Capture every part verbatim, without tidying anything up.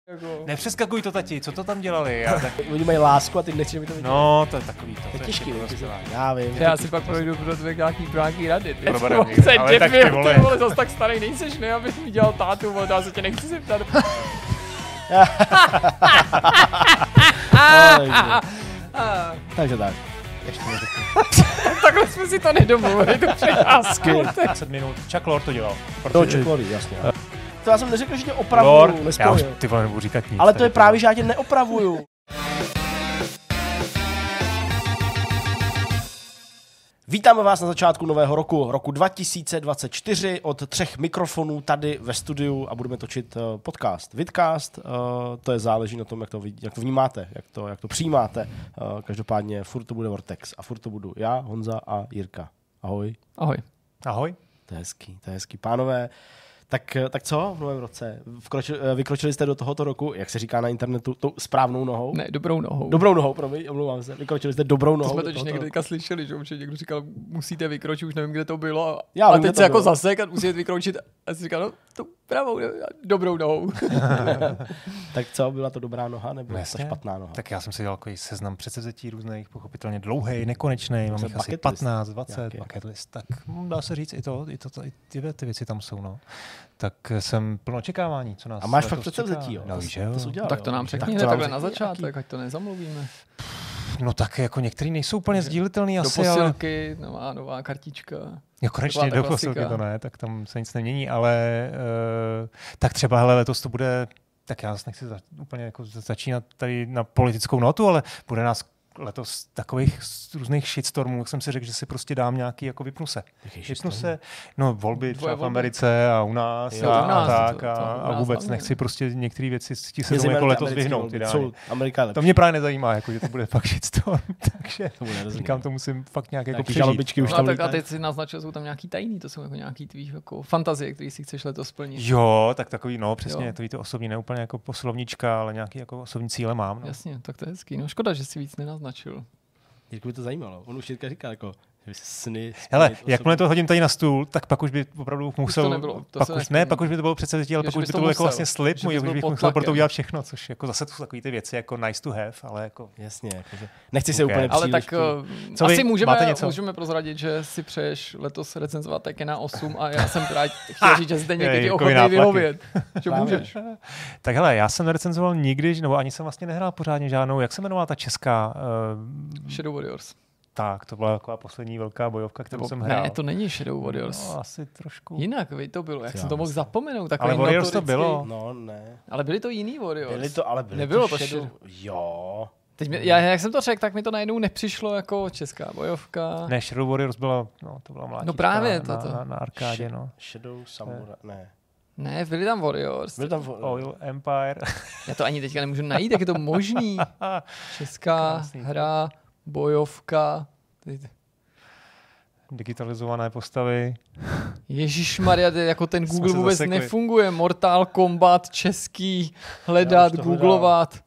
Jako... Nepřeskakuj to, tati, co to tam dělali? Já tak... Oni mají lásku a ty nechci, aby to viděli. No, to je takový to. To je to těžký, je těžký já vím. Já si pak projdu pro tvé nějaký, pro nějaký rady. Ty Proberem vole, někde, ale tak ty vole. Ty vole, zas tak starý nejseš, ne, abych mi dělal tátu, vole, já se tě nechci zeptat. Takže tak. Ještě neřeknu. Takhle jsme si to nedomluvili, to přecházky. deset minut. Chuck Lorre to dělal. To Chuck Lorre, jasně. To já jsem neřekl, že tě Lord, opravuju, já už nespojil. ty vole nebudu říkat nic. Ale to je právě, že já tě neopravuju. Vítáme vás na začátku nového roku, roku dva tisíce dvacet čtyři, od třech mikrofonů tady ve studiu a budeme točit podcast Vidcast. To je záleží na tom, jak to, jak to vnímáte, jak to, jak to přijímáte. Každopádně furt to bude Vortex a furt to budu já, Honza a Jirka. Ahoj. Ahoj. Ahoj. To je hezký, to je hezký. Pánové, tak, tak co v novém roce? Vkročili, vykročili jste do tohoto roku, jak se říká na internetu, tou správnou nohou? Ne, dobrou nohou. Dobrou nohou, promiň, omlouvám se. Vykročili jste dobrou nohou. To jsme totiž tohoto... někdy teďka slyšeli, že už někdo říkal, musíte vykročit, už nevím, kde to bylo. Já a vím, teď to se jako bylo. zasek a musíte vykročit a si říkal, no to pravou, dobrou nohou. Tak co, byla to dobrá noha nebo No, ta špatná noha? Tak já jsem si dělal takový seznam předsevzetí různých, pochopitelně dlouhý, nekonečný, mám jich asi patnáct, dvacet, bucket list, tak dá se říct i to, i, to, i ty, ty věci tam jsou, no. Tak jsem plno očekávání, co nás. A máš fakt předsevzetí, jo? No, že jo. To udělal, tak to nám řekni hned takhle na začátek, ať to nezamluvíme. No tak jako některý nejsou úplně sdílitelný do asi, posilky, ale... nová, nová kartička. Jo, konečně do posilky to ne, tak tam se nic nemění, ale uh, tak třeba hele, letos to bude, tak já zase nechci za, úplně jako začínat tady na politickou notu, ale bude nás letos takových různých shitstormů, jak jsem si řekl, že si prostě dám nějaký, jako vypnu se. Vypnu se, no volby třeba v Americe a u nás, jo, a, u nás a tak to, to, to, a, a vůbec nechci prostě některé věci ti se tomu jako letos vyhnout. To mě právě nezajímá, jako, že to bude fakt shitstorm, takže to říkám, to musím fakt nějak jako přežít. Už tam no, tak a teď si naznačil, jsou tam nějaký tajný, to jsou jako nějaký tvý jako fantazie, které si chceš letos splnit. Jo, tak takový, no přesně, jo. To je to osobní, ne úplně jako poslovnička, ale nějaký jako osobní cíle mám. No. Jasně, tak to je hezký. No škoda, že si víc nenaznačil. Jirku by to zajímalo. On už Jirka říká jako, že by se sny... Hele, jakmile to hodím tady na stůl, tak pak už by opravdu musel... Už to nebylo, to pak už, ne, pak už by to bylo předsevzetí, ale jo, pak už by to bylo jako vlastně slib, můj, už bych musel pro to udělat všechno, což jako zase to jsou takové ty věci jako nice to have, ale jako... Jasně, jakože nechci se okay. úplně ale příliš... tak co asi můžeme, můžeme prozradit, že si přeješ letos recenzovat Tekena osm a já jsem právě chtěl říct, že zde někdy je ochotný vyhovět, že můžeš. Tak hele, já jsem nerecenzoval nikdy, nebo ani jsem vlastně nehrál pořádně žádnou, jak se jmenovala ta česká... Shadow Warriors. Tak, to byla taková poslední velká bojovka, kterou jsem hrál. Ne, to není Shadow Warriors. No, asi trošku. Jinak, vy to bylo, jak jsem to mohl zapomenout. Ale Warriors to bylo. No, ne. Ale byli to jiný Warriors. Byli to, ale byli Nebylo to to Shadow. Jo. Teď mě, já, jak jsem to řekl, tak mi to najednou nepřišlo jako česká bojovka. Ne, Shadow Warriors byla, no, to byla mlátička no právě na, to, to. na, na arkádě, Sh- no. Shadow Samurai, ne. Ne, byli tam Warriors. Byli tam Warriors. Oil Empire. Já to ani teďka nemůžu najít, jak je to možný. Česká Krásný. Hra, bojovka. Digitalizované postavy. Ježišmarja, jako ten Google vůbec zasekli. Nefunguje. Mortal Kombat, český, hledat, googlovat.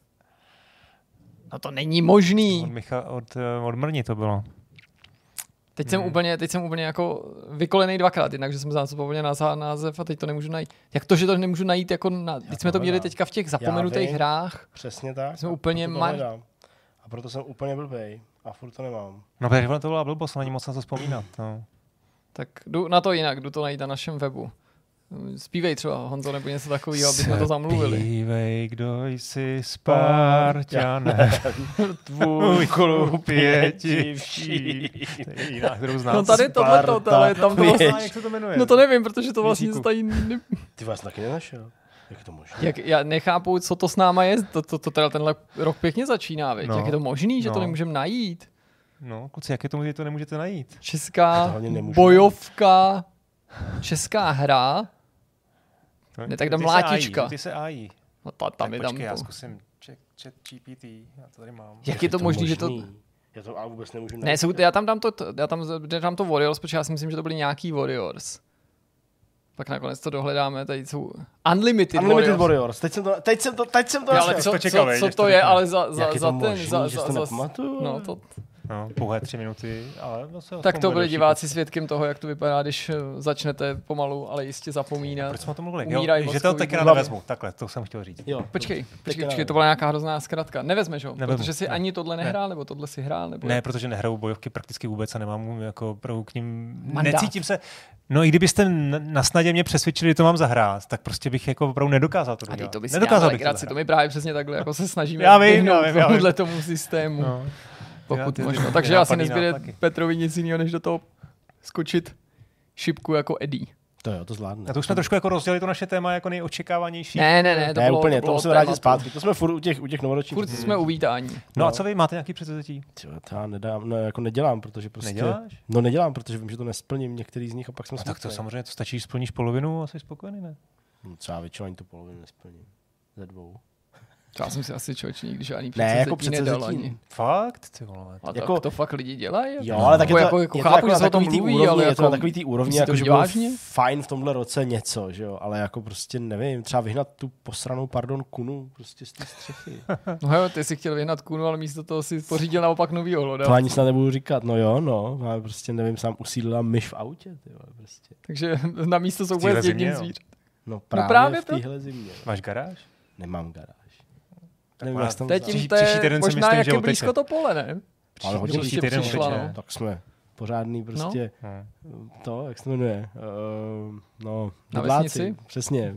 No to není možný. Od, Micha, od, od Mrni to bylo. Teď hmm. jsem úplně, teď jsem úplně jako vykolenej dvakrát, jednak, že jsem zapomněl na název a teď to nemůžu najít. Jak to, že to nemůžu najít, jako na, teď jsme to měli teďka v těch zapomenutých hrách. Přesně tak. Jsme úplně mar... A proto jsem úplně blbej a furt to nemám. No protože to byla blbost, není moc na to vzpomínat. No. Tak jdu na to jinak, jdu to najít na našem webu. Zpívej třeba, Honzo, nebo něco takového, aby jsme to zamluvili. Zpívej, kdo jsi Spartané, tvůj klub je divší. To je jiná, kterou znám. No tady tohleto, ale tam to vlastně... Jak se to jmenuje? No to nevím, protože to vlastně stojí... Ne... Ty vás taky nenašel? Jak je to možné? Jak, já nechápu, co to s náma je, to, to, to teda tenhle rok pěkně začíná, viď? No. Jak je to možný, že no. to nemůžeme najít? No, kluci, jak je to, že to nemůžete najít? Česká bojovka, česká hra, to, ne, tak dám mlátička. Ty se A I. No, ta, tam tak je počkej, tam já zkusím chat G P T, já to tady mám. Jak je to, to možný, že to... Já to ale vůbec nemůžu najít. Ne, jsou, já tam dám to, já tam dám to Warriors, protože já si myslím, že to byly nějaký Warriors. Pak nakonec to dohledáme, tady jsou Unlimited, Unlimited Warriors. Warriors. Teď jsem to, teď jsem to, teď jsem to ale co, to čekal, co, co to je, ale za, za, je za to ten, možný, za, že za, to za, nepamatuju? no to, No, pouhé tři minuty, ale zase tak to byli diváci svědkem toho, jak to vypadá, když začnete pomalu, ale jistě zapomínat. Proč jsme o tom mluvili? Jo, že to teďka nevezmu. Takhle, to jsem chtěl říct. Jo, počkej, počkej, počkej, to byla nějaká hrozná zkratka. Nevezmeš ho, Nevezmu. Protože si ne. ani tohle nehrál, ne. nebo tohle si hrál? Nebo ne, jak? Protože nehraju bojovky prakticky vůbec a nemám jako opravdu k ním... Mandát. Necítím se... No i kdybyste na snadě mě přesvědčili, že to mám zahrát, tak prostě bych jako opravdu nedokázal to dělat. A to bys nedokázal bych to, to my právě přesně takhle jako se snažíme já vím, já vím, já vím. tomuhle tomu systému. No. Pokud možno. Takže asi nezbyde Petrovi nic jiného, než do toho skočit šipku jako Eddie. To jo, to zvládne. A to už jsme trošku jako rozdělili to naše téma jako nejočekávanější. Ne, ne, ne, to ne, bylo, úplně, to, bylo to musíme vrátit zpátky. To jsme furt u těch, u těch novoročních. Furt jsme uvítání. No, no a co vy, máte nějaký předsevzetí? Já nedám, no, jako nedělám, protože prostě... Neděláš? No nedělám, protože vím, že to nesplním některý z nich a pak jsme no, tak to samozřejmě to stačí, splníš polovinu a jsi spokojený, ne? No, třeba většinou ani tu polovinu nesplním. Ze dvou. Já jsem si asi člověk nikdy žádný předsevzetí jako nedal ani. Fakt? Ty vole. A jako, to fakt lidi dělají? Jo, ale tak je to, jako, jako je chápu, to že se o tom mluví, úrovni, ale je jako, to na takový tý úrovni, jako, že bylo vážně? fajn v tomhle roce něco, že jo, ale jako prostě nevím, třeba vyhnat tu posranou, pardon, kunu prostě z té střechy. No jo, ty jsi chtěl vyhnat kunu, ale místo toho si pořídil naopak novýho hloda. To ani snad nebudu říkat, no jo, no, ale prostě nevím, sám usídlila myš v autě, ty vole, prostě. Takže na místo souboje s jedním zvířat. No právě, no právě v téhle zimě. Máš garáž? Nemám garáž. Nevím, jak to je tím, to je možná jak je blízko to pole, ne? Ale hodně příští týden přišla, no. Tak jsme pořádný prostě, no. to, jak se to jmenuje, uh, no, na vidláci, vesnici? Přesně,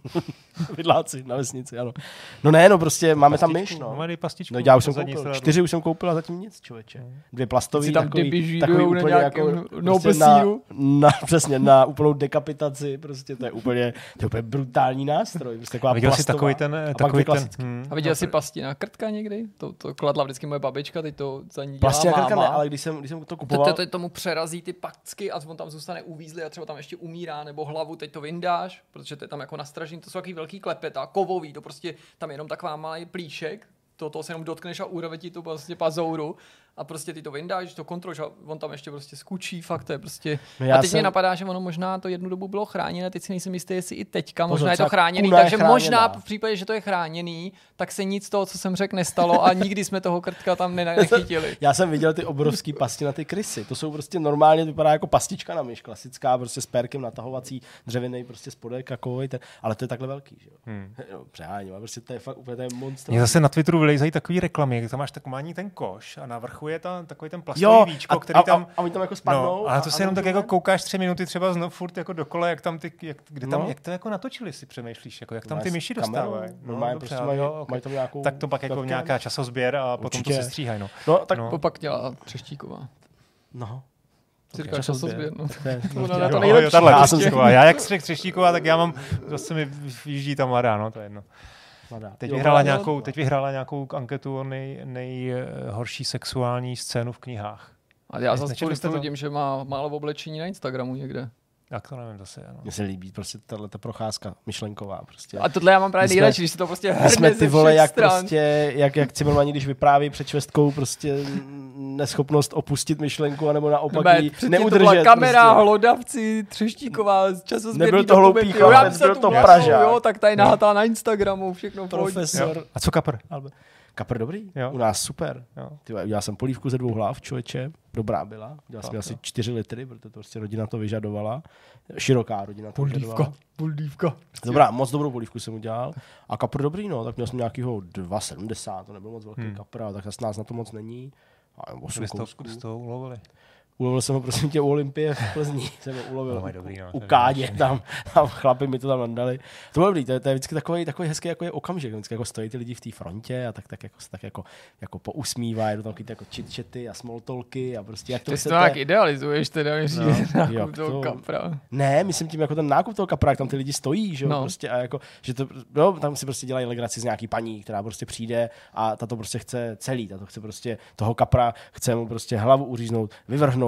vidláci na vesnici, ano. No ne, no prostě máme pastičku, tam myš, no. Máme pastičku. No já už jsem koupil, čtyři už jsem koupil a zatím nic, člověče. Dvě plastový, tam takový, takový úplně jako, prostě na, na, přesně, na úplnou dekapitaci, prostě to je úplně, to je úplně brutální nástroj, prostě taková viděl plastová. Jsi takový ten, a takový ten, hmm. A viděl jsi pasti na krtka někdy? To, to kladla vždycky moje babička, teď to za ní dělá pasti na krtka máma. Ne, ale když jsem, když jsem to kupoval. Teď tomu přerazí ty packy a on tam zůstane uvízlý a třeba tam ještě umírá, nebo hlavu teď to vyndáš, protože to je tam jako nastražení, to jsou takový velký klepeta, kovový, to prostě tam je jenom taková malý plíšek, to, to se jenom dotkneš a úrave ti to prostě pazouru a prostě ty to vyndáš, to kontroluješ a on tam ještě prostě skučí, fakt to je prostě. No a teď jsem... mě napadá, že ono možná to jednu dobu bylo chráněné, teď si nejsem jistý, jestli i teďka, možná Pozor, je to chráněný, takže chráněná. Možná v případě, že to je chráněný, tak se nic z toho, co jsem řekl, nestalo a nikdy jsme toho krtka tam nechytili. Já jsem viděl ty obrovský pasti na ty krysy, to jsou prostě normálně, to vypadá jako pastička na myš, klasická, prostě s pérkem natahovací, dřevěný prostě spodek, jako, ale to je takhle velký, že jo. Hmm. No, přeháním, prostě to je fakt úplně monster. Mě zase na Twitteru vylejzají takový reklamy, jak tam máš takový ten koš a na vrchu je tam takový ten plastový jo, víčko, a, který tam... A, a, a oni tam jako spadnou. No, ale to si jenom tak jako koukáš tři minuty třeba znovu furt jako dokola, jak tam ty, jak, kde tam, no. jak to jako natočili, si přemýšlíš, jako jak tam ty myši dostávají. No, no, prostě mají, jo, mají tam nějakou... Tak to pak jako nějaká časozběr a potom určitě. To se stříhají, no. No, tak no. Pak dělá Třeštíková. No. Jsi říkal časozběr, no. To nejlepší. Já jak řekl Třeštíková, tak já mám, zase mi vyjíždí ta mladá, no, to je jedno. Teď vyhrála, nějakou, teď vyhrála nějakou anketu o nej, nejhorší sexuální scénu v knihách. A já zase tvrdím, že má málo oblečení na Instagramu někde. Jak to nevím zase, ano. Mně se líbí prostě tato procházka myšlenková. Prostě. A tohle já mám právě nejradši, když se to prostě hrne jsme ty vole, jak stran. prostě, jak, jak Cimrmani, když vypráví před švestkou prostě neschopnost opustit myšlenku, anebo naopak ne, jí neudržet. To byla kamera, prostě. Hlodavci, Třeštíková, časozběrný nebyl to hloupý chlapec, byl to Pražák. Jo, tak tady nahatá na Instagramu, všechno profesor. A co Kapr? Kapr dobrý? Jo. U nás super. Jo. Ty, udělal jsem polívku ze dvou hlav, člověče. Dobrá byla. Dělal jsem asi čtyři litry, protože to prostě rodina to vyžadovala. Široká rodina to vyžadovala. Polívka. Dobrá, moc dobrou polívku jsem udělal. A kapr dobrý, no. Tak měl jsem nějakýho dva sedmdesát, to nebyl moc velký hmm. kapr, tak zase nás na to moc není. A osm kousků. Kde jste to ulovili? Ulovil jsem ho prosím tě u Olympie v Plzni. Jsem ho ulovil no, dobrý, no, u Kádě, tam, tam chlapi mi to tam nadali. To bylo dobrý, to je, to je vždycky takový, takový hezký jako je okamžik. Vždycky jako stojí ty lidi v té frontě a tak, tak, jako, tak jako, jako pousmívají, jdou tam jako chit-chaty a small-talky a prostě jak to ty chcete. Ty to tak idealizuješ teda, než no, nákup toho to... kapra. Ne, myslím tím jako ten nákup toho kapra, jak tam ty lidi stojí, že jo, no. prostě a jako, že to, no, tam si prostě dělají legraci z nějaký paní, která prostě přijde a ta to prostě chce celý, ta to chce prostě toho kapra, chce mu prostě hlavu uříznout, vyvrhnout,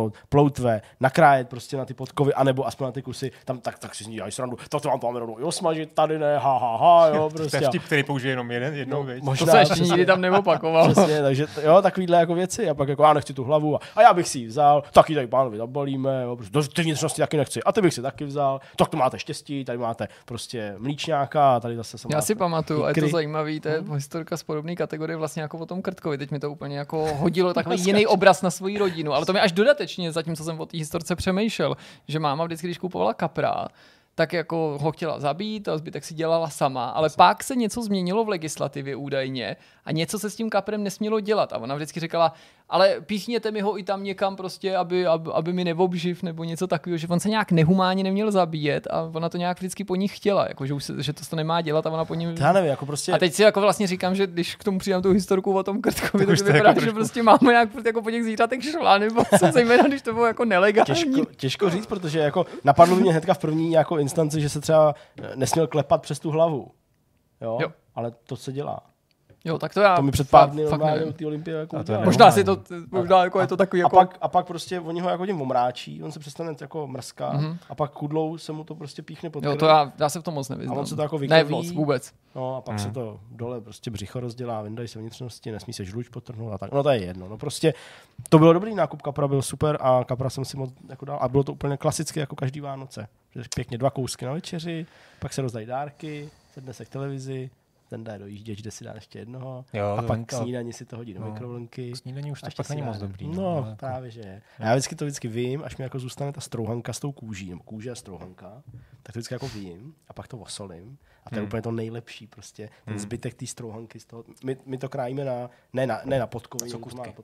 vytáhnout, ploutve, nakrájet prostě na ty podkovy, anebo aspoň na ty kusy, tam tak, tak si z ní dělají srandu, to to vám to máme rovnou i osmažit, tady ne, ha, ha, ha, jo, prostě. To je vtip, který použije jenom jeden, jednou no, věc. Možná, to se ještě přesně, nikdy tam neopakoval. Přesně, takže jo, takovýhle jako věci a pak jako já nechci tu hlavu a, a já bych si ji vzal, taky tady pánovi zabalíme, jo, prostě, ty vnitřnosti taky nechci a ty bych si taky vzal, tak to máte štěstí, tady máte prostě mlíčňáka a tady zase se já si pamatuju, a je to zajímavý, to je hmm. historka z podobné kategorie vlastně jako o tom Krtkovi, teď mi to úplně jako hodilo takový jiný obraz na svoji rodinu, ale to mi až dodatečně, zatímco jsem o té historce přemýšlel, že máma vždycky, když kupovala kapra, tak jako ho chtěla zabít a zbytek si dělala sama, ale Asi. pak se něco změnilo v legislativě údajně a něco se s tím kaprem nesmělo dělat a ona vždycky říkala, ale píchněte mi ho i tam někam prostě, aby, aby, aby mi neobživ nebo něco takového, že on se nějak nehumánně neměl zabíjet a ona to nějak vždycky po ní chtěla, jako, že, už se, že to, to nemá dělat a ona po ní... Já nevím, jako prostě... A teď si jako vlastně říkám, že když k tomu přidám tu historku o tom Krtkovi, tak to vypadá, jako že trošku... prostě máme nějak jako po těch zvířatech šla, nebo co, zejména, když to bylo jako nelegální. Těžko, těžko říct, protože jako napadlo mě hnedka v první jako instanci, že se třeba nesměl klepat přes tu hlavu. Jo? jo. Ale to se dělá. Jo, tak to já to mi před pár dny normálně u té Olympie jako možná si to, možná jako a, je to takový jako... A pak, a pak prostě oni ho jako tím omráčí, on se přestane jako mrská mm-hmm. a pak kudlou se mu to prostě píchne pod Jo, to já, já se v tom moc nevyznám. A on se to jako vykrví. Ne moc, vůbec. No a pak mm. se to dole prostě břicho rozdělá, vyndají se vnitřnosti, nesmí se žluč potrhnout a tak. No to je jedno. No prostě to bylo dobrý nákup, kapra byl super a kapra jsem si moc jako dal a bylo to úplně klasicky jako každý Vánoce. Pěkně dva kousky na večeři, pak se rozdají dárky, sedne se k televizi. Ten dá dojížděč, kde si dá ještě jednoho jo, a pak k snídani si to hodí do no, mikrovlnky. K snídani už to pak není moc dobrý. No, no jako... právě, že je. A já vždycky to vždycky vím, až mi jako zůstane ta strouhanka s tou kůží, nebo kůže a strouhanka, tak to vždycky jako vím a pak to osolím. A to je hmm. úplně to nejlepší prostě. Ten hmm. zbytek té strouhanky z toho, my, my to krájíme na, ne na, ne na podkovy. Co kůstky?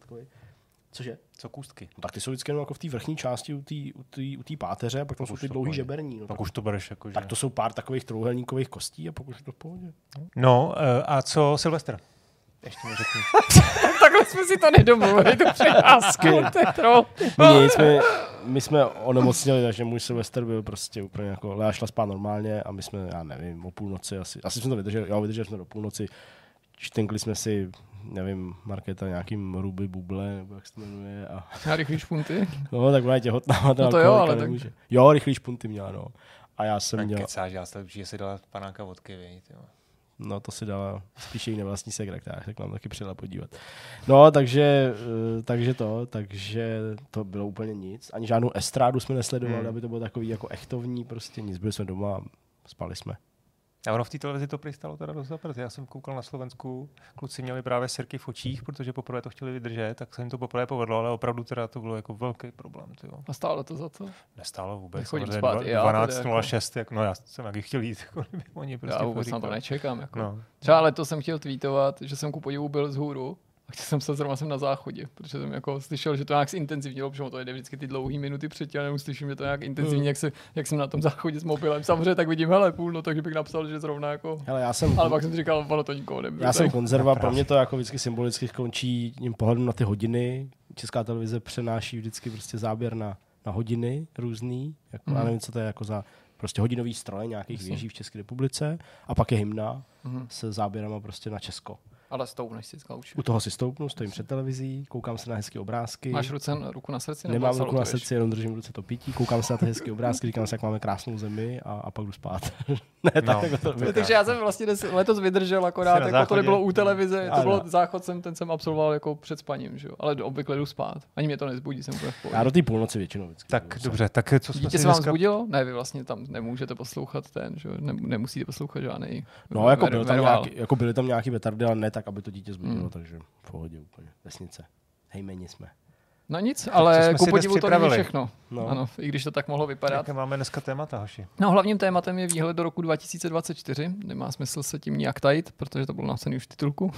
Cože? Co kůstky? No, tak ty jsou vždycky jenom jako v té vrchní části u té u u páteře, a pak tam jsou ty dlouhý žeberní. No, tak, tak už to bereš jako, že... Tak to jsou pár takových trojúhelníkových kostí a pak už je to v pohodě. No, a co Silvestr? Ještě mi řekni. Takhle jsme si to nedomluvili, to přiházku. Nic, my, my jsme onemocněli, takže můj Silvestr byl prostě úplně jako, Lea šla spát normálně a my jsme, já nevím, o půlnoci asi, asi jsme to vydrželi, jo, vydrželi jsme do půlnoci, čtenkli jsme si, nevím, Markéta nějakým ruby buble, nebo jak se to jmenuje. A, a rychlý špunty. No, tak ona je těhotná. No to jo, ale nemůže. Tak... Jo, rychlý špunty měla, no. A já jsem tak měl... Kecáš, já jsem určitě si dala panáka vodky, víš, jo. No, to si dala spíš její nevlastní segra, která se k nám taky přijela podívat. No, takže, takže to, takže to bylo úplně nic. Ani žádnou estrádu jsme nesledovali, hmm. aby to bylo takový jako echtovní, prostě nic. Byli jsme doma a spali jsme. A ono v té televizi to přistalo teda dost zaprat. Já jsem koukal na Slovensku, kluci měli právě sirky v očích, protože poprvé to chtěli vydržet, tak se jim to poprvé povedlo, ale opravdu teda to bylo jako velký problém. Tyjo. A stálo to za to? Nestálo vůbec. dvanáct nula šest, jako, no já jsem taky chtěl jít. Jako, oni prostě já vůbec na to nečekám. Jako. No. Třeba letos jsem chtěl tweetovat, že jsem ku podivu byl vzhůru. A chtěl jsem se zrovna jsem na záchodě, protože jsem jako slyšel, že to nějak zintenzivnilo, protože to jde vždycky ty dlouhé minuty předtím, a neuslyším, že to nějak intenzivně, mm. jak, se, jak jsem na tom záchodě s mobilem. Samozřejmě tak vidím, hele, půl, no takže bych napsal, že zrovna jako... Hele, já jsem, ale pak jsem si říkal, ono to nikoho nebude. Já jsem konzerva, pro mě to jako vždycky symbolicky končí tím pohledem na ty hodiny. Česká televize přenáší vždycky prostě záběr na, na hodiny různý, jako, mm. já nevím, co to je jako za prostě hodinový stroj nějakých Myslím. věží v České republice a pak je hymna mm. se záběrama prostě na Česko. Ale stoupneš si skauč. U toho si stoupnu, stojím před televizí, koukám se na hezké obrázky. Máš ruce, ruku na srdci? Nemám ruku na srdci, jenom držím v ruce to pití, koukám se na ty hezké obrázky, říkám si, jak máme krásnou zemi a, a pak jdu spát. ne, tak no, jako to no, takže já jsem vlastně letos vydržel, akorát jako to nebylo u televize, to bylo záchod, jsem, ten jsem absolvoval jako před spaním, že jo? Ale obvykle jdu spát. Ani mě to nezbudí, jsem úplně v pohodě. Já do té půlnoci většinou vždycky. Tak dobře, tak co jsme Dítě se vám zbudilo? Ne, vy vlastně tam nemůžete poslouchat ten, že jo? Nemusíte poslouchat žádný. No, jako byly tam nějaký, jako byly tam nějaký betardy, ale ne tak, aby to dítě zbudilo. No, takže v pohodě úplně. Vesnice. Hejmeni jsme. No nic, ale ku podivu to není všechno. No. Ano, i když to tak mohlo vypadat. Jaké máme dneska témata, hoši? No, hlavním tématem je výhled do roku dva tisíce dvacet čtyři. Nemá smysl se tím nijak tajit, protože to bylo napsané už v titulku.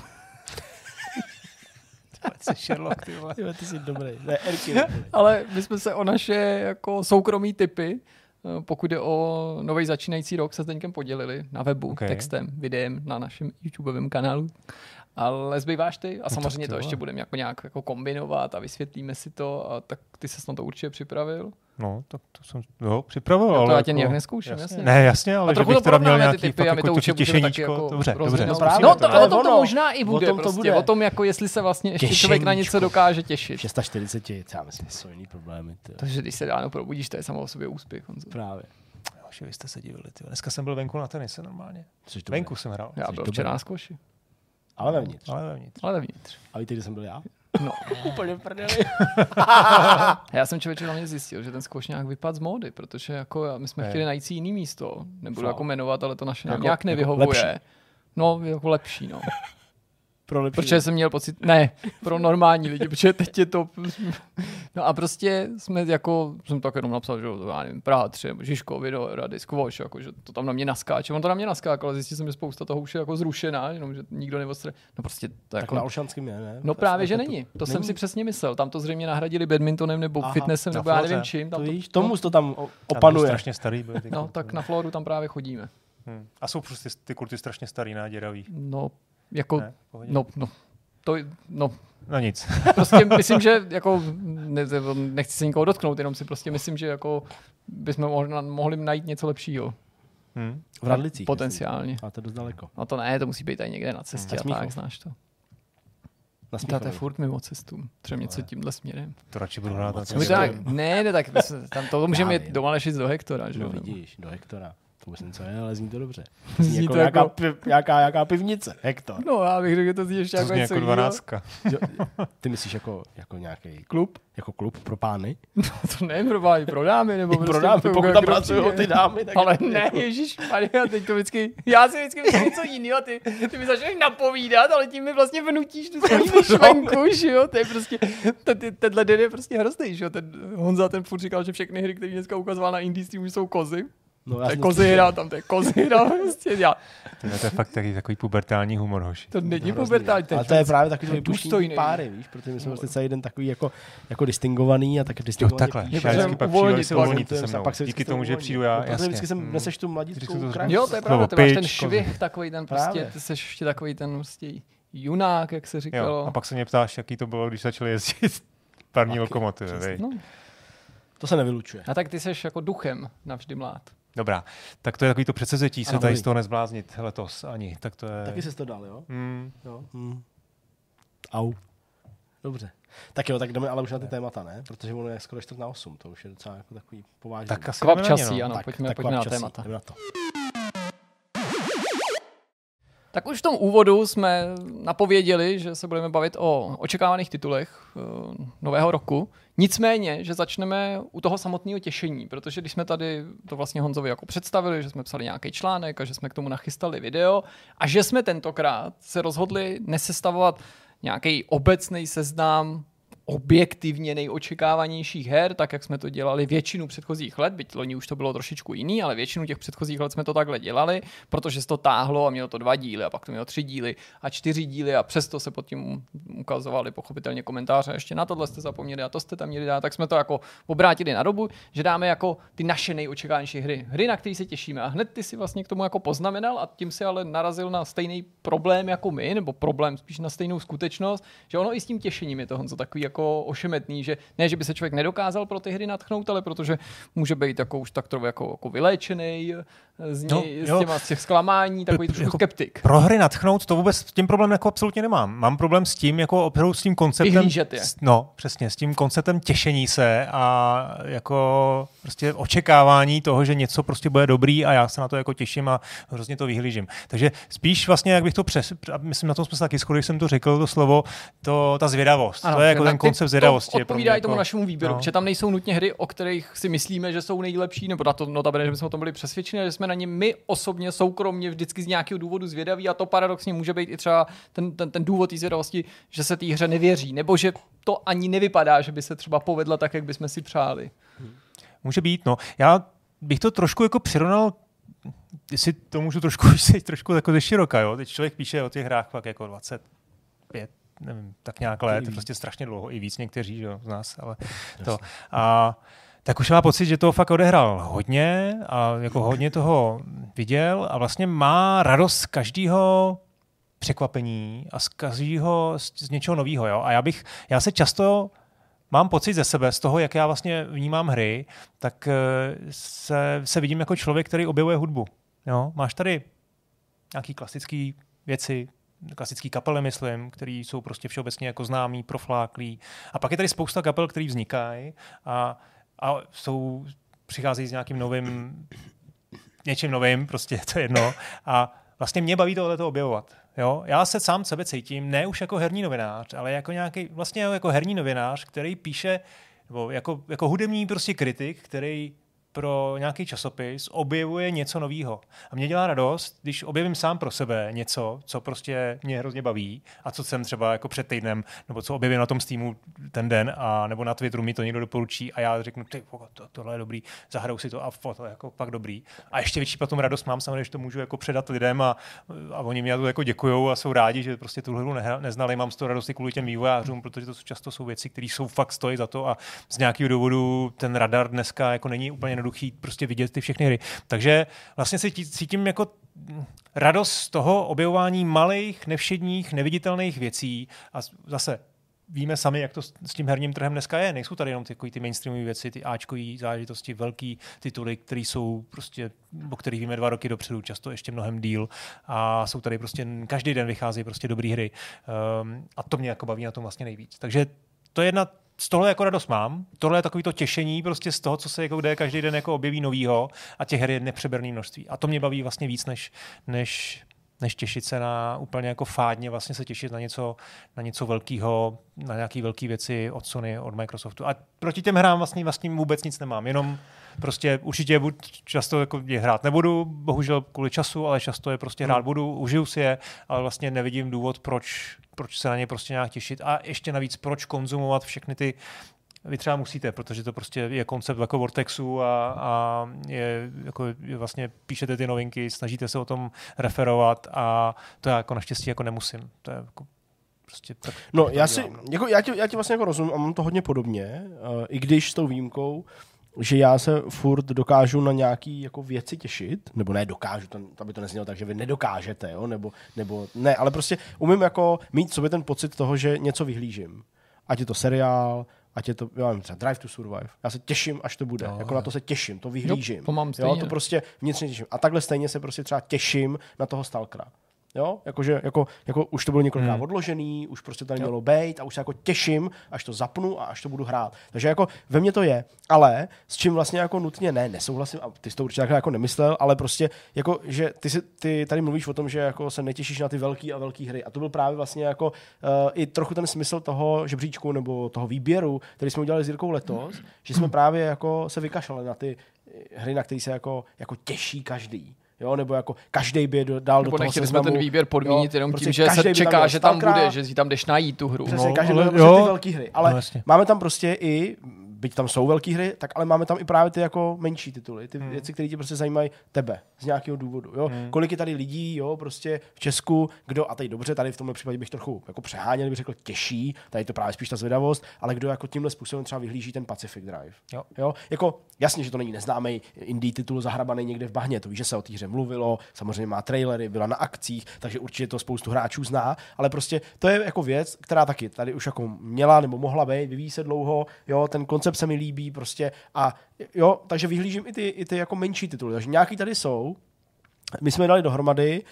Ty jsi Sherlock, ty vole. Ty jsi dobrý. Ne, Erky. Ale my jsme se o naše jako soukromý tipy, pokud je o nový začínající rok, se s Deňkem podělili na webu, okay. textem, videem na našem YouTubeovém kanálu. Ale zbýváš ty a no samozřejmě to ještě budeme jako nějak jako kombinovat a vysvětlíme si to, a tak ty ses na to určitě připravil. No, tak to jsem jo, připravoval. No to ale já tě jako, nějak neskouším, jasně. jasně. Ne, jasně, ale že bych teda měl nějaký ty typy, fakt a my jako to to určitě těšeníčko. jako Dobře, dobře. No, právě, no to, to ale je to, to ono. možná i bude O tom to prostě. bude. O tom, jako jestli se vlastně ještě Těšeníčko. člověk na něco dokáže těšit. šest čtyřicet, já myslím, že jsou jiný problémy. Ty. Takže když se ráno probudíš, to je samo o sobě úspěch. Honzo. Právě. Jo, že vy jste se divili. Ty. Dneska jsem byl venku na tenise normálně. Což to Venku jsem hrál. Já byl dobrý. včera na skoši. Ale vevnitř. Ale vevnitř. Ale vevnitř. A víte, kde jsem byl já? No. Úplně v prdeli. Já jsem člověče hlavně zjistil, že ten zkouš nějak vypadl z módy, protože jako my jsme Ne. chtěli najít si jiný místo. Nebudu Fakt. jako jmenovat, ale to naše nám Jako- nějak jako nevyhovuje. lepší. No, jako lepší, no. Pro lepší. Protože jsem měl pocit, ne, pro normální lidi, protože teď je to... No a prostě jsme jako, jsem tak jenom napsal, že jo, já nevím, Praha tři, nebo Žižkov, video, rady, squash, jako, že to tam na mě naskáče. On to na mě naskákal, ale zjistil jsem, že spousta toho už je jako zrušená, jenom že nikdo neostře. No prostě to Tak jako... na Olšanském je, ne? No To právě, asi že tak není. To není? jsem si přesně myslel. Tam to zřejmě nahradili badmintonem nebo Aha, fitnessem, na nebo já floře. nevím čím. Tam To to, víš, tomu to tam o- Tam opanuje. strašně starý byli ty no, kurty. tak na floru tam právě chodíme. Hmm. A jsou prostě ty kurty strašně starý, náděravý. No, jako, Ne, v pohodě. no, no, to, no, No nic. prostě myslím, že jako, ne, nechci se nikoho dotknout, jenom si prostě myslím, že jako bychom mohli, mohli najít něco lepšího. Hmm. V Radlicích. Potenciálně. A to je dost daleko. No to ne, to musí být tady někde na cestě Hmm. a tak, Smíchov. znáš to. Na To je Smíchově. furt mimo cestu. Třeba něco Ale- tímhle směrem. To radši budu hrát na moc No, my Smíchov. tak, ne, ne, tak tam to můžeme Já jít vím. doma nešit do Hektora, že No jo? vidíš, do Hektora. To už něco je, ale zní to dobře. Zní Zní jako, to nějaká, jako- piv, nějaká, nějaká pivnice. Hektor. No, já bych řekl, že to zní ještě To jako zní něco jako jiného. dvanáctka. Jo, ty myslíš jako, jako nějaký Klub? jako klub pro pány? To ne, pro, i pro dámy, nebo I prostě pro dámy, to- pokud kdo tam pracují přijde. ty dámy. Tak Ale jako- ne, ježíš, Maria, teď to vždycky, já si vždycky myslím něco jiného, ty, ty mi začneš napovídat, ale tím mi vlastně vnutíš tu svoji myšlenku, že jo, to je prostě, te- te- tenhle den je prostě hrozný, že jo, ten Honza ten furt říkal, že všechny hry, které dneska ukazoval na Indie Streamu, jsou kozy, No, to já je jsem kozy slyšel. hra, tam to je kozy hra, prostě, já, To je, to je fakt taky takový pubertální humor, hoši. to není Hrozný. pubertální, Ale to je právě takový to to je vypuštění důstojný. páry, víš, protože my jsme prostě celý den takový jako, jako distingovaný a tak distingovaný. takhle. píšeme. Já Já vždycky vždycky pak uvolnit, přijdu, se pak uvolníte se a mnou. pak se Díky vždycky tomu, že uvolní. přijdu já, No, protože jasně. vždycky sem Hmm. neseš tu Vždycky mladickou to krajici. Jo, to je Slovo pravda, ty máš ten pitch, švih, takový ten prostě, Právě. ty jsi ještě takový ten prostě junák, jak se říkalo. Jo. A pak se mě ptáš, jaký to bylo, když začali jezdit parní Taky, lokomotivy. přesně. vej. No, To se nevylučuje. a tak ty jsi jako duchem navždy mlád. Dobrá, tak to je takový to předsevzetí se Ano, tady dobrý. z toho nezbláznit letos ani. Tak to je... Taky jsi to dal, jo? Hmm. Jo. Hmm. Au. Dobře. Tak jo, tak jdeme ale už na ty témata, ne? Protože ono je skoro čtvrt na osm, to už je docela jako takový povážený. Tak asi Kvap jdeme na ně, časí, no. ano, tak, pojďme, tak pojďme na kvap časí, témata. jdeme na to. Tak už v tom úvodu jsme napověděli, že se budeme bavit o očekávaných titulech uh, nového roku. Nicméně, že začneme u toho samotného těšení, protože když jsme tady to vlastně Honzovi jako představili, že jsme psali nějaký článek a že jsme k tomu nachystali video a že jsme tentokrát se rozhodli nesestavovat nějaký obecný seznam objektivně nejočekávanějších her, tak jak jsme to dělali většinu předchozích let, byť loni už to bylo trošičku jiný, ale většinu těch předchozích let jsme to takhle dělali, protože se to táhlo a mělo to dva díly a pak to mělo tři díly a čtyři díly a přesto se pod tím ukazovali pochopitelně komentáře, ještě na tohle jste zapomněli a to jste tam měli dát, tak jsme to jako obrátili na dobu, že dáme jako ty naše nejočekávanější hry, hry, na které se těšíme a hned ty si vlastně k tomu jako poznamenal a tím si ale narazil na stejný problém jako my, nebo problém spíš na stejnou skutečnost, že ono i s tím těšením je to, Honzo, takový jako ošemetný, že ne, že by se člověk nedokázal pro ty hry natchnout, ale protože může být jako už tak trochu jako, jako vyléčený z, No, něj, jo. z, těma, z těch zklamání, takový trošku Jako skeptik. Pro hry natchnout, to vůbec s tím problém jako absolutně nemám. Mám problém s tím, jako opravdu s tím konceptem. Vyhlížet je. s- No, přesně, s tím konceptem těšení se a jako prostě očekávání toho, že něco prostě bude dobrý a já se na to jako těším a hrozně to vyhlížím. Takže spíš vlastně, jak bych to přes, a myslím, na tom jsme se taky shodli, když jsem to řekl, to slovo, to, ta zvědavost. Ano, to je jako na- ten ty- koncept zvědavosti. To je pro mě odpovídá i jako, tomu našemu výběru, no. že tam nejsou nutně hry, o kterých si myslíme, že jsou nejlepší, nebo na to notabene, že jsme o tom byli přesvědčeni, že jsme na ně my osobně soukromně vždycky z nějakého důvodu zvědaví a to paradoxně může být i třeba ten, ten, ten důvod té zvědavosti, že se té hře nevěří, nebo že to ani nevypadá, že by se třeba povedla tak, jak bychom si přáli. Může být, no. Já bych to trošku jako přirovnal, jestli to můžu trošku, trošku jako ze široka, jo. Teď člověk píše o těch hrách pak jako dvacet pět, nevím, tak nějak let, prostě strašně dlouho, i víc někteří, že jo, z nás, ale to. A tak už má pocit, že toho fakt odehrál hodně a jako hodně toho viděl a vlastně má radost z každého překvapení a z každého z, z něčeho nového, jo. A já bych, já se často mám pocit ze sebe, z toho, jak já vlastně vnímám hry, tak se, se vidím jako člověk, který objevuje hudbu. Jo? Máš tady nějaký klasický věci, klasický kapely, myslím, který jsou prostě všeobecně jako známý, profláklý. A pak je tady spousta kapel, který vznikají a, a jsou, přicházejí s nějakým novým, něčím novým, prostě to je jedno. A vlastně mě baví tohleto objevovat. Jo? Já se sám sebe cítím, ne už jako herní novinář, ale jako nějaký, vlastně jako herní novinář, který píše, nebo jako, jako hudební prostě kritik, který pro nějaký časopis objevuje něco nového. A mě dělá radost, když objevím sám pro sebe něco, co prostě mě hrozně baví a co jsem třeba jako před týdnem, nebo co objevím na tom Steamu ten den, a nebo na Twitteru mi to někdo doporučí a já řeknu, ty, to, tohle je dobrý, zahraju si to a to je jako pak dobrý. A ještě větší potom radost mám samozřejmě, že to můžu jako předat lidem a, a oni mě to jako děkujou a jsou rádi, že prostě tu hru ne, neznali. Mám z toho radosti kvůli těm vývojářům, protože to často jsou věci, které jsou fakt stojí za to a z nějakého důvodu ten radar dneska jako není úplně jednoduchý prostě vidět ty všechny hry. Takže vlastně se cítím jako radost z toho objevování malých, nevšedních, neviditelných věcí a zase víme sami, jak to s tím herním trhem dneska je. Nejsou tady jenom ty, ty mainstreamové věci, ty áčkový záležitosti, velký tituly, které jsou prostě, o kterých víme dva roky dopředu, často ještě mnohem díl a jsou tady prostě, každý den vycházejí prostě dobrý hry um, a to mě jako baví na tom vlastně nejvíc. Takže to je jedna z tohle jako radost mám. Tohle je takový to těšení prostě z toho, co se jako kde každý den jako objeví novýho a těch her je nepřeberné množství. A to mě baví vlastně víc, než, než, než těšit se na úplně jako fádně vlastně se těšit na něco, na něco velkého, na nějaké velké věci od Sony, od Microsoftu. A proti těm hrám vlastně, vlastně vůbec nic nemám. Jenom prostě určitě buď často jako je hrát nebudu, bohužel kvůli času, ale často je prostě hrát budu, užiju si je, ale vlastně nevidím důvod, proč proč se na ně prostě nějak těšit a ještě navíc proč konzumovat všechny ty, vy třeba musíte, protože to prostě je koncept jako Vortexu a, a je, jako, je vlastně píšete ty novinky, snažíte se o tom referovat a to já jako naštěstí jako nemusím. To je jako prostě tak. No já si, jako, já, ti, já ti vlastně jako rozumím a mám to hodně podobně, uh, i když s tou výjimkou, že já se furt dokážu na nějaký jako věci těšit, nebo ne dokážu, to, aby to neznělo tak, že vy nedokážete, jo? Nebo, nebo ne, ale prostě umím jako mít sobě ten pocit toho, že něco vyhlížím. Ať je to seriál, ať je to, já nevím, třeba Drive to Survive. Já se těším, až to bude. No, jako na to se těším, to vyhlížím. Jo, to mám stejně. Jo, to prostě vnitřně těším. A takhle stejně se prostě třeba těším na toho Stalkera. Jo, jakože, jako, jako už to bylo několikrát hmm. odložený, už prostě tady jo. mělo být a už se jako těším, až to zapnu a až to budu hrát. Takže jako ve mně to je, ale s čím vlastně jako nutně ne, nesouhlasím, a ty jsi to určitě jako nemyslel, ale prostě jako, že ty, si, ty tady mluvíš o tom, že jako se netěšíš na ty velký a velký hry a to byl právě vlastně jako uh, i trochu ten smysl toho žebříčku nebo toho výběru, který jsme udělali s Jirkou letos, hmm. že jsme právě jako se vykašlali na ty hry, na které se jako, jako těší každý. Jo, nebo jako každý by dal nebo do toho nechtěli seznamu. jsme ten výběr podmínit jo, jenom prostě tím, že se čeká, že tam bude, že si tam jdeš najít tu hru. Přesně, no, každý ale, prostě jo. ty velké hry. Ale no, máme tam prostě i, byť tam jsou velké hry, tak ale máme tam i právě ty jako menší tituly, ty hmm. věci, které ti prostě zajímají tebe z nějakého důvodu. Jo? Hmm. Kolik je tady lidí, jo, prostě v Česku, kdo, a teď dobře, tady v tomhle případě bych trochu jako přeháněl, bych řekl těžší, tady to právě spíš ta zvědavost, ale kdo jako tímhle způsobem třeba vyhlíží ten Pacific Drive. Jo. Jo? Jako jasně, že to není neznámý indie titul zahrabaný někde v bahně, to víš, že se o té hře mluvilo, samozřejmě má trailery, byla na akcích, takže určitě to spoustu hráčů zná, ale prostě to je jako věc, která taky tady už jako měla nebo mohla být, vyvíjí se dlouho, jo, ten koncept se mi líbí prostě a jo, takže vyhlížím i ty, i ty jako menší tituly, takže nějaký tady jsou, my jsme je dali dohromady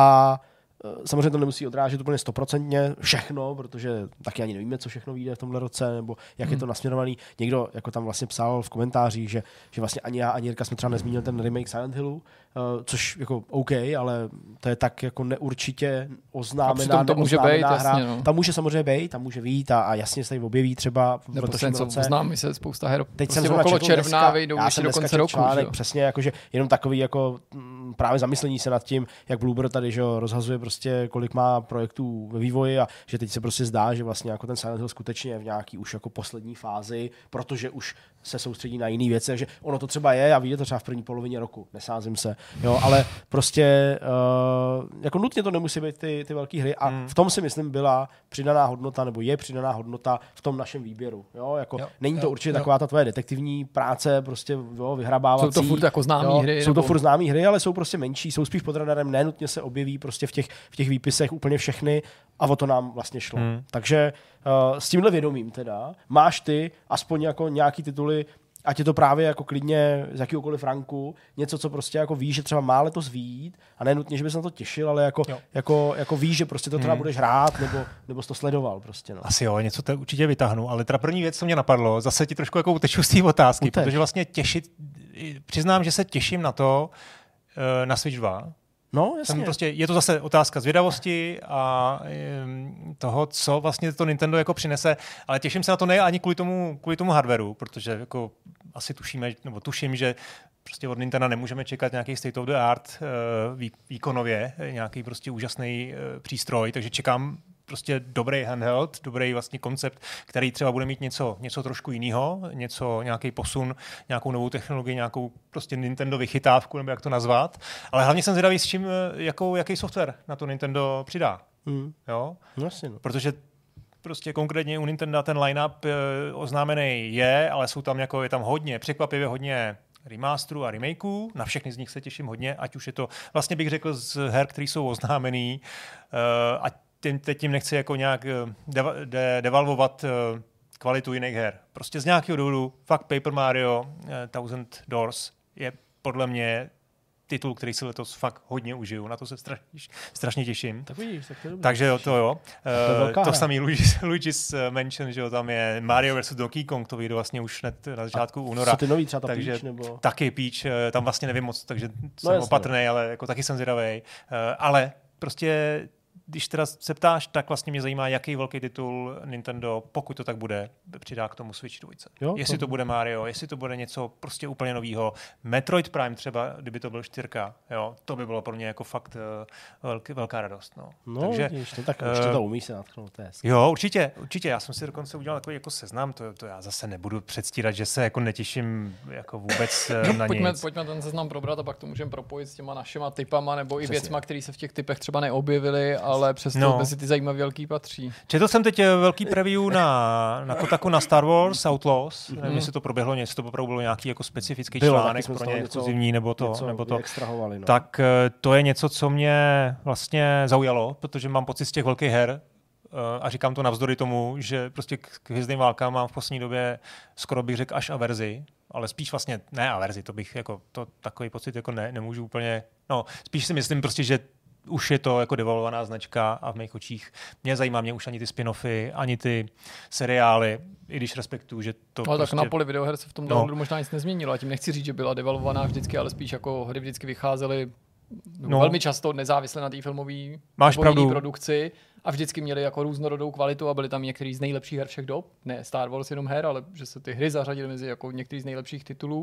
a samozřejmě to nemusí odrážet úplně stoprocentně všechno, protože taky ani nevíme, co všechno vyjde v tomhle roce, nebo jak hmm. je to nasměrovaný. Někdo jako tam vlastně psal v komentářích, že, že vlastně ani já, ani Jirka jsme třeba nezmínil ten remake Silent Hillu, uh, což jako OK, ale to je tak jako neurčitě oznámená, to může být, hra. jasně, no. Tam může samozřejmě být, tam může vyjít a, a jasně se tady objeví třeba v letošním roce. Znám se spousta her. Teď prostě jsem okolo června vyjdou ještě do konce roku. Článek, přesně, jakože jenom takový jako m, právě zamyslení se nad tím, jak Bloober tady že rozhazuje prostě kolik má projektů ve vývoji a že teď se prostě zdá, že vlastně jako ten Silent Hill skutečně je v nějaký už jako poslední fázi, protože už se soustředí na jiné věci, takže ono to třeba je a vyjde to třeba v první polovině roku, nesázím se, jo, ale prostě uh, jako nutně to nemusí být ty, ty velké hry a hmm. v tom si myslím byla přidaná hodnota, nebo je přidaná hodnota v tom našem výběru, jo, jako jo, není jo, to určitě jo. taková ta tvoje detektivní práce, prostě jo, vyhrabávací. Jsou to furt jako známý jo, hry. Jsou nebo... to furt známý hry, ale jsou prostě menší, jsou spíš pod radarem, nenutně se objeví prostě v těch, v těch výpisech úplně všechny a o to nám vlastně šlo. Hmm. Takže uh, s tímhle vědomím teda máš ty aspoň jako nějaký tituly, ať je to právě jako klidně z jakýhokoliv ranku, něco, co prostě jako víš, že třeba má letos vyjít a nenutně, že bys na to těšil, ale jako, jako, jako víš, že prostě to teda hmm. budeš hrát nebo, nebo jsi to sledoval prostě. No. Asi jo, něco to určitě vytáhnu, ale teda první věc, co mě napadlo, zase ti trošku jako uteču z té otázky, Uteč. protože vlastně těšit, přiznám, že se těším na to, na Switch dva. No, jasně. Prostě, je to zase otázka zvědavosti a um, toho, co vlastně to Nintendo jako přinese, ale těším se na to ne ani kvůli tomu, kvůli tomu hardwareu, protože jako asi tušíme, nebo tuším, že prostě od Nintendo nemůžeme čekat nějaký state of the art uh, vý, výkonově, nějaký prostě úžasný uh, přístroj, takže čekám prostě dobrý handheld, dobrý vlastně koncept, který třeba bude mít něco, něco trošku jiného, něco, nějaký posun, nějakou novou technologii, nějakou prostě Nintendo vychytávku, nebo jak to nazvat. Ale hlavně jsem zvědavý, s čím, jakou, jaký software na to Nintendo přidá. Mm. Jo? Vlastně, no. Protože prostě konkrétně u Nintendo ten line-up e, oznámený je, ale jsou tam jako, je tam hodně, překvapivě hodně remasterů a remakeů, na všechny z nich se těším hodně, ať už je to, vlastně bych řekl z her, které jsou oznámený, e, ať teď tím nechci jako nějak deva, de, devalvovat uh, kvalitu jiných her. Prostě z nějakého důvodu fakt Paper Mario uh, Thousand Doors je podle mě titul, který si letos fakt hodně užiju. Na to se straš, strašně těším. Tak vidíš, tak to je dobrý. Takže jo, to jo. Uh, to to samý Luigi's, Luigi's Mansion, že jo, tam je Mario versus. Donkey Kong, to vyjde vlastně už hned na začátku a února. Co ty nový, třeba ta takže Peach, nebo... Taky Peach, tam vlastně nevím moc, takže no jsem jasně, opatrnej, ale jako taky jsem zvědavej. Uh, ale prostě když teda se ptáš, tak vlastně mě zajímá, jaký velký titul Nintendo, pokud to tak bude, přidá k tomu Switch dva. Jo, jestli to... to bude Mario, jestli to bude něco prostě úplně novýho. Metroid Prime třeba, kdyby to byl čtyřka, jo, to by bylo pro mě jako fakt uh, velký, velká radost. No, no takže, vidíš, to tak určitě to umí se natknout. To je jo, určitě, určitě. Já jsem si dokonce udělal takový jako seznam, to, to já zase nebudu předstírat, že se jako netěším jako vůbec no, na pojďme, nic. Pojďme ten seznam probrat a pak to můžeme propojit s těma našima typama nebo Přesně. i věcma, které se v těch typech třeba neobjevily, ale přesto no. mezi ty zajímavé velký patří. Četl jsem teď velký preview na, na Kotaku na Star Wars Outlaws. Mm-hmm. Nevím, jestli to proběhlo, jestli to opravdu bylo nějaký jako specifický bylo, článek pro ně exkluzivní, nebo to. Nebo to. No. Tak to je něco, co mě vlastně zaujalo, protože mám pocit z těch velkých her, a říkám to navzdory tomu, že prostě k Hvězdným válkám mám v poslední době skoro bych řekl až averzi, ale spíš vlastně ne averzi, to bych jako to takový pocit jako ne, nemůžu úplně, no spíš si myslím prostě, že už je to jako devalvovaná značka a v mých očích mě zajímá mě už ani ty spin-offy, ani ty seriály, i když respektuju, že to ale prostě... tak na poli videoher se v tom no. možná nic nezměnilo a tím nechci říct, že byla devalvovaná vždycky, ale spíš jako hry vždycky vycházely no. velmi často nezávisle na té filmové produkci a vždycky měli jako různorodou kvalitu a byly tam některý z nejlepších her všech dob, ne Star Wars jenom her, ale že se ty hry zařadily mezi jako některý z nejlepších titulů.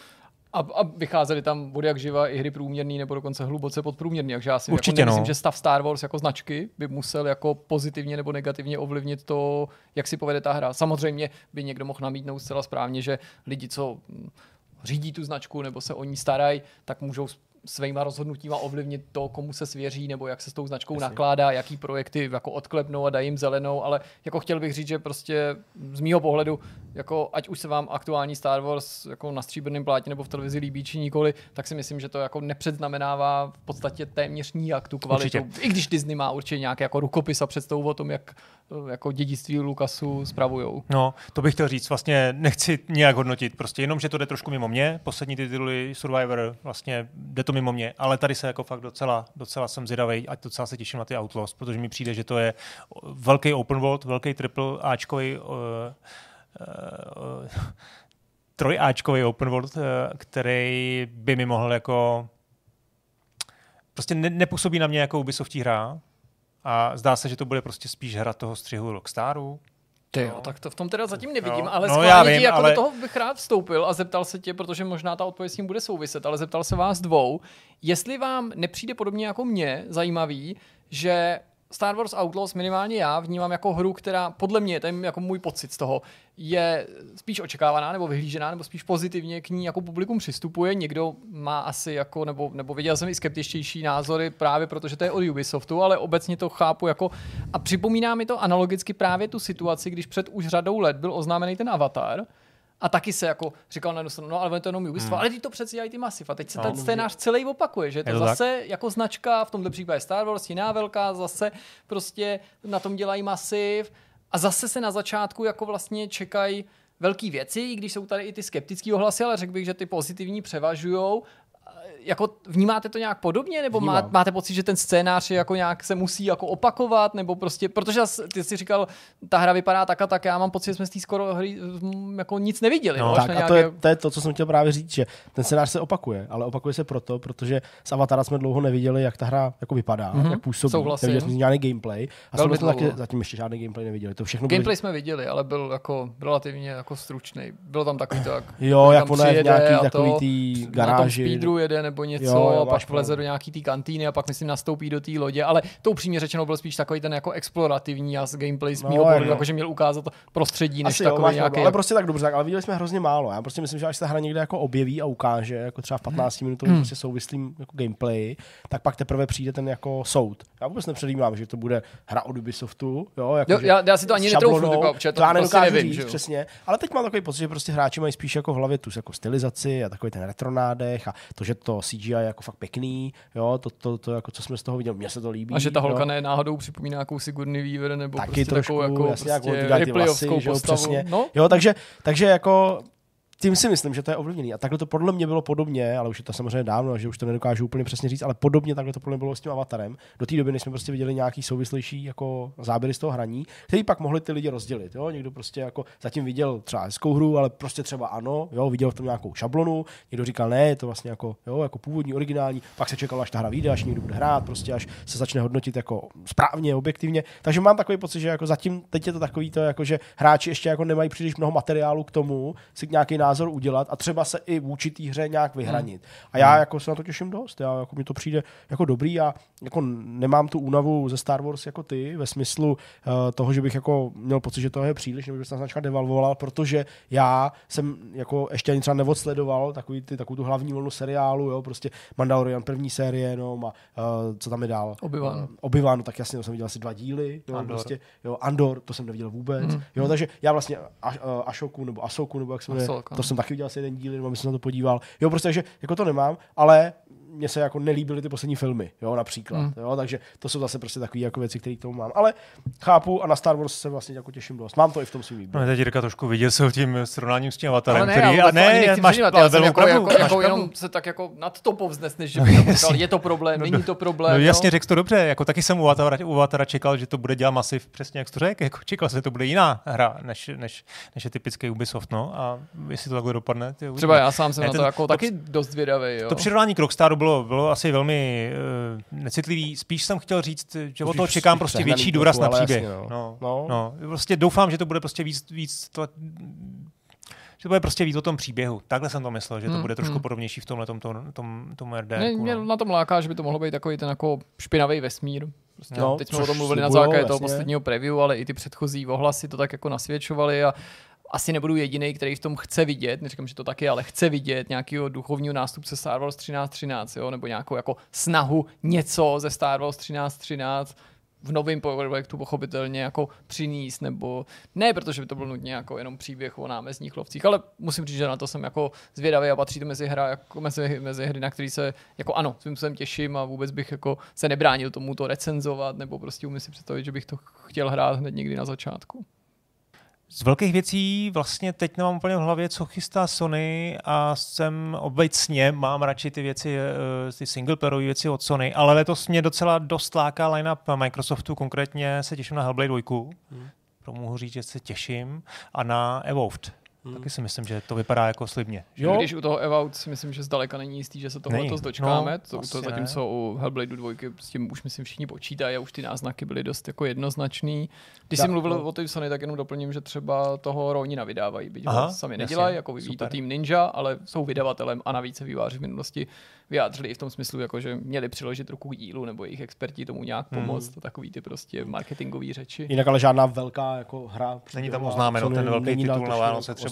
A, a vycházely tam bude jak živa i hry průměrný nebo dokonce hluboce podprůměrný, takže já si jako nemyslím, no. že stav Star Wars jako značky by musel jako pozitivně nebo negativně ovlivnit to, jak si povede ta hra. Samozřejmě by někdo mohl namítnout zcela správně, že lidi, co řídí tu značku nebo se o ní starají, tak můžou svýma rozhodnutíma ovlivnit to, komu se svěří, nebo jak se s tou značkou Jasně. nakládá, jaký projekty jako odklepnou a dají jim zelenou, ale jako chtěl bych říct, že prostě z mýho pohledu, jako ať už se vám aktuální Star Wars jako na stříbrném plátě nebo v televizi líbí či nikoli, tak si myslím, že to jako nepředznamenává v podstatě téměř nijak tu kvalitu. Určitě. I když Disney má určitě nějaký jako rukopis a představu o tom, jak jako dědictví Lucasu spravujou. No, to bych chtěl říct, vlastně nechci nějak hodnotit, prostě jenom, že to jde trošku mimo mě, poslední ty tituly Survivor, vlastně jde to mimo mě, ale tady se jako fakt docela, docela jsem zvědavej a docela se těším na ty Outlaws, protože mi přijde, že to je velký open world, velký triple áčkový uh, uh, trojáčkový open world, uh, který by mi mohl jako prostě ne, nepůsobí na mě jako Ubisoftí hra a zdá se, že to bude prostě spíš hra toho střihu Rockstaru. Ty jo, tak to v tom teda zatím nevidím, no, ale no, schválně ti jako ale... do toho bych rád vstoupil a zeptal se tě, protože možná ta odpověď s tím bude souviset, ale zeptal se vás dvou, jestli vám nepřijde podobně jako mě zajímavý, že Star Wars Outlaws minimálně já vnímám jako hru, která podle mě, to je jako můj pocit z toho, je spíš očekávaná nebo vyhlížená, nebo spíš pozitivně k ní jako publikum přistupuje. Někdo má asi jako, nebo, nebo viděl jsem i skeptičtější názory právě protože to je od Ubisoftu, ale obecně to chápu jako a připomíná mi to analogicky právě tu situaci, když před už řadou let byl oznámený ten Avatar A taky se jako říkal na jednu stranu, no ale je to jenom Ubisoft, hmm. ale ty to přeci dělají ty Massive. A teď se no, ten scénář celý opakuje, že je to, je to zase tak? Jako značka, v tomto případě Star Wars, jiná velká, zase prostě na tom dělají Massive a zase se na začátku jako vlastně čekají velké věci, i když jsou tady i ty skeptické ohlasy, ale řekl bych, že ty pozitivní převažujou. Jako vnímáte to nějak podobně, nebo má, máte pocit, že ten scénář je jako nějak se musí jako opakovat, nebo prostě, protože ty jsi říkal, ta hra vypadá tak a tak, já mám pocit, že jsme z té skoro hry jako nic neviděli. No, no, tak nějaké... a to je, to je to, co jsem chtěl právě říct, že ten scénář se opakuje, ale opakuje se proto, protože z Avatara jsme dlouho neviděli, jak ta hra jako vypadá, mm-hmm. jak působí. Souhlasím. Neviděli jsme žádný gameplay a jsme to taky zatím ještě žádný gameplay neviděli. To všechno gameplay byli... jsme viděli, ale byl jako relativně jako stručný. Bylo tam takový to, jak jo, jak ona je v nějaký takový tý garáži. Na tom speedru jede nebo něco, jo, a pak vleze do nějaký té kantýny a pak myslím nastoupí do té lodě, ale to upřímně řečeno byl spíš takový ten jako explorativní a z gameplay z mýho pohledu, jakože měl ukázat prostředí, než asi takový jo, nějaký. Ale prostě tak dobře, tak, ale viděli jsme hrozně málo. Já prostě myslím, že až se ta hra někde jako objeví a ukáže, jako třeba v patnácti minutovým hmm. prostě souvislým jako gameplay, tak pak teprve přijde ten jako soud. Já vůbec nepředjímám, že to bude hra od Ubisoftu, jo, jako jo já, já si to ani netroufnu, to, to, to já nedokážu nevím, říct, přesně. Ale teď mám takový pocit, že prostě hráči mají spíš jako v hlavě tu jako stylizaci a takový ten retronádech a to, že to C G I je jako fakt pěkný, jo, to, to, to jako co jsme z toho viděli, mně se to líbí. A že ta holka ne náhodou připomíná nějakou Sigourney Weaver nebo taky prostě trošku, takovou jako jasně, prostě jako Ripleyovskou postavu. Přesně. No? Jo, takže, takže jako tím si myslím, že to je ovlivněný. A takhle to podle mě bylo podobně, ale už je to samozřejmě dávno, že už to nedokážu úplně přesně říct, ale podobně takhle to podle mě bylo s tím Avatarem. Do té doby, než jsme prostě viděli nějaký souvislejší jako záběry z toho hraní, který pak mohli ty lidi rozdělit. Jo? Někdo prostě jako zatím viděl třeba hezkou hru, ale prostě třeba ano, jo, viděl v tom nějakou šablonu, někdo říkal ne, je to vlastně jako, jo, jako původní, originální, pak se čekalo, až ta hra vyjde, až někdo bude hrát, prostě až se začne hodnotit jako správně, objektivně. Takže mám takový pocit, že jako zatím teď je to takový to, jako že hráči ještě jako nemají příliš mnoho materiálu k tomu, si nějaký názor udělat a třeba se i vůči té hře nějak vyhranit. A já jako se na to těším dost. Já, jako mi to přijde jako dobrý a jako nemám tu únavu ze Star Wars jako ty, ve smyslu uh, toho, že bych jako měl pocit, že to je příliš, nebo bych se značka devalvoval, protože já jsem jako ještě ani třeba neodsledoval takový ty, takovou tu hlavní vlnu seriálu, jo, prostě Mandalorian první série, no, a uh, co tam je dál? Obi-Wan. Uh, Obi-Wan, no, tak jasně, to jsem viděl asi dva díly, jo, Andor. Prostě, jo, Andor, to jsem neviděl vůbec. Mm. Jo, takže já vlastně Aš, uh, Ashoku nebo Asoku, nebo jak se jmenuje, to jsem taky viděl asi jeden díl, nebo bych se na to podíval. Jo, prostě, takže jako to nemám, ale mně se jako nelíbily ty poslední filmy, jo, například. Mm. Jo, takže to jsou zase prostě takové jako věci, které k tomu mám. Ale chápu a na Star Wars se vlastně jako těším dost. Mám to i v tom svým výběru. No, teď Jirka trošku viděl se tím srovnáním s tím Avatarem, ale ne, který... Ale ne, ne, máš, ale ale jsem jako, pravdu, jako, jako jenom se tak jako nad to povznes, než že bych říkal, je to problém, no, není to problém. No, jo? jasně, řekl to dobře, jako taky jsem u Avatara, u Avatara čekal, že to bude dělat Massive, přesně jak jsi to řekl, jako čekal jsem, že to bude jiná hra, než, než, než je typický Ubisoft, no, a jestli to takhle dopadne. Ty, třeba já sám jsem ne, na to ten, jako to, taky dost zvědavý. Jo. To přirovnání k Rockstaru bylo, bylo asi velmi uh, necitlivý, spíš jsem chtěl říct, že od toho čekám prostě větší důraz na příběh. Jasně, no. No. No, prostě doufám, že to bude prostě víc, víc to, že to bude prostě víc o tom příběhu. Takhle jsem to myslel, že to hmm, bude trošku hmm. podobnější v tomhle tom, tom, tom, tomu R D R. Ne, mě no. na tom láká, že by to mohlo být takový ten jako špinavý vesmír. Prostě no, teď jsme o tom mluvili na základě toho posledního preview, ale i ty předchozí ohlasy to tak jako nasvědčovaly a asi nebudu jediný, který v tom chce vidět, neříkám, že to taky, ale chce vidět nějakého duchovního nástupce Star Wars třináct třináct, jo, nebo nějakou jako snahu něco ze Star Wars třináct třináct v novém projektu pochopitelně jako přinést, nebo ne, protože by to byl nutně jako jenom příběh o námezních lovcích, ale musím říct, že na to jsem jako zvědavý a patří to mezi, hra, jako mezi, mezi hry, na který se jako ano, svým způsobem těším a vůbec bych jako se nebránil tomu to recenzovat, nebo prostě umím si představit, že bych to chtěl hrát hned někdy na začátku. Z velkých věcí vlastně teď nemám úplně v hlavě, co chystá Sony a jsem obecně, mám radši ty věci, ty singleplayerové věci od Sony, ale letos mě docela dost láká line-up Microsoftu, konkrétně se těším na Hellblade dva, hmm. pro mohu říct, že se těším, a na Evolved. Hmm. Taky si myslím, že to vypadá jako slibně. Jo? Když u toho Evolved si myslím, že zdaleka není jistý, že se toho letos dočkáme, no, to, to zatímco ne. U Hellblade dva s tím už myslím všichni počítají a už ty náznaky byly dost jako jednoznačný. Když jsi mluvil no. o té Sony, tak jenom doplním, že třeba toho Ronina vydávají, byť ho sami nedělají, jako vyvíjí to tým Ninja, ale jsou vydavatelem a navíc se výváři v minulosti vyjádřili i v tom smyslu, jako že měli přiložit ruku k dílu nebo jejich experti tomu nějak pomoct, hmm. takový ty prostě marketingové řeči. Jinak ale žádná velká jako hra. Není tam oznámeno ten velký titul na Vánoce třeba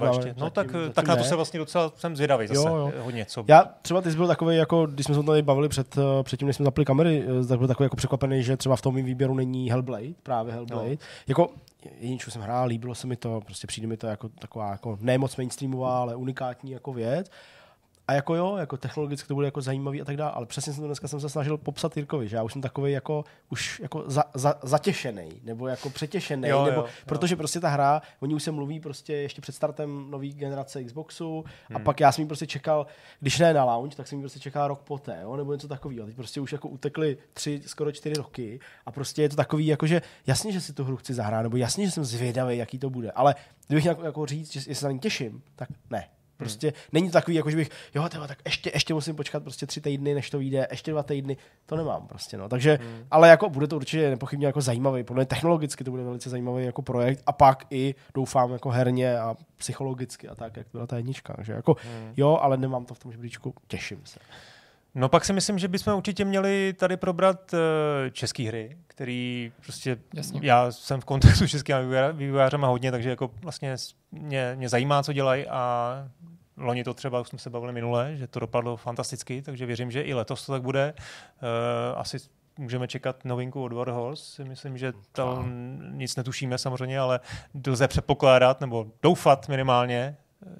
ještě. No tak, zatím tak na to se vlastně docela jsem zvědavý zase. Jo, jo. Hodně, co... Já třeba ty jsi byl takový, jako když jsme se tady bavili před, před tím, než jsme zapli kamery, tak byl takový jako překvapený, že třeba v tom mým výběru není Hellblade, právě Hellblade. No. Jako jedinou jsem hrál, líbilo se mi to, prostě přijde mi to jako taková jako ne moc mainstreamová, ale unikátní jako věc. A jako jo, jako technologicky to bude jako zajímavý a tak dále, ale přesně jsem to dneska jsem se snažil popsat Jirkovi, že já už jsem takovej jako už jako za, za, zatěšený, nebo jako přetěšený, jo, nebo, jo, protože jo. prostě ta hra, oni už se mluví prostě ještě před startem nový generace Xboxu hmm. a pak já jsem jí prostě čekal, když ne na launch, tak jsem jí prostě čekal rok poté, jo, nebo něco takového. Teď prostě už jako utekly tři, skoro čtyři roky a prostě je to takový, jako že jasně, že si tu hru chci zahrát, nebo jasně, že jsem zvědavý, jaký to bude, ale kdybych nějak jako říct, že se na ní těším, tak ne. Prostě hmm. není to takový, jako že bych, jo, tyba, tak ještě, ještě musím počkat prostě tři týdny, než to vyjde, ještě dva týdny, to nemám prostě, no. Takže, hmm. ale jako bude to určitě nepochybně jako zajímavý, podle mě technologicky to bude velice zajímavý jako projekt a pak i doufám jako herně a psychologicky a tak, jak byla ta jednička, že jako hmm. jo, ale nemám to v tom žebříčku, těším se. No pak si myslím, že bychom určitě měli tady probrat uh, české hry, který prostě, jasně. Já jsem v kontextu českého vývojářema hodně, takže jako vlastně mě, mě zajímá, co dělají a loni to třeba, už jsme se bavili minule, že to dopadlo fantasticky, takže věřím, že i letos to tak bude. Uh, asi můžeme čekat novinku od Warhorse, myslím, že tam nic netušíme samozřejmě, ale lze předpokládat, nebo doufat minimálně,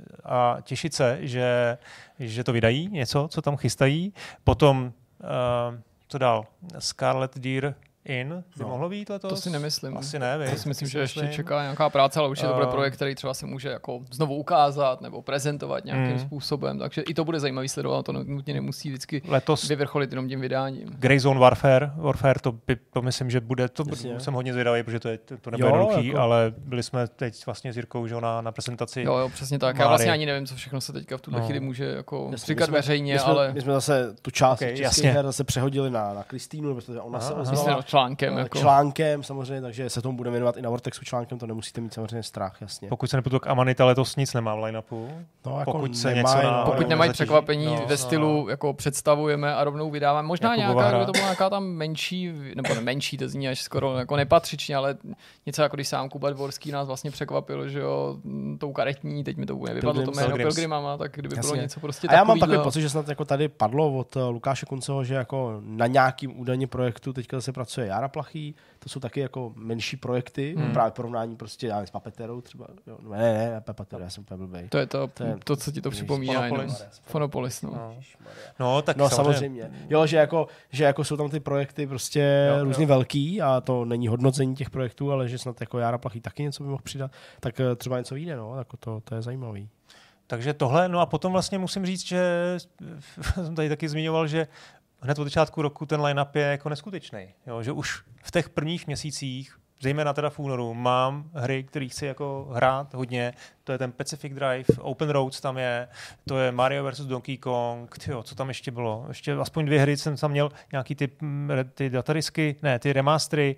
a těšit se, že, že to vydají, něco, co tam chystají. Potom, uh, co dál? Scarlet Deer In by no. mohlo být letos? To si nemyslím. Asi ne, víc. To si myslím, že ještě myslím. čeká nějaká práce, ale určitě uh, to bude projekt, který třeba se může jako znovu ukázat nebo prezentovat nějakým mm. způsobem, takže i to bude zajímavý sledovat, to nutně nemusí vždycky letos vyvrcholit jenom tím vydáním. Grey Zone Warfare, Warfare to, by, to myslím, že bude, to Myslím. jsem hodně zvědavý, protože to, je, to nebude jednoduchý, jako... ale byli jsme teď vlastně s Jirkou, že na, na prezentaci. Jo, jo, přesně tak. Máry. Já vlastně ani nevím, co všechno se teďka v tuhle no. chvíli může jako říkat veřejně, my jsme, ale... My jsme zase tu část okay, českých her zase přehodili na, na Kristýnu, nebo ona se ozvala článkem, jako. článkem samozřejmě, takže se tomu budeme věnovat i na Vortexu článkem, to nemusíte mít samozřejmě strach, jasně. Pokud se nepůjdu, Amanita letos nic nemá v line-upu. No, jako pokud se něco na, pokud nemají překvapení no, ve stylu, no. jako představujeme a rovnou vydáváme. Možná Jakubova nějaká, kdyby to byla nějaká tam menší, nebo ne menší, to zní až skoro jako nepatřičně, ale něco jako když sám Kuba Dvorský nás vlastně překvapil, že jo, tou karetní, teď mi to úplně vypadlo to jméno Pilgrimama, tak kdyby jasně. Bylo něco prostě takový. A já mám takový pocit, že snad jako tady padlo od Lukáše Kunceho, že jako na nějakým údajně projektu teďka zase pracuje Jára Plachý, to jsou taky jako menší projekty, hmm. právě porovnání prostě já s Papeterou třeba, jo, ne, ne, ne, Papetera, já jsem úplně blbej. To je to, to, je, to co ti to připomíná, Fonopolis, Fonopolis no. no. No, tak no, samozřejmě. samozřejmě. Jo, že jako, že jako jsou tam ty projekty prostě jo, různě jo. velký a to není hodnocení těch projektů, ale že snad jako Jára Plachý taky něco by mohl přidat, tak třeba něco vyjde, no, jako to, to je zajímavý. Takže tohle, no a potom vlastně musím říct, že jsem tady taky zmiňoval, že hned od začátku roku ten line-up je jako neskutečný. Jo, že už v těch prvních měsících, zejména teda v únoru, mám hry, které chci jako hrát hodně. To je ten Pacific Drive, Open Roads tam je, to je Mario versus. Donkey Kong, tyjo, co tam ještě bylo? Ještě aspoň dvě hry jsem tam měl, nějaký ty, ty datadisky, ne, ty remastery,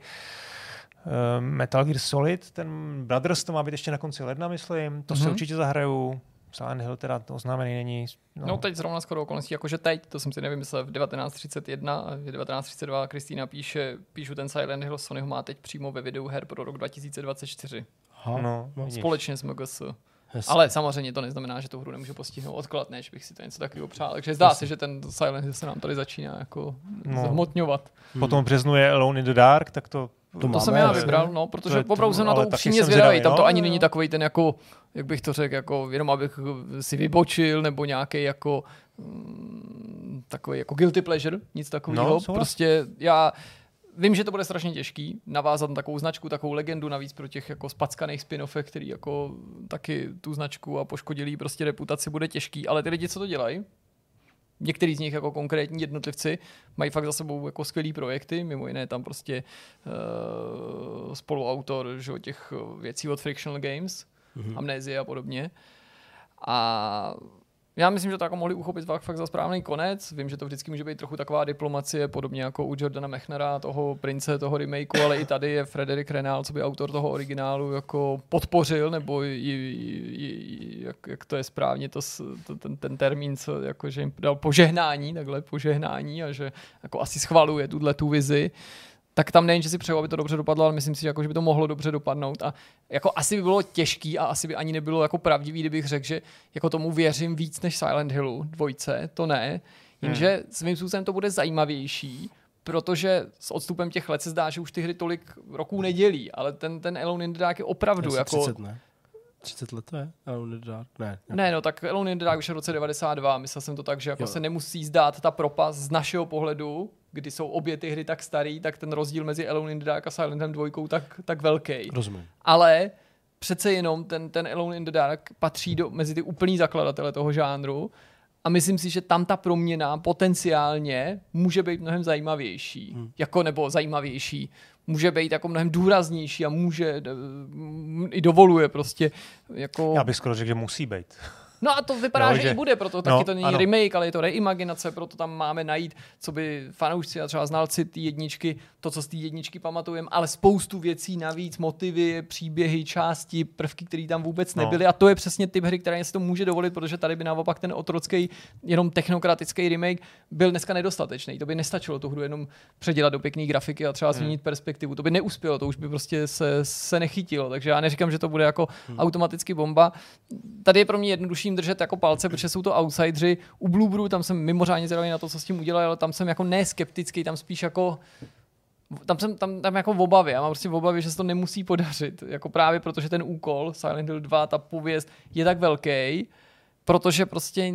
uh, Metal Gear Solid, ten Brothers, to má být ještě na konci ledna, myslím, to mm-hmm. se určitě zahraju. Silent Hill teda to oznámený není. No. no teď zrovna skoro okolností, jakože teď, to jsem si nevymyslel, v devatenáct třicet jedna a v devatenáct třicet dva Kristýna píše, píšu ten Silent Hill, Sony ho má teď přímo ve videu her pro rok dva tisíce dvacet čtyři. Aha, no, no, společně s M G S. Ale samozřejmě to neznamená, že tu hru nemůžu postihnout odklad, než bych si to něco takového přál. Takže zdá se, že ten Silent Hill se nám tady začíná jako no. zhmotňovat. Potom v březnu je Alone in the Dark, tak to To, to jsem já vybral, no, protože opravdu jsem na to upřímně zvědavý. Tam to ani není takový ten jako, jak bych to řekl, jako jenom abych si vybočil, nebo nějaký jako mm, takový jako guilty pleasure, nic takového. No, prostě já vím, že to bude strašně těžký navázat na takovou značku, takovou legendu, navíc pro těch jako spackaných spin-offech, který jako taky tu značku a poškodili prostě reputaci, bude těžký, ale ty lidi, co to dělají, některý z nich jako konkrétní jednotlivci mají fakt za sebou jako skvělý projekty, mimo jiné tam prostě uh, spoluautor že, těch věcí od Frictional Games, mm-hmm. Amnesie a podobně. A já myslím, že to jako mohli uchopit fakt, fakt za správný konec. Vím, že to vždycky může být trochu taková diplomacie, podobně jako u Jordana Mechnera, toho prince, toho remakeu, ale i tady je Frederick Renal, co by autor toho originálu jako podpořil, nebo i, i, i, jak, jak to je správně, to, to, ten, ten termín, co, jako, že jim dal požehnání, takhle požehnání a že jako asi schvaluje tuhle tu vizi. tak tam nejen, že si přeju, aby to dobře dopadlo, ale myslím si, že, jako, že by to mohlo dobře dopadnout. A jako asi by bylo těžký a asi by ani nebylo jako pravdivý, kdybych řekl, že jako tomu věřím víc než Silent Hillu dvojce, to ne. Jenže hmm. svým způsobem to bude zajímavější, protože s odstupem těch let se zdá, že už ty hry tolik roků nedělí, ale ten, ten Alone in the Dark je opravdu jako... třicet, ne? třicet let to je? Alone in the Dark? Ne. Ne, ne no tak Alone in the Dark už je v roce devadesát dva, myslel jsem to tak, že jako se nemusí zdát ta propast z našeho pohledu, kdy jsou obě ty hry tak starý, tak ten rozdíl mezi Alone in the Dark a Silent Hill dva tak, tak velký. Rozumím. Ale přece jenom ten, ten Alone in the Dark patří do, mezi ty úplný zakladatele toho žánru a myslím si, že tam ta proměna potenciálně může být mnohem zajímavější. Hmm. Jako nebo zajímavější. Může být jako mnohem důraznější a může i dovoluje prostě jako... Já bych skoro řekl, že musí být. No a to vypadá, no, že, že i bude, proto taky no, to není ano. remake, ale je to reimaginace, proto tam máme najít, co by fanoušci a třeba znalci té jedničky, to, co z té jedničky pamatujeme, ale spoustu věcí navíc, motivy, příběhy, části, prvky, které tam vůbec nebyly. No. A to je přesně typ hry, která si to může dovolit, protože tady by naopak ten otrocký, jenom technokratický remake byl dneska nedostatečný. To by nestačilo tu hru jenom předělat do pěkné grafiky a třeba změnit hmm. perspektivu. To by neuspělo, to už by prostě se, se nechytilo. Takže já neříkám, že to bude jako hmm. automaticky bomba. Tady je pro mě jednodušší držet jako palce, protože jsou to outsideri. U Bluebrew tam jsem mimořádně zvědavý na to, co s tím udělal, ale tam jsem jako neskeptický, tam spíš jako tam jsem tam, tam jako v obavě. Já mám prostě v obavě, že se to nemusí podařit. Jako právě protože ten úkol Silent Hill dva, ta pověst je tak velký, protože prostě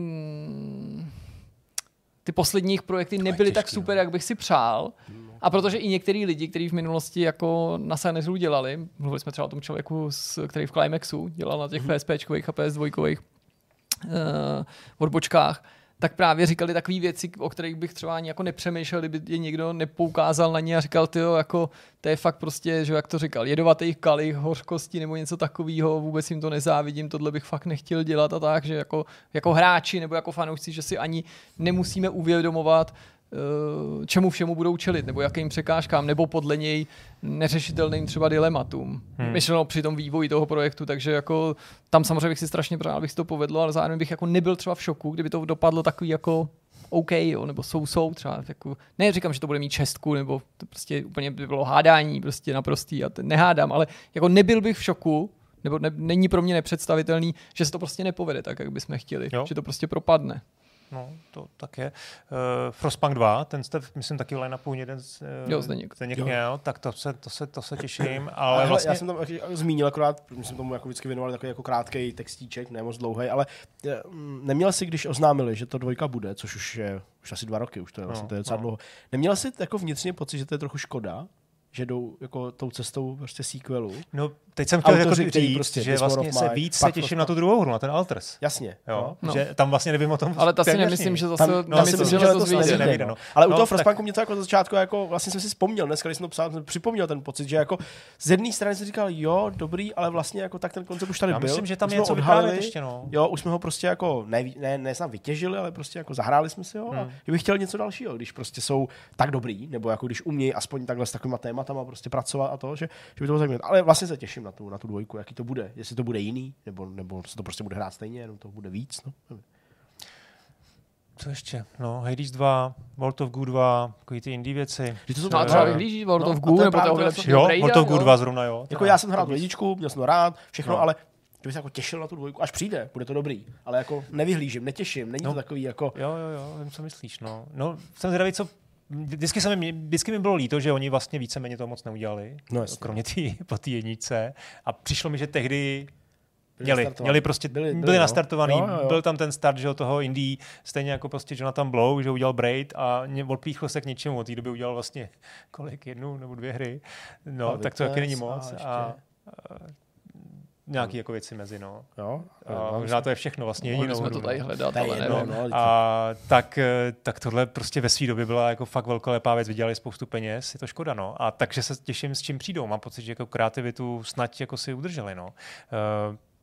ty posledních projekty nebyly tak super, jak bych si přál. A protože i některý lidi, kteří v minulosti jako na Silent Hillu dělali, mluvili jsme třeba o tom člověku, který v Climaxu dělal na těch PSPčkových a P S dvojkových uh, odbočkách, tak právě říkali takové věci, o kterých bych třeba ani jako nepřemýšlel, kdyby je někdo nepoukázal na ně a říkal, tyjo, jako to je fakt prostě, že jak to říkal, jedovatých kalich, hořkosti nebo něco takového, vůbec jim to nezávidím, tohle bych fakt nechtěl dělat a tak, že jako, jako hráči nebo jako fanoušci, že si ani nemusíme uvědomovat, čemu všemu budou čelit, nebo jakým překážkám, nebo podle něj neřešitelným třeba dilematům. Hmm. Myšleno při tom vývoji toho projektu, takže jako tam samozřejmě bych si strašně přál, abych si to povedlo, ale zároveň bych jako nebyl třeba v šoku, kdyby to dopadlo takový jako OK, jo, nebo jsou-jsou třeba. Jako, ne, říkám, že to bude mít šestku, nebo to prostě úplně by bylo hádání, prostě naprostý a nehádám, ale jako nebyl bych v šoku, nebo ne, není pro mě nepředstavitelný, že se to prostě nepovede tak, jak bychom chtěli, jo. Že to prostě propadne. No, to tak je. Uh, Frostpunk dva, ten jste, myslím, taky v line-upu jeden z uh, jo, Zdeněk. Zdeněk měl, tak to se, to se, to se těším, ale, ale vlastně... Já jsem tam zmínil akorát, my jsme tomu jako vždycky věnovali takový jako krátkej textíček, ne moc dlouhý, ale neměl jsi, když oznámili, že to dvojka bude, což už je už asi dva roky, už to je vlastně no, to je docela no. dlouho, neměl jsi jako vnitřně pocit, že to je trochu škoda, že jdou jako tou cestou prostě sequelu. No, teď jsem chtěl jako říct, prostě, že vlastně se víc se těším na tu druhou hru, na ten Alters. Jasně. Jo, no. Že tam vlastně nevím o tom. Ale ta si nemyslím, že zase tam, no, myslím, myslím, že, že to zvíde. Nevíde, no. Ale u no, toho Frostpunku mě to jako za začátku jako vlastně jsem si vzpomněl, dneska když jsem to psal, jsem připomněl ten pocit, že jako z jedné strany jsem říkal, jo, dobrý, ale vlastně jako tak ten koncept už tady Já byl. Myslím, že tam je něco vyprávět ještě, no. Jo, už jsme ho prostě jako ne ne, ne snad vytěžili, ale prostě jako zahráli jsme si ho. Hmm. A bych chtěl něco dalšího, když prostě jsou tak dobrý, nebo jako když umějí aspoň takhle s takovýma tématama prostě pracovat a to, že, že by to bylo zajímavé. Ale vlastně se těším na tu, na tu dvojku, jaký to bude. Jestli to bude jiný, nebo, nebo se to prostě bude hrát stejně, jenom to bude víc. No. Co ještě? No, Hades dva, World of Goo dva, takový ty indie věci. Že to jsou no, třeba vyhlíží World no, of Goo, nebo toho vylepšeného Jo, World of Goo dva zrovna, jo. Jako já jsem hrál jedničku, měl jsem to rád, všechno, no. Ale kdyby se jako těšil na tu dvojku, až přijde, bude to dobrý. Ale jako nevyhlížím, netěším, není no. to takový jako... Jo, jo, jo, vím, co myslíš, no. No, jsem zvědavý, co Vždycky, se mi, vždycky mi bylo líto, že oni vlastně víceméně to moc neudělali, no kromě tý, po té jedničce. A přišlo mi, že tehdy měli, měli prostě, byli, byli, byli nastartovaný, jo, jo, jo. Byl tam ten start, že toho indie, stejně jako prostě Jonathan Blow, že udělal Braid a odpíchl se k něčemu. Od té doby udělal vlastně kolik, jednu nebo dvě hry. No, a tak to taky není moc. A, a, nějaký jako věci mezi, no. Jo, a možná to je všechno vlastně jedinou. Mohli jsme to tady hledat, ale nevím. No, no, a tak, tak tohle prostě ve své době byla jako fakt velkolepá věc, vydělali spoustu peněz, je to škoda, no. A takže se těším, s čím přijdou. Mám pocit, že jako kreativitu snad jako si udrželi, no. Uh,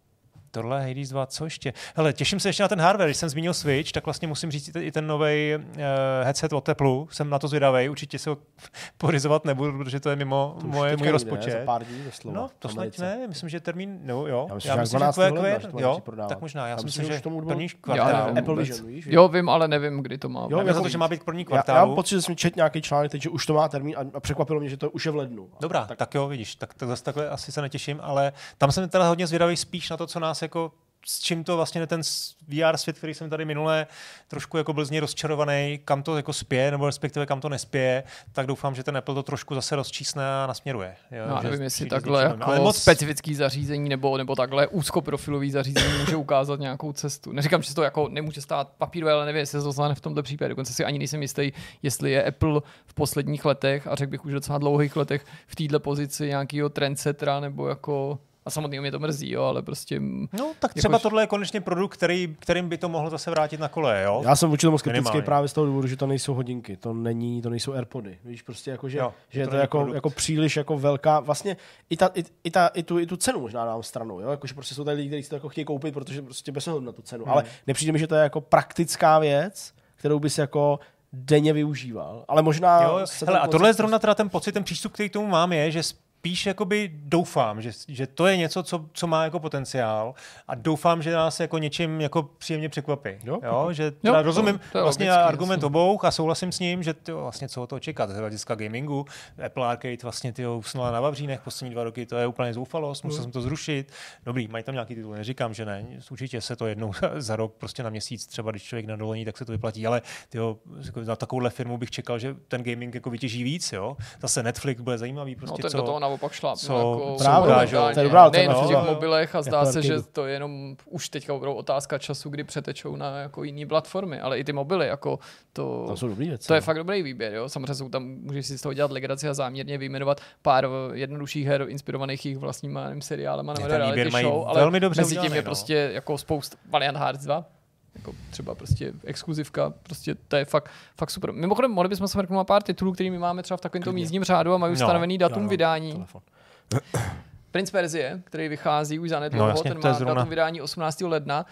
tohle Hades dva, co ještě? Hele, těším se ještě na ten hardware, když jsem zmínil Switch, tak vlastně musím říct i ten nový uh, headset od Teplu, jsem na to zvědavej, určitě se ho pořizovat nebudu, protože to je mimo to moje, můj rozpočet. Ne, za pár dní doslova, no, to snad ne, myslím, že termín, no jo. Já myslím, já myslím že, že tvoje kvěr, jo, tak možná, já, já myslím, že tomu první kvartál. Apple Vision, víš? Jo, vím, ale nevím, kdy to má. Jo, jako, že má být první kvartál. Já, já mám pocit, že jsem četl nějaký článek, teď, že už to má termín a překvapilo mě, že to už je v lednu. Dobrá, tak, tak jo, vidíš, tak, tak zase takhle asi se netěším, ale tam jsem teda hodně zvědavý spíš na to, co nás jako s čím to vlastně ten V R svět, který jsem tady minule trošku jako byl z něj rozčarovaný, kam to jako spěje, nebo respektive kam to nespěje, tak doufám, že ten Apple to trošku zase rozčísne a nasměruje. Jo, no, že nevím, jestli takhle jako moc... specifický zařízení nebo, nebo takhle úzkoprofilový zařízení může ukázat nějakou cestu. Neříkám, že to jako nemůže stát papírové, ale nevím, jestli se to stane v tomto případě. Dokonce si ani nejsem jistý, jestli je Apple v posledních letech, a řekl bych už docela dlouhých letech, v této pozici nějakého trendsettera nebo jako... A samotný mě to mrzí, jo, ale prostě... No, tak třeba jakož... tohle je konečně produkt, který, kterým by to mohlo zase vrátit na kole, jo? Já jsem vůči tomu skeptický právě z toho důvodu, že to nejsou hodinky, to není, to nejsou AirPody. Víš, prostě jako, že, jo, že to je to jako, jako příliš jako velká, vlastně i, ta, i, i, ta, i, tu, i tu cenu možná dám stranou, jo? Jakože prostě jsou tady lidi, kteří si to jako chtějí koupit, protože prostě bez ohledu na tu cenu. Hmm. Ale nepřijde mi, že to je jako praktická věc, kterou bys jako denně využíval. Ale možná... Jo, hele, a tohle je zrovna teda ten pocit, ten přístup, který k tomu mám, je, že spíš jakoby doufám, že, že to je něco, co, co má jako potenciál a doufám, že nás jako něčím jako příjemně překvapí. Jo? Jo? Že jo, rozumím to, to vlastně logický, argument jasný. Obou a souhlasím s ním, že tyjo, vlastně co to čekat z hlediska gamingu. Apple Arcade vlastně tyjo, usnula na Vavřínech poslední dva roky, to je úplně zoufalost, musel mm. jsem to zrušit. Dobrý, mají tam nějaký titul, neříkám, že ne. Určitě se to jednou za rok, prostě na měsíc, třeba když člověk na dovolení, tak se to vyplatí, ale tyjo, na takovouhle firmu bych čekal, že ten gaming jako vytěží víc, jo. Zase Netflix bude zajímavý, prostě no, co. Do toho naopak šláp, co, jako právě, to je dobrá nejen no, v těch mobilech a zdá se, že to je jenom už teďka budou otázka času, kdy přetečou na jako jiné platformy, ale i ty mobily, jako to, to, jsou dobrý věci, to je fakt dobrý výběr, jo. Samozřejmě jsou tam, můžeš si z toho dělat legraci a záměrně vyjmenovat pár jednodušších her inspirovaných jejich vlastníma seriálema nebo reality show, ale velmi dobře mezi tím udělaný, je no. prostě jako spousta Valiant Hearts dva, jako třeba prostě exkluzivka, prostě to je fakt, fakt super. Mimochodem, mohli bychom se mrknout na pár titulů, který my máme třeba v takovém jízdním řádu a mají no, stanovený datum no, vydání. Telefon. Prince Persie, který vychází už zanedlouho, no, ten má zrovna datum vydání osmnáctého ledna.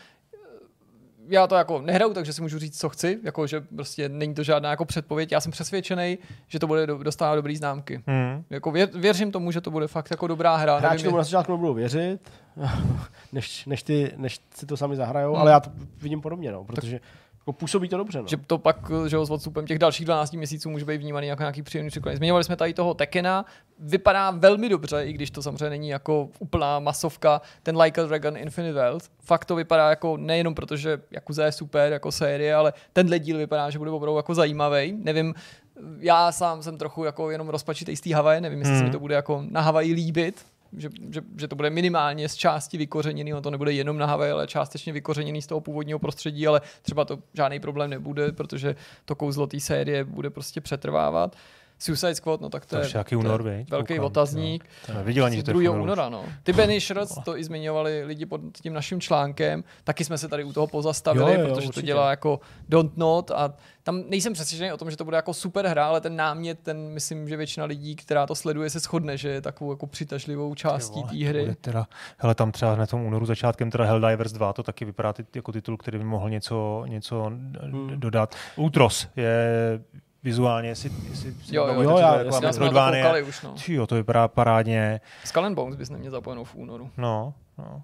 Já to jako nehraju, takže si můžu říct, co chci, jako že prostě není to žádná jako předpověď. Já jsem přesvědčený, že to bude do, dostávat dobrý známky. Hmm. Jako věř, věřím tomu, že to bude fakt jako dobrá hra. Hráči tomu na začátku nebudou věřit, než, než, ty, než si to sami zahrajou, hmm. ale já to vidím podobně, no, protože jako působí to dobře. No. Že to pak, že s odstupem těch dalších dvanácti měsíců může být vnímaný jako nějaký příjemný překlad. Zmiňovali jsme tady toho Tekena, vypadá velmi dobře, i když to samozřejmě není jako úplná masovka, ten Like a Dragon Infinite Wealth. Fakt to vypadá jako nejenom protože Yakuza je super jako série, ale tenhle díl vypadá, že bude opravdu jako zajímavý. Nevím, já sám jsem trochu jako jenom rozpačitej z té Havaje, nevím, jestli hmm. se mi to bude jako na Havaji líbit. Že, že, že to bude minimálně z části vykořeněný, no to nebude jenom na Havaji, ale částečně vykořeněný z toho původního prostředí, ale třeba to žádný problém nebude, protože to kouzlo té série bude prostě přetrvávat. Suicide Squad, no tak to, to je, to únor, je velký koukám, otazník. No. Viděl ani, že to je druhého února, no. Ty Banishers, to i zmiňovali lidi pod tím naším článkem, taky jsme se tady u toho pozastavili, jo, jo, protože určitě. To dělá jako Don't Not a tam nejsem přesvědčený o tom, že to bude jako super hra, ale ten námět, ten myslím, že většina lidí, která to sleduje, se shodne, že je takovou jako přitažlivou částí té hry. Teda, hele, tam třeba na tom únoru začátkem teda Helldivers dva, to taky vypadá ty, jako titul, který by mohl něco, něco hmm. dodat. Ultros je vizuálně, jestli, jestli jo, jo, jo, já, já jsme na to koukali už, no. Jo, to vypadá parádně. Skull and Bones bys neměl zapojenou v únoru. No, no.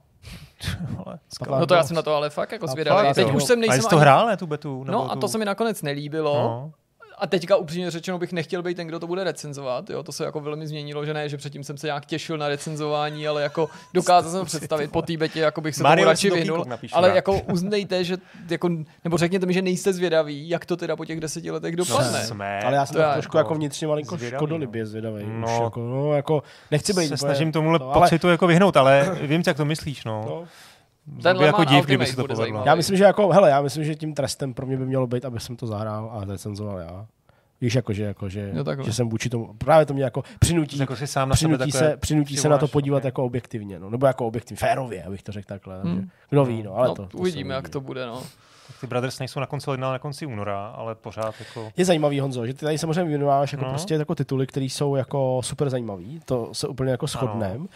No to já jsem na to ale fakt jako zvědavý. Teď už jsem nejsem a jsi to hrál, ne, tu betu? No a to tu... se mi nakonec nelíbilo. No. A teďka upřímně řečeno bych nechtěl být ten, kdo to bude recenzovat. Jo, to se jako velmi změnilo, že ne, že předtím jsem se nějak těšil na recenzování, ale jako dokázal jsem představit po té betě, jako bych se Mario tomu radši vyhnul. Ale jako uznejte, že jako, nebo řekněte mi, že nejste zvědaví, jak to teda po těch deseti letech dopadne. No, jsme, ale já jsem to trošku jako vnitřně malinko škodolibě zvědavý. No, už jako, no, jako nechci být. Se snažím tomuhle to, pocitu ale... jako vyhnout, ale vím, jak to myslíš, no. no. Tenhle jako div, kdyby si to povedlo. Já myslím, že jako, hele, já myslím, že tím trestem pro mě by mělo být, aby jsem to zahrál a recenzoval já. Víš, jako, že, jako, že, že jsem vůči tomu, právě to mě jako přinutí, jako si sám na přinutí, se, přinutí se na to podívat okay. jako objektivně, no, nebo jako objektivně, férově, abych to řekl takhle. Hmm. Kdo ví, no, ale no, to, to uvidíme, jak to bude, no. Tak ty Brothers nejsou na konci ledna, na konci února, ale pořád jako... Je zajímavý, Honzo, že ty tady samozřejmě vyjmenováváš jako no. prostě jako tituly, které jsou jako super zajímavý, to se úplně jako shodneme,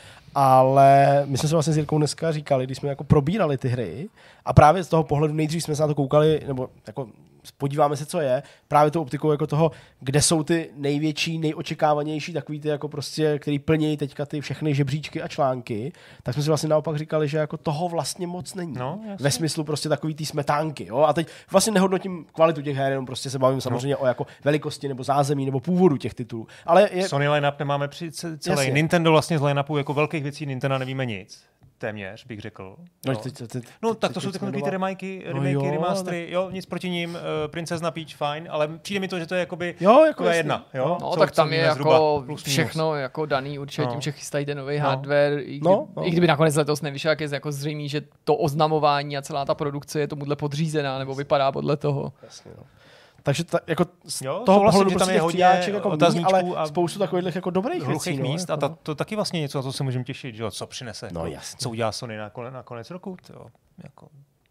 ale my jsme se vlastně s Jirkou dneska říkali, když jsme jako probírali ty hry a právě z toho pohledu nejdřív jsme se na to koukali, nebo jako podíváme se, co je, právě tou optikou jako toho, kde jsou ty největší, nejočekávanější, takový ty jako prostě, který plní teďka ty všechny žebříčky a články, tak jsme si vlastně naopak říkali, že jako toho vlastně moc není. No, ve smyslu prostě takový ty smetánky, jo? A teď vlastně nehodnotím kvalitu těch her, jenom prostě se bavím samozřejmě no. o jako velikosti nebo zázemí nebo původu těch titulů. Ale je... Sony line-up nemáme při celý. Jasně. Nintendo vlastně z line-upu jako velkých věcí Nintendo nevíme nic. Téměř, bych řekl. No, No, ty, ty, ty, no ty, tak ty, to ty, jsou ty, takové ty remakey, no remakey jo, remastery, tak... jo, nic proti ním, uh, Princezna Peach, fajn, ale přijde mi to, že to je jakoby jo, jako jedna, jo? No, co, tak tam co je jako všechno jako daný určitě no. tím, že chystají ten nový no. hardware, i, kdy, no, no. i kdyby nakonec letos nevyšel, jak je jako zřejmý, že to oznamování a celá ta produkce je tomuhle podřízená, nebo vypadá podle toho. Jasně, no. Takže ta, jako z jo, toho vlastně, pohledu že prostě tam je hodně jako míň, ale a spoustu takových jako dobrých hluchých věcí, míst no, a jako. ta, to taky vlastně něco, na co se můžeme těšit, že jo, co přinese, no, jako, jasně. co udělá Sony na, konec, na konec roku, to, jako,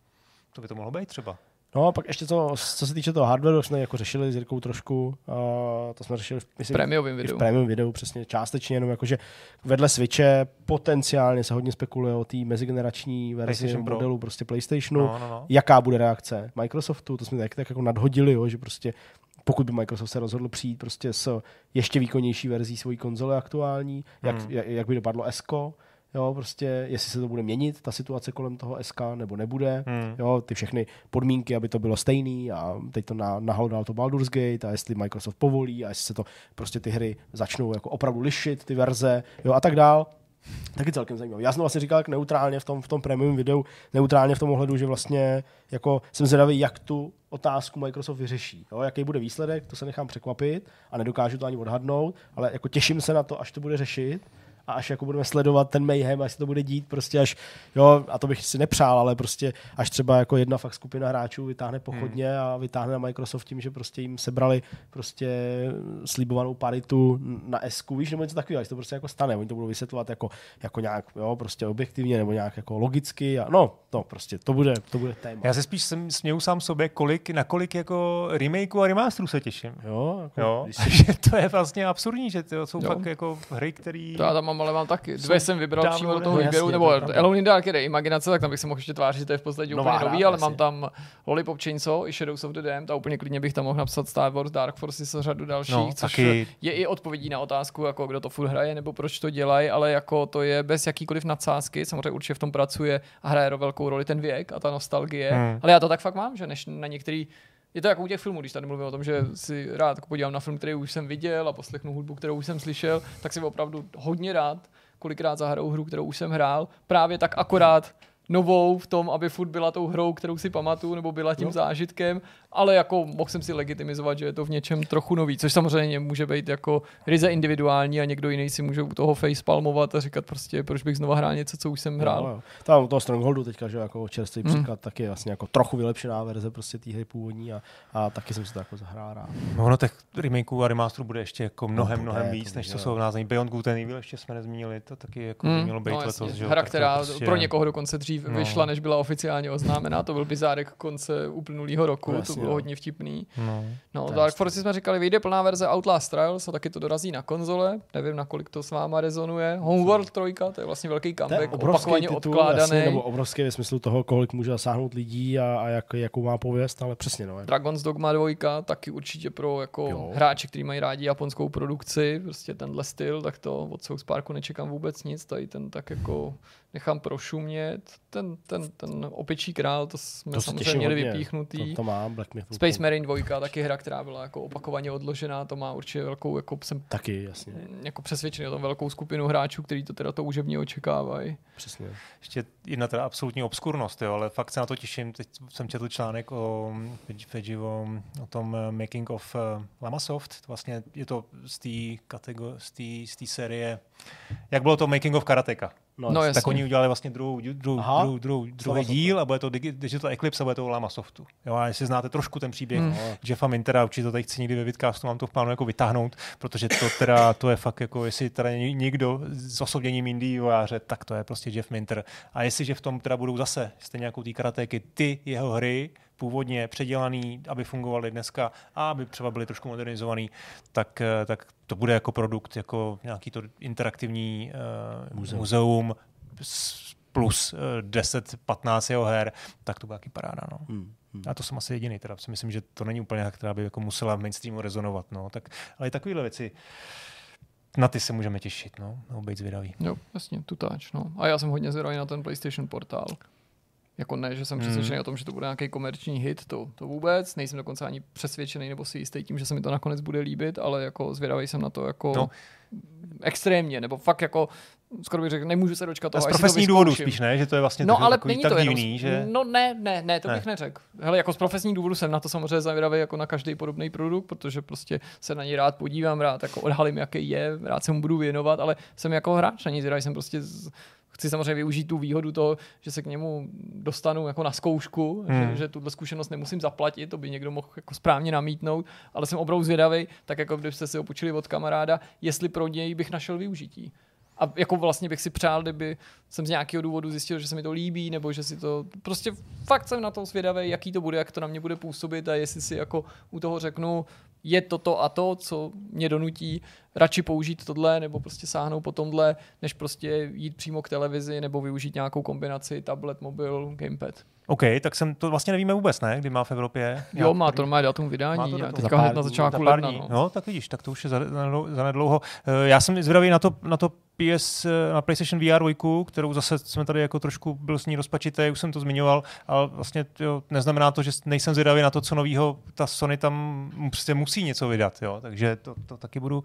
to by to mohlo být třeba. No a pak ještě to, co se týče toho hardwareu, jsme jako řešili s Jirkou trošku, uh, to jsme řešili v prémiovém videu. v prémiovém videu, přesně částečně, jenom jakože vedle Switche potenciálně se hodně spekuluje o té mezigenerační verzi modelu prostě PlayStationu, no, no, no. jaká bude reakce Microsoftu, to jsme tak, tak jako nadhodili, jo, že prostě pokud by Microsoft se rozhodl přijít prostě s ještě výkonnější verzí svojí konzole aktuální, jak, hmm. jak, jak by dopadlo S K O, jo, prostě, jestli se to bude měnit, ta situace kolem toho S K, nebo nebude, hmm. jo, ty všechny podmínky, aby to bylo stejný a teď to na, nahlodal to Baldur's Gate a jestli Microsoft povolí a jestli se to prostě ty hry začnou jako opravdu lišit, ty verze, jo, a tak dál. Taky celkem zajímavý. Já jsem vlastně říkal jak neutrálně v tom, v tom premium videu, neutrálně v tom ohledu, že vlastně jako jsem zvědavý, jak tu otázku Microsoft vyřeší. Jo, jaký bude výsledek, to se nechám překvapit a nedokážu to ani odhadnout, ale jako těším se na to, až to bude řešit. A až jako budeme sledovat ten mayhem, až se to bude dít, prostě až, jo, a to bych si nepřál, ale prostě až třeba jako jedna fakt skupina hráčů vytáhne pochodně hmm. a vytáhne na Microsoft tím, že prostě jim sebrali prostě slibovanou paritu na S-ku, víš, nebo něco takového, až to prostě jako stane, oni to budou vysvětlovat jako, jako nějak, jo, prostě objektivně, nebo nějak jako logicky a no, to prostě, to bude, to bude téma. Já se spíš směju sám sobě, kolik, na kolik jako remakeů a remasterů se těším. Jo, jako, jo. To je vlastně absurdní, že to jsou jo. fakt jako hry, které ale mám taky. Dvě jsem vybral přímo do toho výběru, nebo Alone in the Dark je imaginace, tak tam bych se mohl ještě tvářit, že to je v podstatě úplně nová nový, hra, ale jasně. Mám tam Lollipop Chainsaw i Shadows of the Damned a úplně klidně bych tam mohl napsat Star Wars Dark Forces a řadu dalších, no, což taky... je i odpovědí na otázku, jako kdo to furt hraje, nebo proč to dělají, ale jako to je bez jakýkoliv nadsázky, samozřejmě určitě v tom pracuje a hraje velkou roli ten věk a ta nostalgie, hmm. ale já to tak fakt mám, že než na některý je to jako u těch filmů, když tady mluvím o tom, že si rád podívám na film, který už jsem viděl a poslechnu hudbu, kterou už jsem slyšel, tak si opravdu hodně rád kolikrát zahraju hru, kterou už jsem hrál, právě tak akorát novou v tom, aby furt byla tou hrou, kterou si pamatuju, nebo byla tím no. zážitkem, ale jako mohl jsem si legitimizovat, že je to v něčem trochu nový, což samozřejmě může být jako ryze individuální a někdo jiný si může u toho facepalmovat a říkat prostě, proč bych znova hrál něco, co už jsem hrál. No, tam u toho Strongholdu teďka, že jako čerstvý mm. příklad, taky je vlastně jako trochu vylepšená verze prostě té hry původní a, a taky jsem si to jako zahrál rád. No, ono těch remakeů a remasterů bude ještě jako mnohem, no, mnohem víc, než to jsou názvy. Beyond Good and Evil ještě jsme nezmínili, to taky jako mm. mělo být no, letos. Že? Hra, která prostě... pro někoho dokonce dřív no. vyšla, než byla oficiálně oznámená, to byl bizárek konce uplynulého roku, no, to bylo hodně vtipný. No, no Dark Forces jsme říkali, vyjde plná verze Outlast Trials a taky to dorazí na konzole, nevím, nakolik to s váma rezonuje. Homeworld tři, to je vlastně velký comeback, opakovaně odkládaný. Jasně, nebo obrovský ve smyslu toho, kolik může zasáhnout lidí a, a jak, jakou má pověst, ale přesně. No, jako. Dragon's Dogma dva, taky určitě pro jako hráči, kteří mají rádi japonskou produkci, prostě tenhle styl, tak to od South Parku nečekám vůbec nic, tady ten tak jako nechám prošumět. Ten, ten, ten opičí král, to jsme to samozřejmě měli hodně. Vypíchnutý. To, to má Black Myth. Space Marine dva, taky hra, která byla jako opakovaně odložená, to má určitě velkou, jako jsem taky, jasně. Jako přesvědčený o tom velkou skupinu hráčů, kteří to teda toužebně očekávají. Přesně. Ještě jedna teda absolutní obskurnost, jo, ale fakt se na to těším. Teď jsem četl článek o, o, o tom making of uh, Lamasoft. Vlastně je to z té kategorie, z té série, jak bylo to making of Karateka. No, no, tak oni udělali vlastně druhou, druhou, druhou, druhou, druhý díl a bude to Digital Eclipse a bude to Lamasoftu. Jo, a jestli znáte trošku ten příběh mm. Jeffa Mintera, určitě to teď chci někdy ve vidcastu, mám to v plánu jako vytáhnout, protože to teda, to je fakt jako, jestli teda někdo s osobněním indie vývojáře, tak to je prostě Jeff Minter. A jestliže v tom teda budou zase stejně jako ty karatéky, ty jeho hry, původně předělaný, aby fungovaly dneska a aby třeba byly trošku modernizovaný, tak, tak to bude jako produkt, jako nějaký to interaktivní uh, muzeum. muzeum plus uh, deset patnáct jeho her, tak to bude taky paráda. No. Hmm. Hmm. A to jsem asi jediný, teda si myslím, že to není úplně hra, která by jako musela v mainstreamu rezonovat. No. Tak, ale i takovéhle věci, na ty se můžeme těšit, no, nebo být zvědavý. Jo, jasně, tutáč, no. A já jsem hodně zvědavý na ten PlayStation portál. Jako ne, že jsem přesvědčený hmm. o tom, že to bude nějaký komerční hit, to, to vůbec. Nejsem dokonce ani přesvědčený nebo si jistý tím, že se mi to nakonec bude líbit, ale jako zvědavý jsem na to jako no. extrémně, nebo fakt jako skoro bych řekl, nemůžu se dočkat toho. Z profesních důvodů spíš, ne? Že to je vlastně no, to, ale takový není tak to divný, jenom, že... No ne, ne, ne, to ne. bych neřekl. Hele, jako z profesních důvodů jsem na to samozřejmě zvědavý jako na každý podobný produkt, protože prostě se na něj rád podívám, rád jako odhalím, jaký je, rád se mu budu věnovat, ale jsem jako hráč na něj zvědavý, jsem prostě z... Chci samozřejmě využít tu výhodu toho, že se k němu dostanu jako na zkoušku, hmm. že, že tuhle zkušenost nemusím zaplatit, to by někdo mohl jako správně namítnout, ale jsem opravdu zvědavý, tak jako kdybyste si ho půjčili od kamaráda, jestli pro něj bych našel využití. A jako vlastně bych si přál, kdyby jsem z nějakého důvodu zjistil, že se mi to líbí, nebo že si to... Prostě fakt jsem na to zvědavý, jaký to bude, jak to na mě bude působit a jestli si jako u toho řeknu, je to to a to, co mě donutí radši použít tohle, nebo prostě sáhnout po tomhle, než prostě jít přímo k televizi, nebo využít nějakou kombinaci tablet, mobil, gamepad. OK, tak jsem to vlastně nevíme vůbec, ne? Kdy má v Evropě? Jo, má to má datum vydání, má to teďka hned na začátku ledna. No. no, tak vidíš, tak to už je za, za nedlouho. Já jsem zvědavý na to, na to P S, na PlayStation V R dva, kterou zase jsme tady jako trošku byl s ní rozpačitý, už jsem to zmiňoval, ale vlastně jo, neznamená to, že nejsem zvědavý na to, co novýho ta Sony tam prostě musí něco vydat, jo, takže to, to taky budu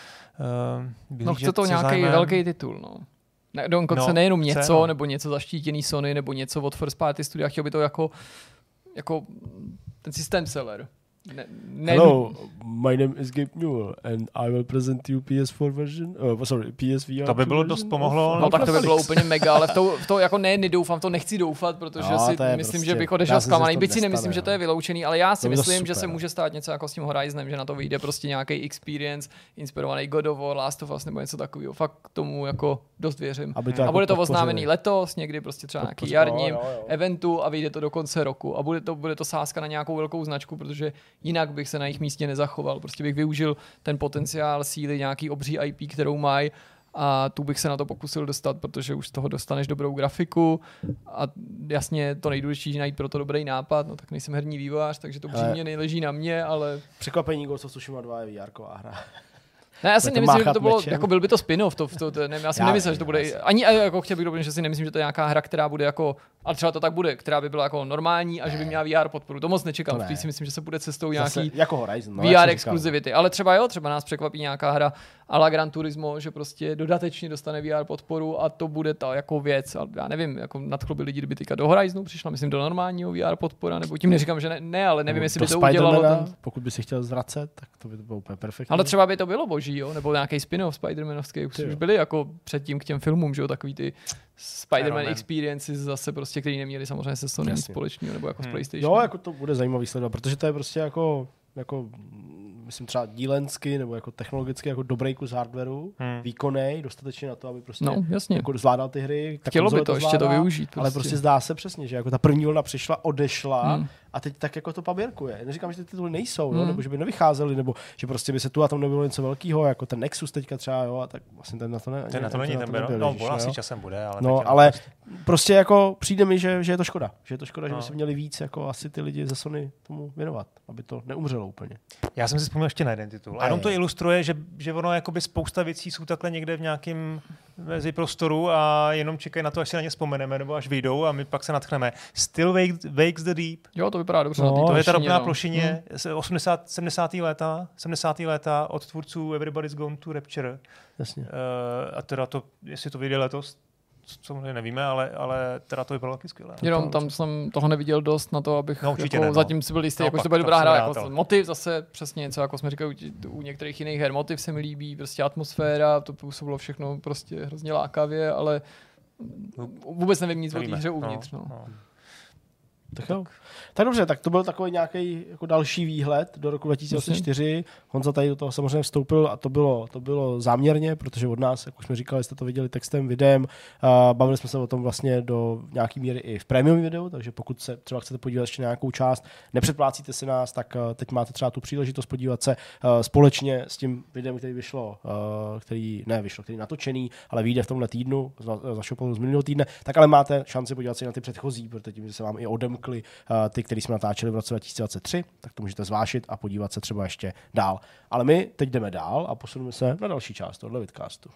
uh, No chce to nějaký velký titul, no. Ne, dokonce no, nejenom něco, chce, no. nebo něco zaštítěný Sony, nebo něco od first party studia, chtěl by to jako, jako ten systém seller. Ne, ne, Hello, my name is Gabe Newell and I will present you P S four version. Oh, sorry, P S V R. To by bylo dost pomohlo. No tak to by bylo úplně mega, ale v to, v to jako ne, nedoufám, to nechci doufat, protože no, si myslím, prostě, že bych odešel zklamaný. Byť si nemyslím, že to je vyloučený, ale já si myslím, že se může stát něco jako s tím Horizonem, že na to vyjde prostě nějaký experience inspirovaný God of War, Last of Us nebo něco takového. Fakt tomu jako dost věřím. A jako bude to oznámený letos, někdy prostě třeba nějaký jarním no, jo, jo. eventu a vyjde to do konce roku. A bude to, bude to sázka na nějakou velkou značku, protože jinak bych se na jejich místě nezachoval. Prostě bych využil ten potenciál síly nějaký obří I P, kterou mají a tu bych se na to pokusil dostat, protože už z toho dostaneš dobrou grafiku a jasně to nejdůležitější najít pro to dobrý nápad, no tak nejsem herní vývojář, takže to přímě nejleží na mě, ale... Překvapení Ghost of Tsushima dva je V R-ková hra. Ne, já si nemyslím, že to bylo, mečem. Jako byl by to spin-off, to, to, to, ne, já si já nemyslím, že to bude, ani jako chtěl bych doplnit, že si nemyslím, že to je nějaká hra, která bude jako, ale třeba to tak bude, která by byla jako normální a že by měla V R podporu, to moc nečekám, spíš si myslím, že se bude cestou Zase, nějaký jako Horizon, no, V R exkluzivity, ale třeba jo, třeba nás překvapí nějaká hra a la Gran Turismo, že prostě dodatečně dostane V R podporu a to bude ta jako věc, ale já nevím, jako nadchlo by lidi, kdyby teďka do Horizonu přišla, myslím do normálního V R podpora, nebo tím neříkám, že ne, ne ale nevím, jestli by to udělalo ten... Pokud by si chtěl zvracet, tak to by to bylo úplně perfektní. Ale třeba by to bylo boží, jo, nebo nějaký spin-off Spider-Manovský, už, už byli jako předtím k těm filmům, že jo, takový ty Spider-Man experiences zase prostě, který neměli samozřejmě se Sony společného, nebo jako hmm. s PlayStation. Jo, jako to bude zajímavý sledovat, protože to je prostě jako, jako myslím třeba dílensky nebo jako technologicky jako dobrý kus hardwareu, hmm. výkonnej, dostatečně na to, aby prostě no, jasně. jako zvládal ty hry. Chtělo by to, to zvládá, ještě to využít. Prostě. Ale prostě zdá se přesně, že jako ta první vlna přišla, odešla hmm. a teď tak jako to paběrkuje. Neříkám, že ty tituly nejsou, hmm. no, nebo že by nevycházely, nebo že prostě by se tu a tam nebylo něco velkého, jako ten Nexus teďka třeba, jo, a tak vlastně ten na to ne. Ten na to není, ten byl, no, no asi časem bude, ale no, ale prostě jako přijde mi, že, že je to škoda, že je to škoda, no. že by si měli víc jako asi ty lidi ze Sony tomu věnovat, aby to neumřelo úplně. Já jsem si vzpomněl ještě na jeden titul. A jenom to ilustruje, že, že ono jakoby spousta věcí jsou takhle někde v nějakém mezi prostoru a jenom čekají na to, až si na ně vzpomeneme, nebo až vyjdou a my pak se nadchneme. Still wakes, wakes the deep. Jo, to vypadá dobře. No, na to je ta ropná no. plošině, hmm. osmdesátá sedmdesátá léta, sedmdesátá léta od tvůrců Everybody's Gone to Rapture. Jasně. Uh, a teda to, jestli to vyjde letos, samozřejmě nevíme, ale, ale teda to vypadalo taky skvěle. Jenom tam jsem toho neviděl dost na to, abych no, jako ne, no. zatím si byl jistý, no, jako, že to bude dobrá hra. Jako motiv zase přesně něco, jako jsme říkali u, u některých jiných her. Motiv se mi líbí, prostě atmosféra, to působilo všechno prostě hrozně lákavě, ale vůbec nevím nic o té hře uvnitř. No, no. Tak jo. Tak dobře, tak to byl takový nějaký jako další výhled do roku dva tisíce dvacet čtyři. Honza tady do toho samozřejmě vstoupil a to bylo, to bylo záměrně, protože od nás, jak už jsme říkali, jste to viděli textem, videem, uh, bavili jsme se o tom vlastně do nějaký míry i v premium videu, takže pokud se třeba chcete podívat ještě na nějakou část, nepředplácíte si nás, tak uh, teď máte třeba tu příležitost podívat se uh, společně s tím videem, který vyšlo, uh, který ne vyšlo, který natočený, ale vyjde v tomhle týdnu, z vašeho pohledu z minulého týdne, tak ale máte šanci podívat se na ty předchozí, protože tím se vám i odemkli uh, ty, který jsme natáčeli v roce dva tisíce dvacet tři, tak to můžete zvážit a podívat se třeba ještě dál. Ale my teď jdeme dál a posuneme se na další část tohoto vidcastu.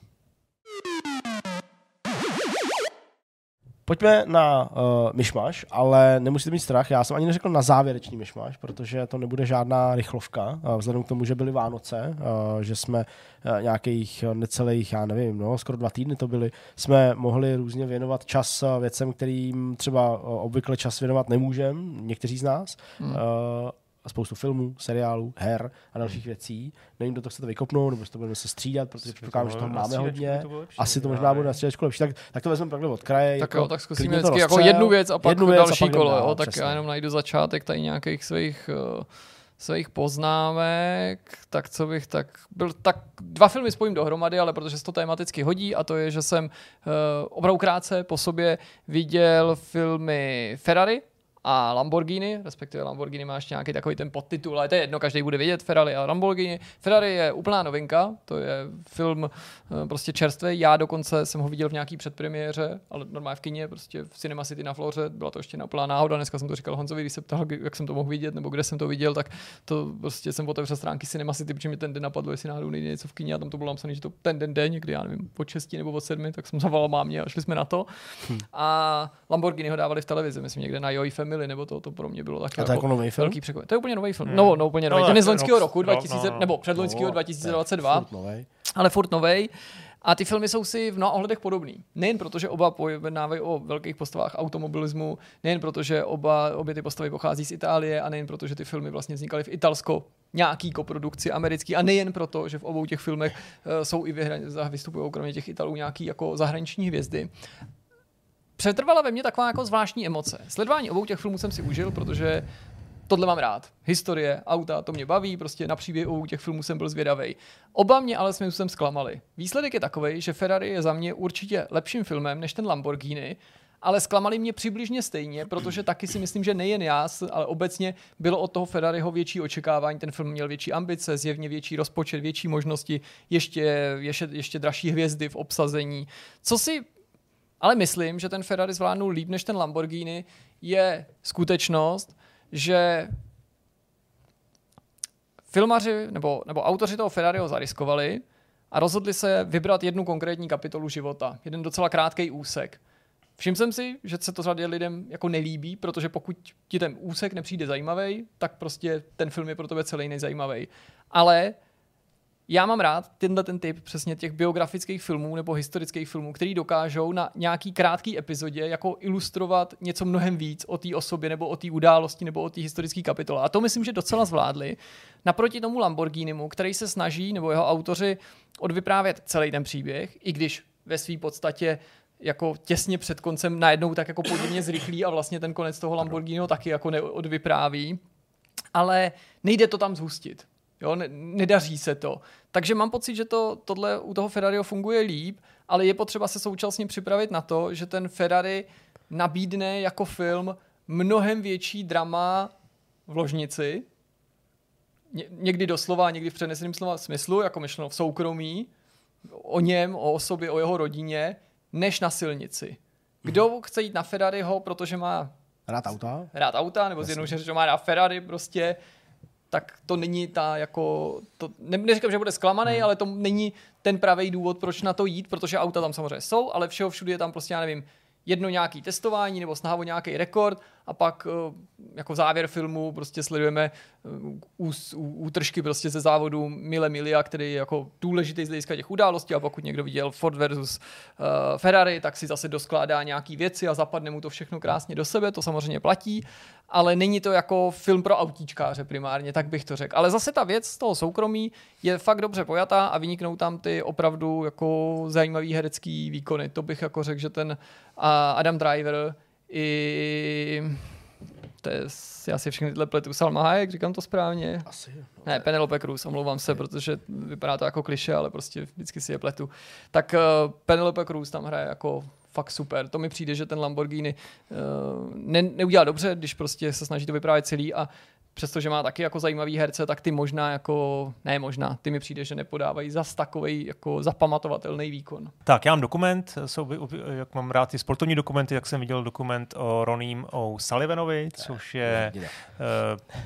Pojďme na uh, myšmaš, ale nemusíte mít strach, já jsem ani neřekl na závěrečný myšmaš, protože to nebude žádná rychlovka, uh, vzhledem k tomu, že byly Vánoce, uh, že jsme uh, nějakých necelých, já nevím, no, skoro dva týdny to byly, jsme mohli různě věnovat čas uh, věcem, kterým třeba uh, obvykle čas věnovat nemůžeme, někteří z nás. Hmm. Uh, a spoustu filmů, seriálů, her a dalších věcí. Nevím, kdo to chcete vykopnout, nebo to budeme se střídat, protože předpokládám, že toho máme hodně. To lepší, asi to možná bude na střídačku lepší. Tak, tak to vezmeme takhle od kraje. Tak jako, jo, tak zkusíme vždycky jako jednu věc a pak jednu věc další a pak kolo. dál, Jo, tak přesně. já jenom najdu začátek tady nějakých svých, uh, svých poznámek. Tak co bych tak... Byl, tak dva filmy spojím dohromady, ale protože se to tematicky hodí, a to je, že jsem uh, opravdu krátce po sobě viděl filmy Ferrari a Lamborghini, respektive Lamborghini má ještě nějaký takový ten podtitul, ale to je jedno, každý bude vidět, Ferrari a Lamborghini. Ferrari je úplná novinka, to je film prostě čerstvý, já dokonce jsem ho viděl v nějaký předpremiéře, ale normálně v kině, prostě v Cinema City na Floře, byla to ještě úplná náhoda, dneska jsem to říkal Honzovi, když se ptal, jak jsem to mohl vidět, nebo kde jsem to viděl, tak to prostě jsem otevřel stránky Cinema City, protože mi ten den napadlo, jestli náhodou nejde něco v kině a tam to bylo napsané, že to ten den jde, někdy, já nevím, od šesti nebo od sedmi, tak jsem zavolal mámě a šli jsme na to. Hmm. A Lamborghini ho dávali v televizi, myslím někde na Joy Family, nebo to, to pro mě bylo taky jako, jako nový film. Velký překvapení. To je úplně nový film. Hmm. No, no úplně nový. No, ten je z loňského roku no, dva tisíce, no, no. nebo předloňského no, dva tisíce dvacet dva. Furt novej. Ale furt novej. A ty filmy jsou si v mnoha ohledech podobný. Nejen proto, že oba pojednávají o velkých postavách automobilismu, nejen proto, že oba, obě ty postavy pochází z Itálie a nejen proto, že ty filmy vlastně vznikaly v Italsko, nějaký koprodukci americký a nejen proto, že v obou těch filmech uh, jsou i vyhra- vystupují kromě těch Italů nějaký jako zahraniční hvězdy. Přetrvala ve mně taková jako zvláštní emoce. Sledování obou těch filmů jsem si užil, protože tohle mám rád. Historie, auta, to mě baví, prostě na příběh obou těch filmů jsem byl zvědavej. Oba mě ale svým způsobem zklamali. Výsledek je takovej, že Ferrari je za mě určitě lepším filmem než ten Lamborghini, ale zklamali mě přibližně stejně, protože taky si myslím, že nejen já, ale obecně bylo od toho Ferrariho větší očekávání. Ten film měl větší ambice, zjevně větší rozpočet, větší možnosti, ještě, ještě, ještě dražší hvězdy v obsazení. Co si ale myslím, že ten Ferrari zvládnul líp než ten Lamborghini, je skutečnost, že filmaři nebo, nebo autoři toho Ferrariho zariskovali a rozhodli se vybrat jednu konkrétní kapitolu života. Jeden docela krátký úsek. Všiml jsem si, že se to řadě lidem jako nelíbí, protože pokud ti ten úsek nepřijde zajímavý, tak prostě ten film je pro tebe celý nejzajímavý. Ale já mám rád tenhle ten typ přesně těch biografických filmů nebo historických filmů, který dokážou na nějaký krátký epizodě jako ilustrovat něco mnohem víc o té osobě nebo o té události nebo o té historické kapitole. A to myslím, že docela zvládli. Naproti tomu Lamborghinimu, který se snaží, nebo jeho autoři, odvyprávět celý ten příběh, i když ve své podstatě jako těsně před koncem najednou tak jako podivně zrychlí a vlastně ten konec toho Lamborghiniho taky jako neodvypráví. Ale nejde to tam zhustit. Jo, ne, nedaří se to. Takže mám pocit, že to, tohle u toho Ferrariho funguje líp, ale je potřeba se současně připravit na to, že ten Ferrari nabídne jako film mnohem větší drama v ložnici, Ně, někdy doslova, někdy v přeneseném slova smyslu, jako myšleno v soukromí, o něm, o osobě, o jeho rodině, než na silnici. Kdo hmm. chce jít na Ferrariho, protože má rád auta, rád auta nebo zjednou, že má rád Ferrari prostě, tak to není ta jako, to, ne, neříkám, že bude zklamaný, hmm. ale to není ten pravý důvod, proč na to jít, protože auta tam samozřejmě jsou, ale všeho všude je tam prostě, já nevím, jedno nějaký testování nebo snaha o nějaký rekord a pak jako závěr filmu prostě sledujeme útržky prostě ze závodu Mille Miglia, který je jako důležitý z hlediska těch událostí a pokud někdo viděl Ford versus uh, Ferrari, tak si zase doskládá nějaký věci a zapadne mu to všechno krásně do sebe, to samozřejmě platí, ale není to jako film pro autíčkáře primárně, tak bych to řekl. Ale zase ta věc z toho soukromí je fakt dobře pojatá a vyniknou tam ty opravdu jako zajímavý herecký výkony. To bych jako řekl, že ten uh, Adam Driver i to je, já si všechny tyhle pletu. Salma Hayek, říkám to správně? Asi. No, ne, Penelope Cruz, omlouvám se, protože vypadá to jako klišé, ale prostě vždycky si je pletu. Tak uh, Penelope Cruz tam hraje jako fakt super. To mi přijde, že ten Lamborghini uh, ne, neudělá dobře, když prostě se snaží to vyprávět celý a přestože má taky jako zajímavý herce, tak ty možná jako, ne možná, ty mi přijde, že nepodávají zas takovej jako zapamatovatelný výkon. Tak, já mám dokument, jsou, jak mám rád ty sportovní dokumenty, jak jsem viděl dokument o Roním O'Sullivanovi, což je... Uh,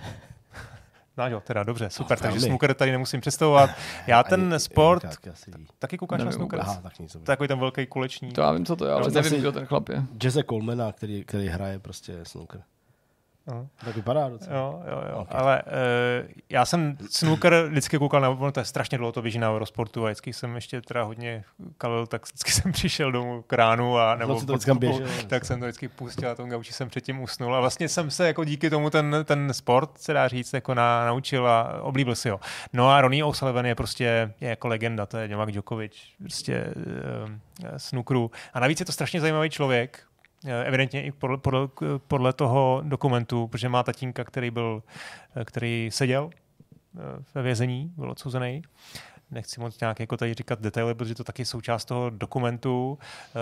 No jo, teda dobře, super, oh, takže snooker tady nemusím představovat. Já ten sport... Taky koukáš na snooker? Aha, tak nic. Takový ten velký kuleční. To já vím, co to je, ale nevím, kdo ten chlap je. Jesse Colemana, který, který hraje prostě snooker. Uh. Tak vypadá docela. Jo, jo, jo. Okay. Ale uh, já jsem snooker vždycky koukal na, no to je strašně dlouho to běží na Eurosportu a vždycky jsem ještě teda hodně kalil, tak vždycky jsem přišel domů k ránu a nebo to pod, běžel, tak jsem to vždycky pustil a tom gauči jsem předtím usnul a vlastně jsem se jako díky tomu ten, ten sport, se dá říct, jako na, naučil a oblíbil si ho. No a Ronnie O'Sullivan je prostě je jako legenda, to je Novak Djokovic, prostě uh, snookeru a navíc je to strašně zajímavý člověk, evidentně i podle, podle, podle toho dokumentu, protože má tatínka, který byl, který seděl ve vězení, byl odsouzený. Nechci moc nějak jako tady říkat detaily, protože to taky součást toho dokumentu.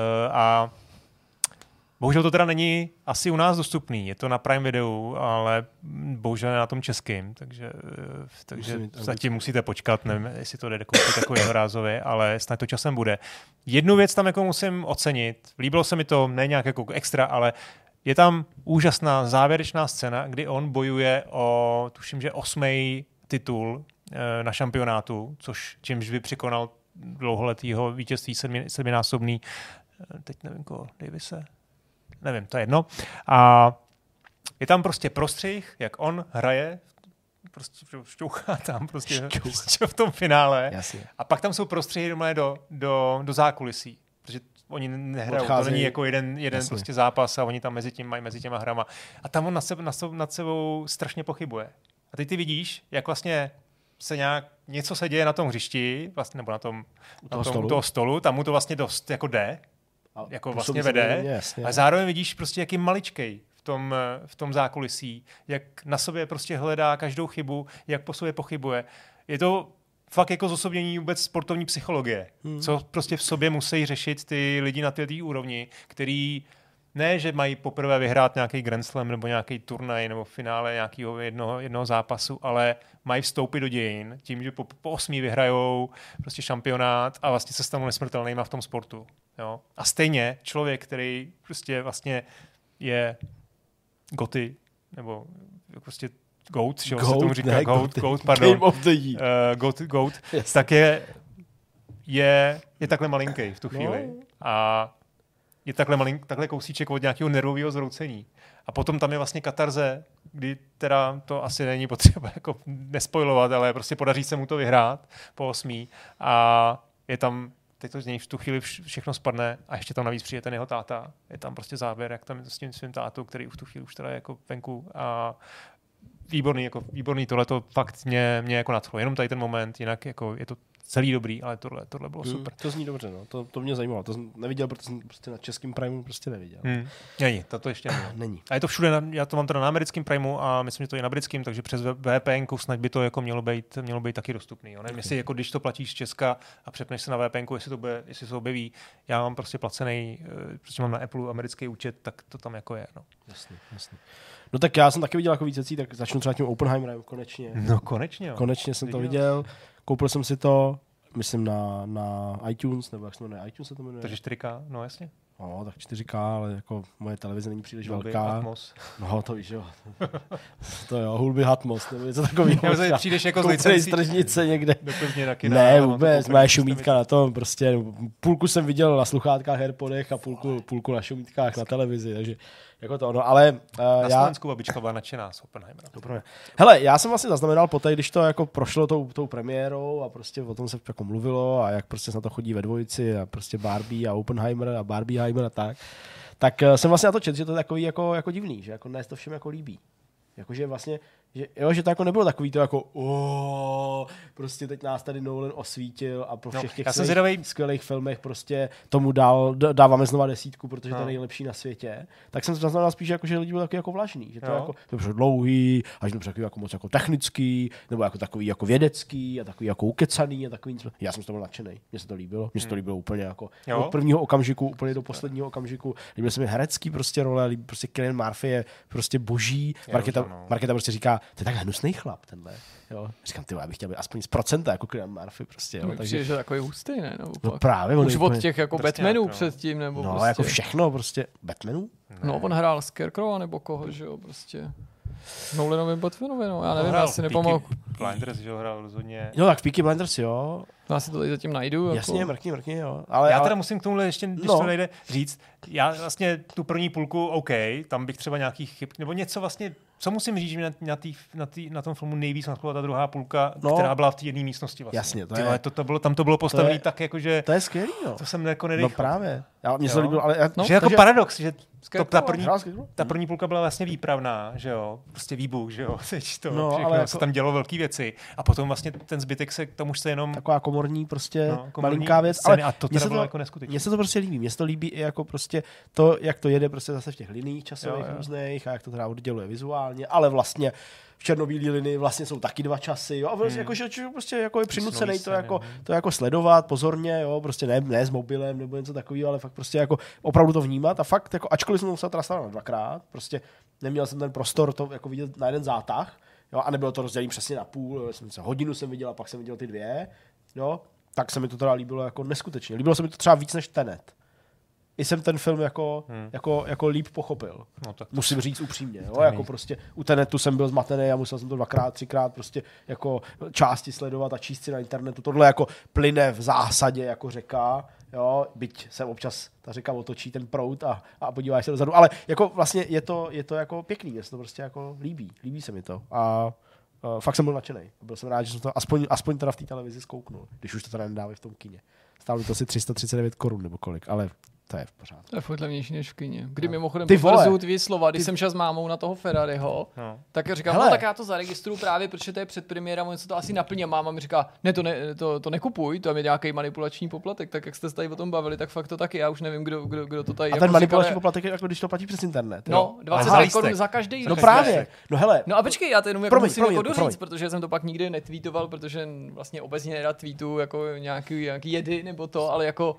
A bohužel to teda není asi u nás dostupný. Je to na Prime Videu, ale bohužel na tom českým, takže, takže zatím musíte počkat, nevím, jestli to jde koupit jako jednorázově, ale snad to časem bude. Jednu věc tam jako musím ocenit. Líbilo se mi to, ne nějak jako extra, ale je tam úžasná závěrečná scéna, kdy on bojuje o, tuším, že osmý titul na šampionátu, což čímž by překonal dlouholetýho vítězství sedmi, sedminásobný, teď nevím koho, Davise? Nevím, to je jedno. A je tam prostě prostřih, jak on hraje, prostě šťouchá tam prostě v tom finále. Jasně. A pak tam jsou prostřihy do, do, do zákulisí, protože oni nehrajou, to není jako jeden, jeden prostě zápas a oni tam mezi tím mají mezi těma hrama. A tam on nad sebou, nad sebou strašně pochybuje. A teď ty vidíš, jak vlastně se nějak něco se děje na tom hřišti, vlastně, nebo na tom, na tom stolu. toho stolu, tam mu to vlastně dost jako jde, a jako vlastně vede. Jasně. A zároveň vidíš prostě, jak je maličkej v tom, v tom zákulisí, jak na sobě prostě hledá každou chybu, jak po sobě pochybuje. Je to fakt jako zosobnění vůbec sportovní psychologie, hmm. co prostě v sobě musí řešit ty lidi na této úrovni, který ne, že mají poprvé vyhrát nějaký Grand Slam nebo nějaký turnaj nebo finále nějakého jednoho, jednoho zápasu, ale mají vstoupit do dějin tím, že po, po osmí vyhrajou prostě šampionát a vlastně se stanou nesmrtelnýma v tom sportu. Jo? A stejně člověk, který prostě vlastně je goty, nebo prostě goat, že goat, se tomu říká, ne, goat, goat, pardon, Game of the year. Uh, goat, goat yes. tak je, je, je takhle malinký v tu chvíli. No. A je takhle, malink, takhle kousíček od nějakého nervového zroucení. A potom tam je vlastně katarze, kdy teda to asi není potřeba jako nespoilovat, ale prostě podaří se mu to vyhrát po osmí a je tam, teď to z něj v tu chvíli všechno spadne a ještě tam navíc přijde ten jeho táta. Je tam prostě záběr, jak tam je s tím svým tátou, který v tu chvíli už teda je jako venku a výborný, jako výborný, tohle to fakt mě, mě jako nadchlo. Jenom tady ten moment, jinak jako je to celý dobrý, ale tohle, tohle bylo super. Hmm, to zní dobře, no. To, to mě zajímalo. To jsem neviděl, protože jsem prostě na českém Primeu prostě neviděl. Hmm. Není, to, to ještě není. není. A je to všude, na, já to mám teda na americkém Primeu a myslím, že to je na britském, takže přes V P N ku snad by to jako mělo být, mělo být taky dostupný. Jo? Nevím, okay. Jestli jako když to platíš z Česka a přepneš se na V P N ku, jestli to bude, jestli se objeví. Já mám prostě placený, prostě mám na Apple americký účet, tak to tam jako je. No. Jasně, jasně. No tak já jsem taky viděl jako víc věcí, tak začnu třeba tím Oppenheimerem konečně. No konečně, jo. Konečně jsem viděl. to viděl. Koupil jsem si to, myslím na, na iTunes, nebo jak se jmenuje, iTunes se to jmenuje. Takže čtyři ká, no jasně. No, tak čtyři ká, ale jako moje televize není příliš Dolby velká. Atmos. No, to víš, jo. To jo, Dolby Atmos, nebo něco takového. Já přijdeš jako z licencí. Tržnice někde. Do Plzně na kina. Ne, vůbec, moje šumítka na tom, prostě půlku jsem viděl na sluchátkách, AirPodech a půlku, půlku na šumítkách na televizi, takže jako to ono, ale uh, na já... Slovensku babička byla nadšená z Oppenheimera. Dobré. Hele, já jsem vlastně zaznamenal poté, když to jako prošlo tou, tou premiérou a prostě o tom se jako mluvilo a jak prostě na to chodí ve dvojici a prostě Barbie a Oppenheimer a Barbieheimer a tak, tak uh, jsem vlastně na to četl, že to je takový jako, jako divný, že jako ne to všem jako líbí. Jakože vlastně Že, jo, že to jako nebylo takový to jako o, prostě teď nás tady Nolan osvítil a po všech no, těch já skvělých, skvělých filmech prostě tomu dal, dáváme znova desítku, protože no. to je nejlepší na světě. Tak jsem to zaznamenal spíš, jako, že lidi byli takový jako vlažný, že to, jako, to bylo dlouhý, až to takový jako moc jako technický, nebo jako takový jako vědecký a takový jako ukecaný a takový. Já jsem z toho byl nadšenej, mně se to líbilo, mně se to líbilo úplně jako jo? od prvního okamžiku úplně do posledního okamžiku. Líbilo se mi herecký prostě role, líbilo prostě Cillian Murphy je prostě boží. Markéta, no. Markéta prostě říká, to je tak hnusný chlap tenhle. Jo. Říkám, ty, já bych chtěl být aspoň z procenta jako Cillian Murphy prostě. Jo. Takže je takový hustý, ne? No, no právě. Už od těch jako Batmanů předtím, nebo no, prostě. jako všechno prostě. Batmanů? No, on hrál Scarecrow, nebo koho, že jo, prostě. Nolanovým Batmanovi, no, já nevím, já si nepamatuji. Blinders, že ho hrál rozhodně. Jo, tak Peaky Blinders, jo. Já si to tady zatím najdu. Jako... Jasně, mrkni, mrkni, jo. Ale, já ale... teda musím k tomuhle ještě, když no. to nejde říct, já vlastně tu první půlku, OK, tam bych třeba nějaký chyb, nebo něco vlastně, co musím říct, že na, na, tý, na, tý, na tom filmu nejvíc nadchla ta druhá půlka, no. která byla v té jedné místnosti vlastně. Jasně, to Tyhle, je. To, to bylo, tam to bylo postavené tak, jakože... To je skvělý, no. To jsem jako nedechl. No právě. Já, mě se to líbilo, ale... Já, no, že jako takže... paradox, že to, ta, první, hmm. ta první půlka byla vlastně výpravná, že jo, prostě výbuch, že jo, to, no, všechno, ale jako... se tam dělo velké věci a potom vlastně ten zbytek se k tomu už se jenom... Taková komorní prostě no, komorní malinká věc, scény, ale a to teda bylo to, jako neskutečné. Mně se to prostě líbí, mně se to líbí i jako prostě to, jak to jede prostě zase v těch liních časových různých a jak to teda odděluje vizuálně, ale vlastně v černobílý linii vlastně jsou taky dva časy, jo, a vlastně hmm. jako, že prostě jako je přinucený to jako, to jako sledovat pozorně, jo, prostě ne, ne s mobilem nebo něco takového, ale fakt prostě jako opravdu to vnímat a fakt jako, ačkoliv jsem to musel teda na dvakrát, prostě neměl jsem ten prostor to jako vidět na jeden zátah, jo, a nebylo to rozdělení přesně na půl, jsem se hodinu jsem viděl a pak jsem viděl ty dvě, jo, tak se mi to teda líbilo jako neskutečně. Líbilo se mi to třeba víc než Tenet. I jsem ten film jako, hmm. jako, jako líp pochopil. No, tak musím říct upřímně. Jo? Jako prostě u Tenetu jsem byl zmatený a musel jsem to dvakrát, třikrát prostě jako části sledovat a číst si na internetu. Tohle jako plyne v zásadě jako řeka. Jo? Byť se občas ta řeka otočí ten proud a, a podíváš se dozadu. Ale jako vlastně je to, je to jako pěkný. Mně se to prostě jako líbí. Líbí se mi to. A uh, fakt jsem byl nadšený. Byl jsem rád, že jsem to aspoň, aspoň teda v té televizi zkouknul. Když už to teda nedávají v tom kině. Stálo to asi tři sta třicet devět korun nebo kolik, ale to je v pořádku. To je furt levnější než v kině. Kdy no. mimochodem potvrzuju tvý slova, když ty... jsem šel s mámou na toho Ferrariho, no. tak říkám, Hele. no tak já to zaregistruju právě, protože to je předpremiéra, on se to asi naplní a máma mi říká, ne, to, ne, to, to nekupuj, to je nějaký manipulační poplatek, tak jak jste se tady o tom bavili, tak fakt to taky, já už nevím, kdo, kdo, kdo to tady... A jako ten manipulační říkal, poplatek je jako když to platí přes internet. No, dvacet korun za každý. No právě. No hele. No a počkej, já to jenom jako musím jako doříct, protože jsem to pak nikdy netweetoval, protože vlastně obecně nerad tweetu jako nějaký, nějaký jedy nebo to, ale jako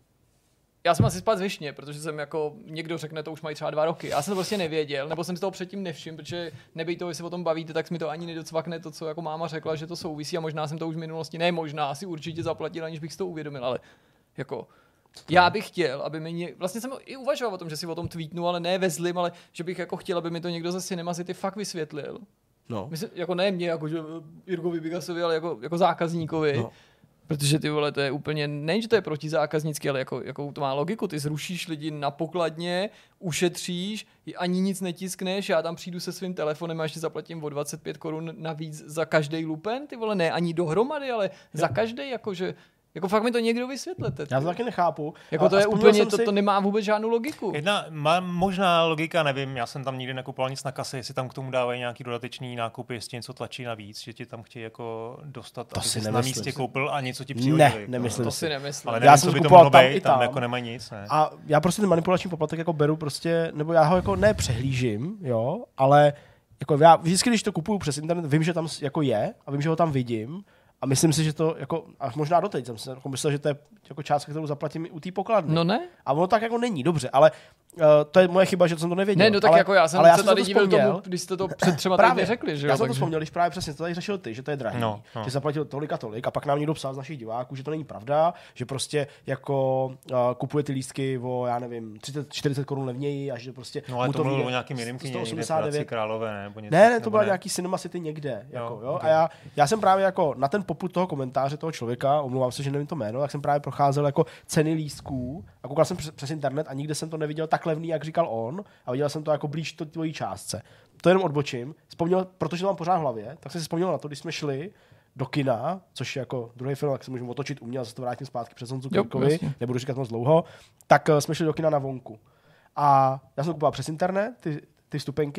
já jsem asi spát zvyšně, protože jsem jako, někdo řekne, to už mají třeba dva roky. Já jsem to prostě nevěděl, nebo jsem si toho předtím nevšiml, protože nebej to, jestli o tom bavíte, tak mi to ani nedocvakne to, co jako máma řekla, že to souvisí a možná jsem to už v minulosti, ne možná, asi určitě zaplatil, aniž bych si to uvědomil, ale jako já bych chtěl, aby mi ně... vlastně jsem i uvažoval o tom, že si o tom tweetnu, ale ne ve zlým, ale že bych jako chtěl, aby mi to někdo ze Cinema City fakt vysvětlil. No. Myslím, jako ne mě, jako že Jirgovi Bigasovi, ale jako, jako zákazníkovi. No. Protože ty vole, to je úplně, nejen, že to je protizákaznický, ale jako, jako to má logiku, ty zrušíš lidi na pokladně, ušetříš, ani nic netiskneš, já tam přijdu se svým telefonem a ještě zaplatím o dvacet pět korun navíc za každý lupen, ty vole, ne ani dohromady, ale no. za každý, jakože jako fakt mi to někdo vysvětlete. Já to taky nechápu. Jako to je úplně, to, si... to nemá vůbec žádnou logiku. Jedna má možná logika, nevím, já jsem tam nikdy nekupoval nic na kase, jestli tam k tomu dávají nějaký dodatečný nákupy, jestli něco tlačí navíc, že ti tam chtějí jako dostat, to aby jsi na místě koupil a něco ti přihodili. Ne, nemyslím to si. si nemyslím. Ale nevím, já jsem by to mohlo být, tam, tam jako nemají nic. Ne. A já prostě ten manipulační poplatek jako beru prostě, nebo já ho jako nepřehlížím, jo, ale jako já vždycky, když to kupuju přes internet, vím, že tam jako je a vím, že ho tam vidím. A myslím si, že to jako, až možná doteď jsem si jako myslel, že to je jako částka, kterou zaplatím u té pokladny. No ne. A ono tak jako není, dobře, ale uh, to je moje chyba, že jsem to nevěděl. Ne, no tak ale, jako já jsem ale já se jsem tady to divil vzpomněl. tomu, když jste to před třeba týdny řekli, že jo. Já jsem takže... to vzpomněl, když právě přesně to tady řešil ty, že to je drahý, no, no. že zaplatil tolik a tolik a pak nám někdo psal z našich diváků, že to není pravda, že prostě jako uh, kupuje ty lístky o, já nevím, třicet čtyřicet korun levněji a že prostě no, ale mu to, to mluvil o nějakým jiným kyně, někde Králové, nebo něco. Ne, ne, to byla nějaký Cinema City někde, jako, jo. A já, já jsem právě jako na ten popud toho komentáře toho člověka, omlouvám se, že nevím to jméno, tak jsem právě procházel jako ceny lístků a koukal jsem přes, přes internet a nikde jsem to neviděl tak levný, jak říkal on, a viděl jsem to jako blíž to tvojí částce. To jenom odbočím. Vzpomněl, protože to mám pořád v hlavě, tak jsem si vzpomněl na to, když jsme šli do kina, což je jako druhý film, tak se můžeme otočit u mě a zase to vrátím zpátky před Honzu Kojkovi, nebudu říkat moc dlouho, tak uh, jsme šli do kina na Vonku. A já jsem kupoval přes internet ty, ty vstupenky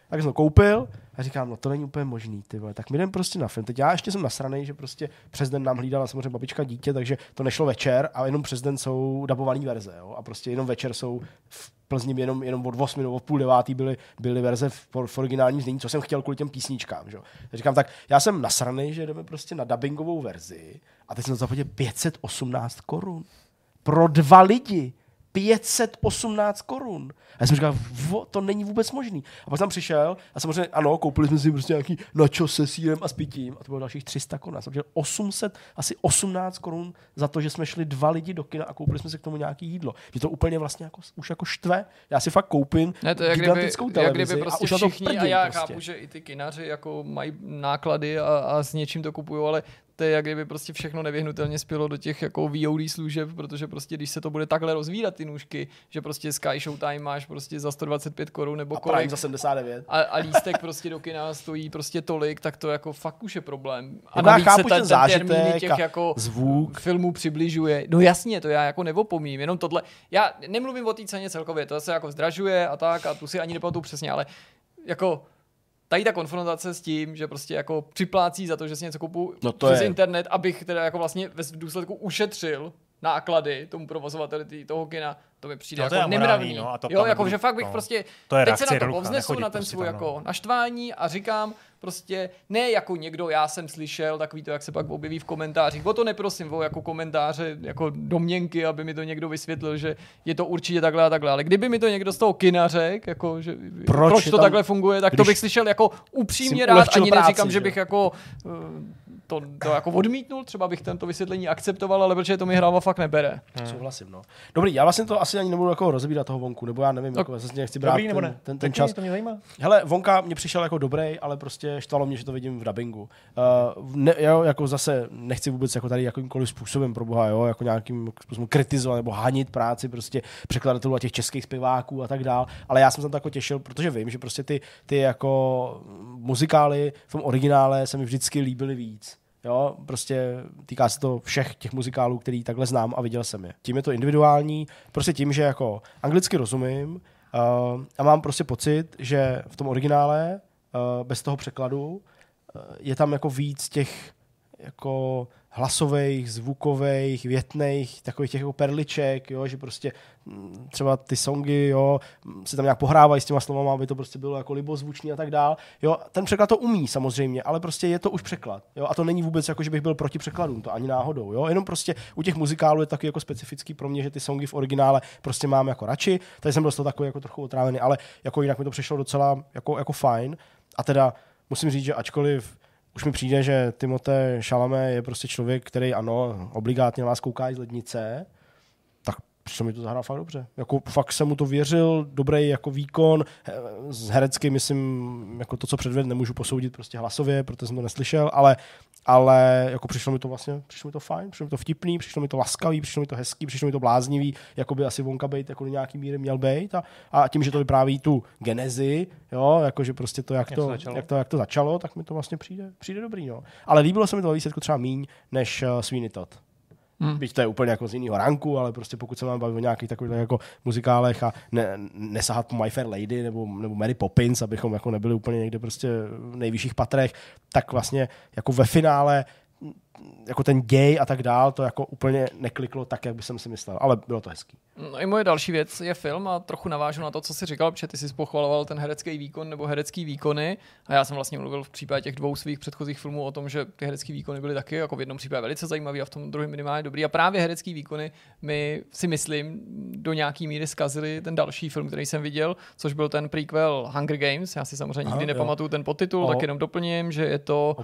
Tak jsem to koupil a říkám, no to není úplně možný, ty vole. Tak my jdem prostě na film. Teď já ještě jsem nasranej, že prostě přes den nám hlídala samozřejmě babička dítě, takže to nešlo večer a jenom přes den jsou dabované verze, jo? A prostě jenom večer jsou v Plzni jenom, jenom od osmi nebo od půl devátý byly, byly verze v, v originálním znění, co jsem chtěl kvůli těm písničkám. Že? Tak říkám, tak já jsem nasranej, že jdeme prostě na dubbingovou verzi a teď jsem to zaplatil pět set osmnáct korun. Pro dva lidi. pět set osmnáct korun. A já jsem říkal, to není vůbec možný. A pak jsem přišel a samozřejmě, ano, koupili jsme si prostě nějaký nacho se sírem a s pitím a to bylo dalších tři sta korun. Já jsem přišel osm set, asi osmnáct korun za to, že jsme šli dva lidi do kina a koupili jsme si k tomu nějaký jídlo. Mě to úplně vlastně jako, už jako štve. Já si fakt koupím ne, to jak gigantickou kdyby, televizi jak kdyby prostě a už na to všichni, a já prostě. chápu, že i ty kinaři jako mají náklady a, a s něčím to kupují, ale to je jak kdyby prostě všechno nevyhnutelně spělo do těch jako V O D služeb, protože prostě když se to bude takhle rozvírat ty nůžky, že prostě Sky Showtime máš prostě za sto dvacet pět korun nebo a kolik. Prime za sedmdesát devět. A, a lístek prostě do kina stojí prostě tolik, tak to jako fakt už je problém. A jako navíc chápu, se ten, ten termíny těch jako zvuk filmů přibližuje. No jasně, to já jako nevopomím, jenom tohle. Já nemluvím o té ceně celkově, to se jako zdražuje a tak a tu si ani nepamatuju přesně, ale jako tady ta konfrontace s tím, že prostě jako připlácí za to, že si něco kupuju no přes je. internet, abych teda jako vlastně ve důsledku ušetřil náklady tomu provozovateli toho kina, to mi přijde no to jako nemravný. No, a to jo, jako že fakt bych no. prostě to teď se na to povznesu na ten prostě svůj tam, jako no. naštvání a říkám prostě ne jako někdo, já jsem slyšel, takový to, jak se pak objeví v komentářích. O to neprosím, o jako komentáře, jako domněnky, aby mi to někdo vysvětlil, že je to určitě takhle a takhle. Ale kdyby mi to někdo z toho kina řekl, jako, že proč, proč to tam, takhle funguje, tak to bych slyšel jako upřímně rád, ani práci, neříkám, že, že bych jako uh, to, to jako odmítnul, třeba bych tento vysvětlení akceptoval, ale protože to mi hlava fakt nebere. Hmm. Souhlasím, no. Dobrý, já vlastně to asi ani nebudu jako rozebírat toho vonku, nebo já nevím, no, jako zase nechci brát dobrý, ten, nebo ne? ten, ten čas. To mě zajímá. Hele, vonka mě přišel jako dobrý, ale prostě štvalo mě, že to vidím v dabingu. Uh, ne, jo, jako zase nechci vůbec jako tady jakýmkoliv způsobem pro boha, jo, jako nějakým způsobem kritizovat nebo hanit práci prostě překladatelů a těch českých zpěváků a tak dál, ale já jsem se tam tako těšil, protože vím, že prostě ty, ty jako muzikály v tom originále se mi vždycky líbily víc. Jo, prostě týká se to všech těch muzikálů, který takhle znám a viděl jsem je. Tím je to individuální, prostě tím, že jako anglicky rozumím uh, a mám prostě pocit, že v tom originále uh, bez toho překladu uh, je tam jako víc těch jako hlasových, zvukových, větných, takových těch jako perliček, jo, že prostě třeba ty songy, jo, se tam nějak pohrávají s těma slovama, aby to prostě bylo jako libozvučný a tak dál. Jo, ten překlad to umí samozřejmě, ale prostě je to už překlad. Jo, a to není vůbec jako, že bych byl proti překladům, to ani náhodou, jo. Jenom prostě u těch muzikálů je taky jako specifický pro mě, že ty songy v originále prostě mám jako radši. Tady jsem byl z toho takový jako trochu otrávený, ale jako jinak mi to přišlo docela jako, jako fajn. A teda musím říct, že ačkoliv už mi přijde, že Timothée Chalamet je prostě člověk, který ano, obligátně na vás kouká z lednice, tak přišlo mi to zahrál fakt dobře. Jako fakt jsem mu to věřil, dobrý jako výkon, z herecky myslím, jako to, co předvedl, nemůžu posoudit prostě hlasově, protože jsem to neslyšel, ale, ale jako přišlo mi to vlastně, přišlo mi to fajn, přišlo mi to vtipný, přišlo mi to laskavý, přišlo mi to hezký, přišlo mi to bláznivý, jako by asi Wonka bejt jako do nějaký míry měl bejt a, a tím, že to vypráví tu genezi, jo, jakože prostě to, jak, jak, to, to jak, to, jak to začalo, tak mi to vlastně přijde, přijde dobrý, no. Ale líbilo se mi to výsledku třeba míň než uh, Sweeney Todd. Hmm. Byť to je úplně jako z jiného ranku, ale prostě pokud se mám bavit o nějakých takových jako muzikálech a ne, nesahat po My Fair Lady nebo, nebo Mary Poppins, abychom jako nebyli úplně někde prostě v nejvyšších patrech, tak vlastně jako ve finále jako ten děj a tak dál, to jako úplně nekliklo tak, jak bych si myslel, ale bylo to hezký. No i moje další věc je film a trochu navážu na to, co jsi říkal, protože ty jsi pochvaloval ten herecký výkon nebo herecký výkony a já jsem vlastně mluvil v případě těch dvou svých předchozích filmů o tom, že ty herecký výkony byly taky jako v jednom případě velice zajímavý a v tom druhém minimálně dobrý a právě herecký výkony mi si myslím do nějaký míry zkazili ten další film, který jsem viděl, což byl ten prequel Hunger Games. Já si samozřejmě nikdy Aha, nepamatuju ten podtitul, o, tak jenom doplním, že je to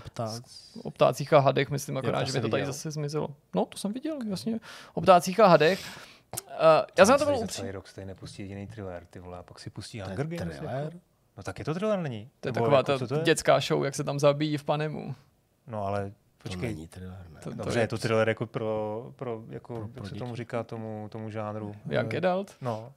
o ptácích a hadech, myslím akorát, že by to tady zase zmizelo. No, to jsem viděl, jasně. O ptácích a hadech. Uh, já jsem na to byl upřímný. Celý rok stejně nepustí jediný thriller, ty vole, a pak si pustí Hunger Games. Jako? No tak je to thriller, není? To je taková jako, ta dětská show, jak se tam zabíjí v Panemu. No ale počkej. To není thriller, ne. To, Dobře, to je, je to thriller jako pro, pro jako, pro, pro jak se tomu říká, tomu, tomu žánru. Young Adult? No.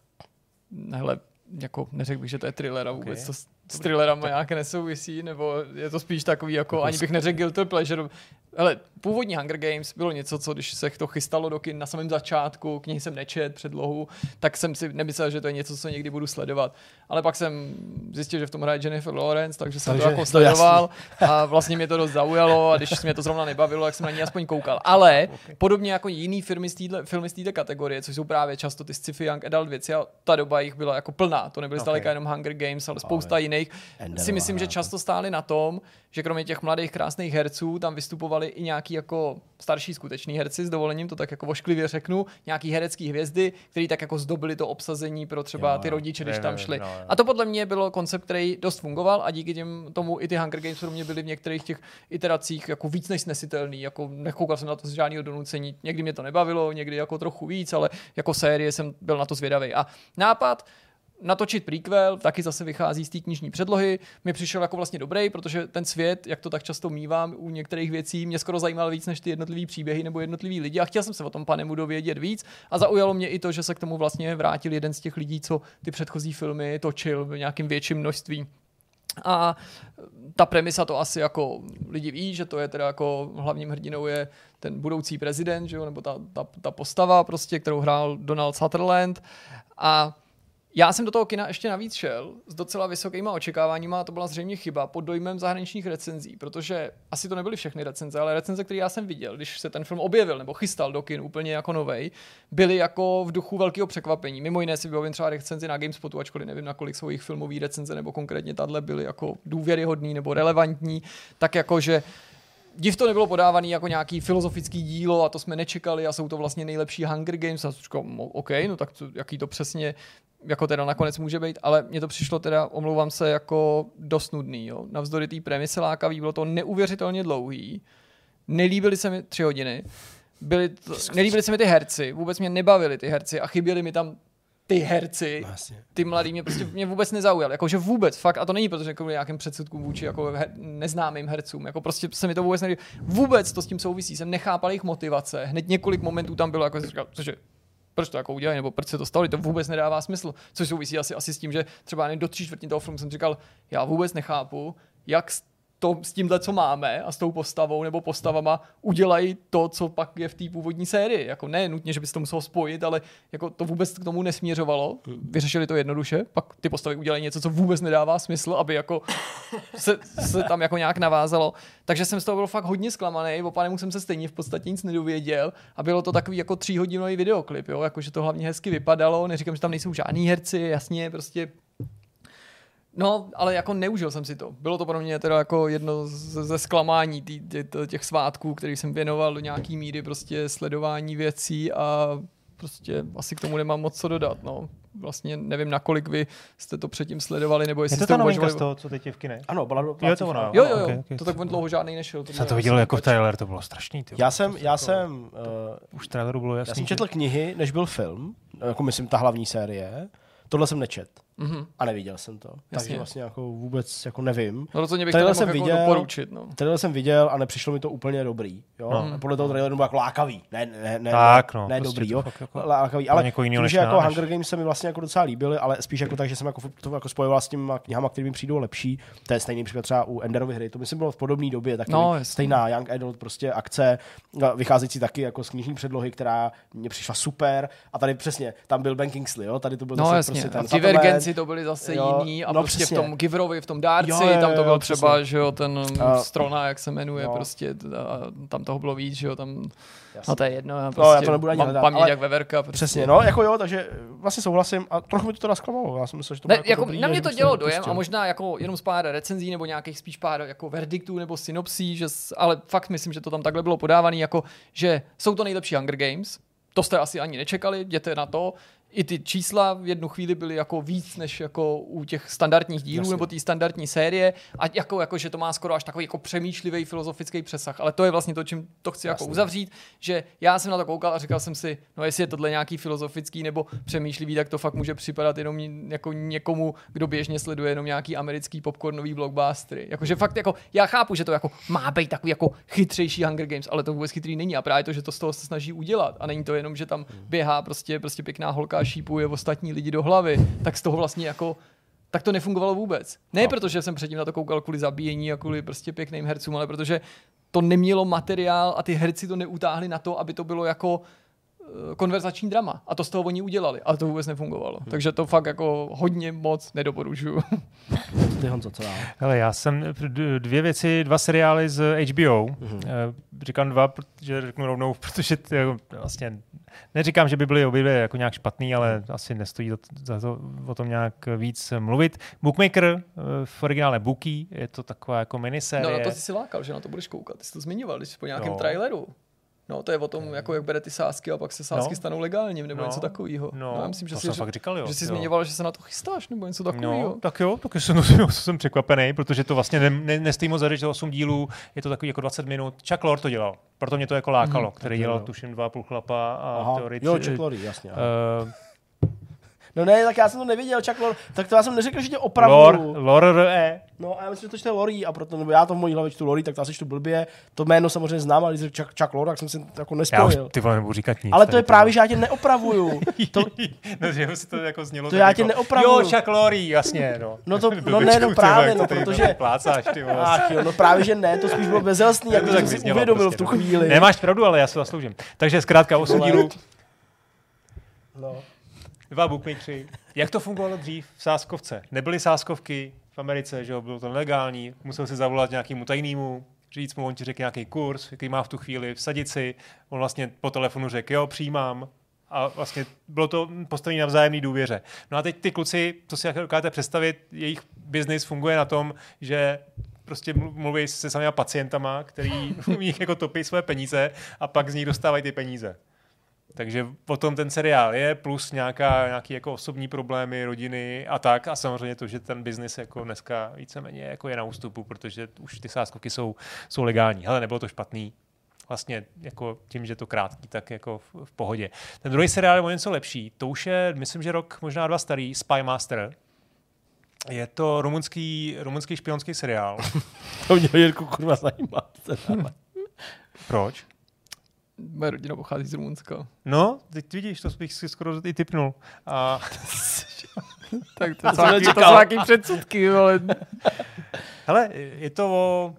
Hele, jako neřekl bych, že to je thriller a vůbec okay. to s, s thrillerama nějak nesouvisí, nebo je to spíš takový, jako, ani bych neřekl guilty pleasure. hele, původní Hunger Games bylo něco, co když se to chystalo do kin na samém začátku, knihy jsem nečet, předlohu, tak jsem si nemyslel, že to je něco, co někdy budu sledovat. Ale pak jsem zjistil, že v tom hraje Jennifer Lawrence, takže jsem takže to jako to sledoval jasný. A vlastně mě to dost zaujalo a když mě to zrovna nebavilo, tak jsem na ní aspoň koukal. Ale okay. podobně jako jiný filmy z této filmy z této kategorie, což jsou právě často ty sci-fi young adult věci, a ta doba jich byla jako plná. To nebyly zdaleka okay. jenom Hunger Games, ale spousta jiných. Si myslím, že často stály na tom, že kromě těch mladých krásných herců tam vystupovali i nějaký jako starší skutečný herci, s dovolením to tak jako vošklivě řeknu, nějaký herecký hvězdy, který tak jako zdobili to obsazení pro třeba jo, ty rodiče, když ne, tam šli. Ne, ne. A to podle mě bylo koncept, který dost fungoval a díky těm tomu i ty Hunger Games pro mě byly v některých těch iteracích jako víc než snesitelný, jako nekoukal jsem na to z žádného donucení, někdy mě to nebavilo, někdy jako trochu víc, ale jako série jsem byl na to zvědavý. A nápad natočit prequel, taky zase vychází z té knižní předlohy, mi přišel jako vlastně dobrý, protože ten svět, jak to tak často mívám u některých věcí, mě skoro zajímal víc než ty jednotlivý příběhy nebo jednotliví lidi a chtěl jsem se o tom Panemu dovědět víc a zaujalo mě i to, že se k tomu vlastně vrátil jeden z těch lidí, co ty předchozí filmy točil v nějakým větším množství. A ta premisa to asi jako lidi ví, že to je teda jako hlavním hrdinou je ten budoucí prezident, že jo, nebo ta, ta, ta postava prostě, kterou hrál Donald Sutherland a já jsem do toho kina ještě navíc šel s docela vysokýma očekáváníma a to byla zřejmě chyba pod dojmem zahraničních recenzí, protože asi to nebyly všechny recenze, ale recenze, které já jsem viděl, když se ten film objevil nebo chystal do kin úplně jako novej, byly jako v duchu velkého překvapení. Mimo jiné si vybavím třeba recenzi na GameSpotu, ačkoliv nevím, nakolik jsou jejich filmové recenze nebo konkrétně tahle byly jako důvěryhodný nebo relevantní, tak jako že div to nebylo podávaný jako nějaký filozofický dílo a to jsme nečekali a jsou to vlastně nejlepší Hunger Games a říkám, OK, no tak to, jaký to přesně jako teda nakonec může být, ale mně to přišlo teda, omlouvám se, jako dost nudný, jo. Navzdory té premise lákavý, bylo to neuvěřitelně dlouhý, nelíbily se mi tři hodiny, byly to, nelíbily se mi ty herci, vůbec mě nebavili ty herci a chyběly mi tam ty herci, ty mladí mě prostě mě vůbec nezaujal, jakože vůbec, fakt, a to není protože jako nějakým předsudkům vůči jako her, neznámým hercům, jako prostě se mi to vůbec nelíbilo, vůbec to s tím souvisí, jsem nechápal jejich motivace, hned několik momentů tam bylo, jako jsem říkal, cože, proč to jako udělali, nebo proč se to stalo, to vůbec nedává smysl, což souvisí asi, asi s tím, že třeba jen do tři čtvrtin toho filmu jsem říkal, já vůbec nechápu, jak to s tímhle, co máme a s tou postavou nebo postavama udělají to, co pak je v té původní sérii. Jako ne nutně, že by se to muselo spojit, ale jako to vůbec k tomu nesměřovalo. Vyřešili to jednoduše, pak ty postavy udělají něco, co vůbec nedává smysl, aby jako se, se tam jako nějak navázalo. Takže jsem z toho byl fakt hodně zklamaný, o Panemu jsem se stejně v podstatě nic nedověděl a bylo to takový jako tříhodinový videoklip, jo, jakože to hlavně hezky vypadalo, neříkám, že tam nejsou žádný herci, jasně, prostě no, ale jako neužil jsem si to. Bylo to pro mě teda jako jedno ze zklamání tý, tý, těch svátků, který jsem věnoval do nějaký míry prostě sledování věcí a prostě asi k tomu nemám moc co dodat, no. Vlastně nevím, nakolik vy jste to předtím sledovali, nebo jestli jste to uvažovali... Je to ta novinka z toho, co teď je v kine? Ano, byla do jo, to ono, jo, jo, jo. Okay, okay. To tak dlouho žádný nešel. To jsem to viděl jako v trailer, to bylo strašný. Tyjo. Já jsem, já jsem... Uh, už traileru bylo jasný. Já jsem četl knihy, než byl film, jako myslím ta hlavní série. Tohle jsem nečet. Mm-hmm. A neviděl jsem to. Jasně. Takže vlastně jako vůbec jako nevím. No rozhodně bych to nemohl jako doporučit. No. Trailer jsem viděl a nepřišlo mi to úplně dobrý. Jo? No. Podle toho traileru bylo jako lákavý. Ne, ne, ne, tak, no, ne prostě dobrý, jo. Jako lákavý. Ale tím, že jako Hunger Games se mi vlastně jako docela líbily, ale spíš jako tak, že jsem jako to jako spojoval s těmi knihama, které mi přijdou lepší. To je stejný příklad třeba u Enderovy hry. To myslím bylo v podobné době, tak no, stejná young adult prostě akce, vycházející taky jako z knižní předlohy, která mě přišla super. A tady přesně, tam byl Ben Kingsley, jo. Tady to byl zase prostě ten Divergenci to byly zase jiný a no, prostě přesně. V tom Giverovi, v tom dárci, jo, jo, tam to byl jo, třeba, přesně. Že jo, ten uh, Strona, jak se jmenuje, no. Prostě, a tam toho bylo víc, že jo, tam, jasně. No to je jedno, já prostě no, já to nebudu ani mám hledat, paměť ale... jak veverka. Prostě. Přesně, no, jako jo, takže vlastně souhlasím a trochu mi to teda zklamalo, já jsem myslel, že to ne, jako, jako dobrý, na mě to dělalo dojem a možná jako jenom z pár recenzí nebo nějakých spíš pár jako verdiktů nebo synopsí, že, ale fakt myslím, že to tam takhle bylo podávané, jako, že jsou to nejlepší Hunger Games, to jste asi ani nečekali, jděte na to. I ty čísla v jednu chvíli byly jako víc než jako u těch standardních dílů Jasně. nebo té standardní série a jako, jako, že to má skoro až takový jako přemýšlivý filozofický přesah, ale to je vlastně to, čím to chci jako uzavřít, že já jsem na to koukal a říkal jsem si, no jestli je tohle nějaký filozofický nebo přemýšlivý, tak to fakt může připadat jenom jako někomu, kdo běžně sleduje jenom nějaký americký popcornový blockbustery. Jakože fakt jako, já chápu, že to jako má být takový jako chytřejší Hunger Games, ale to vůbec chytrý není a právě to, že to z toho se snaží udělat a není to jenom, že tam běhá prostě, prostě pěkná holka šípuje ostatní lidi do hlavy, tak z toho vlastně jako tak to nefungovalo vůbec. Ne no. Protože jsem předtím na to koukal kvůli zabíjení a kvůli prostě pěkným hercům, ale protože to nemělo materiál a ty herci to neutáhli na to, aby to bylo jako konverzační drama. A to z toho oni udělali. Ale to vůbec nefungovalo. Hmm. Takže to fakt jako hodně moc nedoporučuju. Ty Honzo, co dál? Hele, já jsem dvě věci, dva seriály z H B O. Hmm. Říkám dva, protože řeknu rovnou, protože to vlastně neříkám, že by byly obě jako nějak špatný, ale asi nestojí za to o tom nějak víc mluvit. Bookmaker v originále Bookie, je to taková jako minisérie. No na to jsi si lákal, že na to budeš koukat. Ty jsi to zmiňoval, když jsi po nějakém no. traileru. No, to je o tom, jako jak bere ty sásky a pak se sásky no. stanou legálním, nebo no. něco takového. No, no, já myslím, že to jsi, jsem fakt říkal, jo. že jsi jo. zmiňoval, že se na to chystáš, nebo něco takového. No, tak jo, tak jsem, jsem překvapený, protože to vlastně ne, ne, nestojí moc za řeč, osm dílů, je to takový jako dvacet minut. Chuck Lorre to dělal, proto mě to jako lákalo, mm-hmm. který dělal, tuším, dva půl chlapa a teorii. Jo, Chuck Lorre, jasně. Uh, No ne, tak já jsem to neviděl, Chuck Lorre. Tak to já jsem neřekl, že tě opravdu. Lore, Lore, No a já myslím, že to čte Lorre a proto, nebo já to v mojí hlavě čtu Lorre, tak to asi čtu blbě. To jméno samozřejmě znám, ale když Chuck, Chuck Lorre, tak jsem si jako nespojil. Já už ty vole nebudu říkat nic. Ale to je právě, že já tě neopravuju. To, no, že si to jako znělo. To já tě jako, neopravuju. Jo, Chuck Lorre, jasně, no. No to, no ne, no právě, no, protože... Plácáš, ty vole. Ach jo, no právě, že ne, to spíš bylo bezelstný, jak jsem si uvědomil v tu chvíli. Nemáš pravdu, ale já se zasloužím. Takže zkrátka osm dílů. No. Dva bookmakeři. Jak to fungovalo dřív v sázkovce? Nebyly sázkovky v Americe, že jo, bylo to legální, musel si zavolat nějakému tajnému, říct mu, on ti řekl nějaký kurz, jaký má v tu chvíli, vsadit si, on vlastně po telefonu řekl, jo, přijímám. A vlastně bylo to postavené na vzájemné důvěře. No a teď ty kluci, to si dokážete představit, jejich biznis funguje na tom, že prostě mluví se samými pacientama, který u nich jako topí své peníze a pak z nich dostávají ty peníze. Takže potom ten seriál je, plus nějaká, nějaký jako osobní problémy, rodiny a tak. A samozřejmě to, že ten biznis jako dneska víceméně jako je na ústupu, protože už ty sázkovky jsou, jsou legální. Hele, nebylo to špatný. Vlastně jako tím, že to krátký, tak jako v, v pohodě. Ten druhý seriál je o něco lepší. To už je, myslím, že rok, možná dva starý, Spy Master. Je to rumunský, rumunský špionský seriál. To mě Jirku kurva zajímá. Proč? Moje rodina pochází z Rumunska. No, teď vidíš, to bych si skoro i tipnul. A... tak to jsou nějaký předsudky, ale... Hele, je to o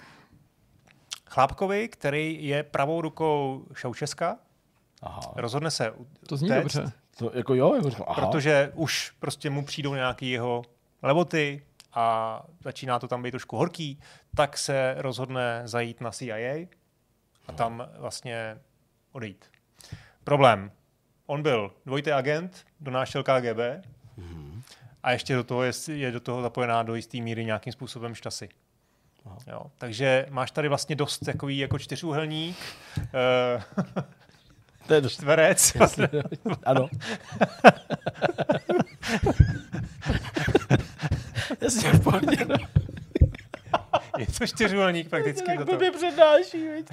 chlápkovi, který je pravou rukou Ceaușesca. Aha. Rozhodne se to zní utéct, dobře. To jako jo, jako říkám, aha. Protože už prostě mu přijdou nějaký jeho levoty a začíná to tam být trošku horký, tak se rozhodne zajít na C I A a tam vlastně odejít. Problém. On byl dvojitý agent, donášel K G B mm-hmm. a ještě do toho je, je do toho zapojená do jistý míry nějakým způsobem štasy. Jo, takže máš tady vlastně dost takový jako čtyřúhelník, uh, to je dost čtverec. Ano. Jasně, v pohodě. Je to čtyřúhelník prakticky. Tak blbě přednáší, veď.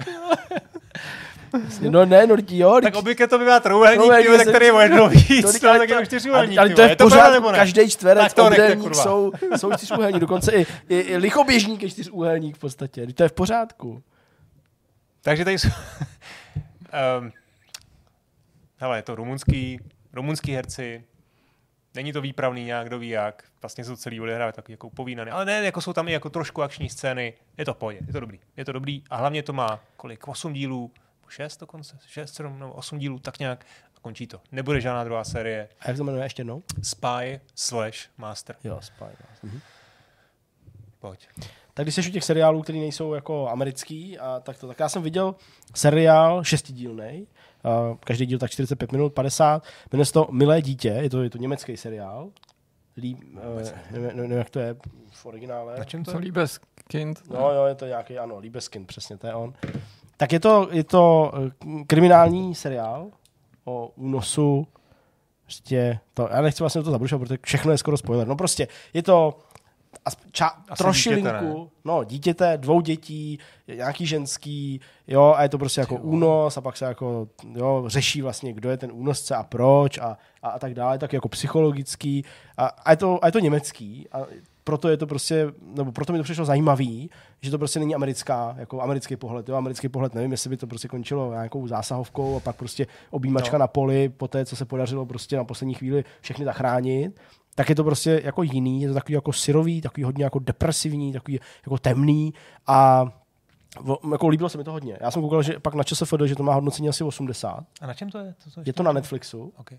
No ne, no jo. Tak obvykle to bývá trouhelník, tak tady je o jedno víc, no, tak je čtyřúhelník. Ale to je v pořádku, každý čtverec, obdélník jsou, jsou čtyřúhelník, dokonce i, i, i lichoběžník je čtyřúhelník v podstatě. To je v pořádku. Takže tady jsou... um, hele, je to rumunský, rumunský herci, není to výpravný nějak, kdo ví jak, vlastně se to celý odehrává takový jako povínaný, ale ne, jako jsou tam i jako trošku akční scény, je to v pohodě, je to dobrý, je to dobrý a hlavně to má kolik, osm dílů, šest dokonce, šest, sedm, no, osm dílů, tak nějak a končí to. Nebude žádná druhá série. A jak to jmenuje ještě jednou? Spy slash Master. Jo, Spy. Mhm. Pojď. Tak když jsi u těch seriálů, které nejsou jako americký, a tak to, tak já jsem viděl seriál šestidílnej, uh, každý díl tak čtyřicet pět minut, padesát, jmenuje se to Milé dítě, je to, je to německý seriál. Lí, uh, nevím, nevím, jak to je v originále. Na čem to? Liebeskind. No jo, je to nějaký, ano, Liebeskind, přesně, to je on. Tak je to, je to kriminální seriál o únosu, prostě to, já nechci vlastně to zabrušovat, protože všechno je skoro spoiler. No prostě, je to ča- trošilinku, no dítěte, dvou dětí, nějaký ženský, jo, a je to prostě jako jo. únos a pak se jako, jo, řeší vlastně, kdo je ten únosce a proč a, a, a tak dále, tak jako psychologický a, a, je to, a je to německý a proto je to prostě, nebo proto mi to přišlo zajímavý, že to prostě není americká, jako americký pohled, jo, americký pohled, nevím, jestli by to prostě končilo nějakou zásahovkou a pak prostě objímačka no. na poli, po té, co se podařilo prostě na poslední chvíli všechny zachránit, tak je to prostě jako jiný, je to takový jako syrový, takový hodně jako depresivní, takový jako temný a Jako líbilo se mi to hodně. Já jsem koukal, že pak na ČSFD, že to má hodnocení asi osmdesát. A na čem to je? To, to je to na Netflixu. Okay.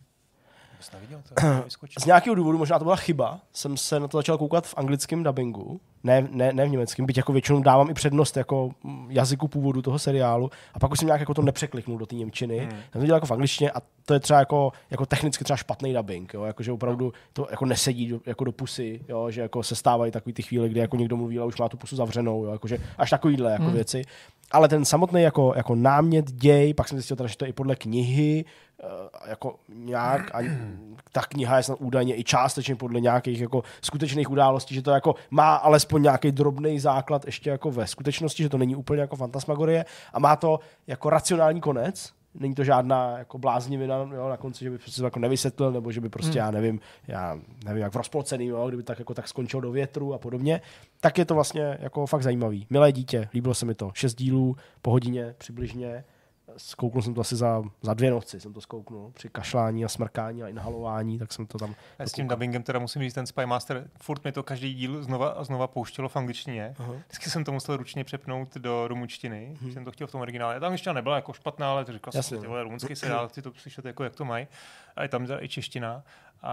Z nějakého důvodu, možná to byla chyba, jsem se na to začal koukat v anglickém dabingu, ne, ne, ne v německém, byť jako většinou dávám i přednost jako jazyku původu toho seriálu a pak už jsem nějak jako to nepřekliknul do té němčiny. Hmm. Já jsem to dělal jako v angličtině a to je třeba jako, jako technicky třeba špatný dabing, jo? Jako, že opravdu to jako nesedí do, jako do pusy, jo? Že jako se stávají takový ty chvíle, kdy jako někdo mluví a už má tu pusu zavřenou, jo? Jako, že až takovýhle jako hmm. věci. Ale ten samotný jako, jako námět, děj, pak jsem zjistil, teda, že to je i podle knihy, jako nějak, a ta kniha je snad údajně i částečně podle nějakých jako skutečných událostí, že to jako má alespoň nějaký drobný základ ještě jako ve skutečnosti, že to není úplně jako fantasmagorie a má to jako racionální konec. Není to žádná jako bláznivina, jo, na konci, že by prostě to jako nevysvětlil, nebo že by prostě, hmm. já nevím, já nevím, jak v rozpolcený, jo, kdyby tak jako tak skončil do větru a podobně, tak je to vlastně jako fakt zajímavý. Milé dítě, líbilo se mi to. Šest dílů po hodině přibližně. Zkouknul jsem to asi za, za dvě noci, jsem to zkouknul. Při kašlání a smrkání a inhalování, tak jsem to tam... A s tím dubbingem teda musím říct, ten Spy Master, furt mi to každý díl znova a znova pouštělo v angličtině. Uh-huh. Vždycky jsem to musel ručně přepnout do rumunštiny, uh-huh. jsem to chtěl v tom originále. Ta angličtina nebyla jako špatná, ale to říkal Jasně, jsem, tyhle rumunský seriál, chci to slyšet, jako, jak to mají. A je tam i čeština.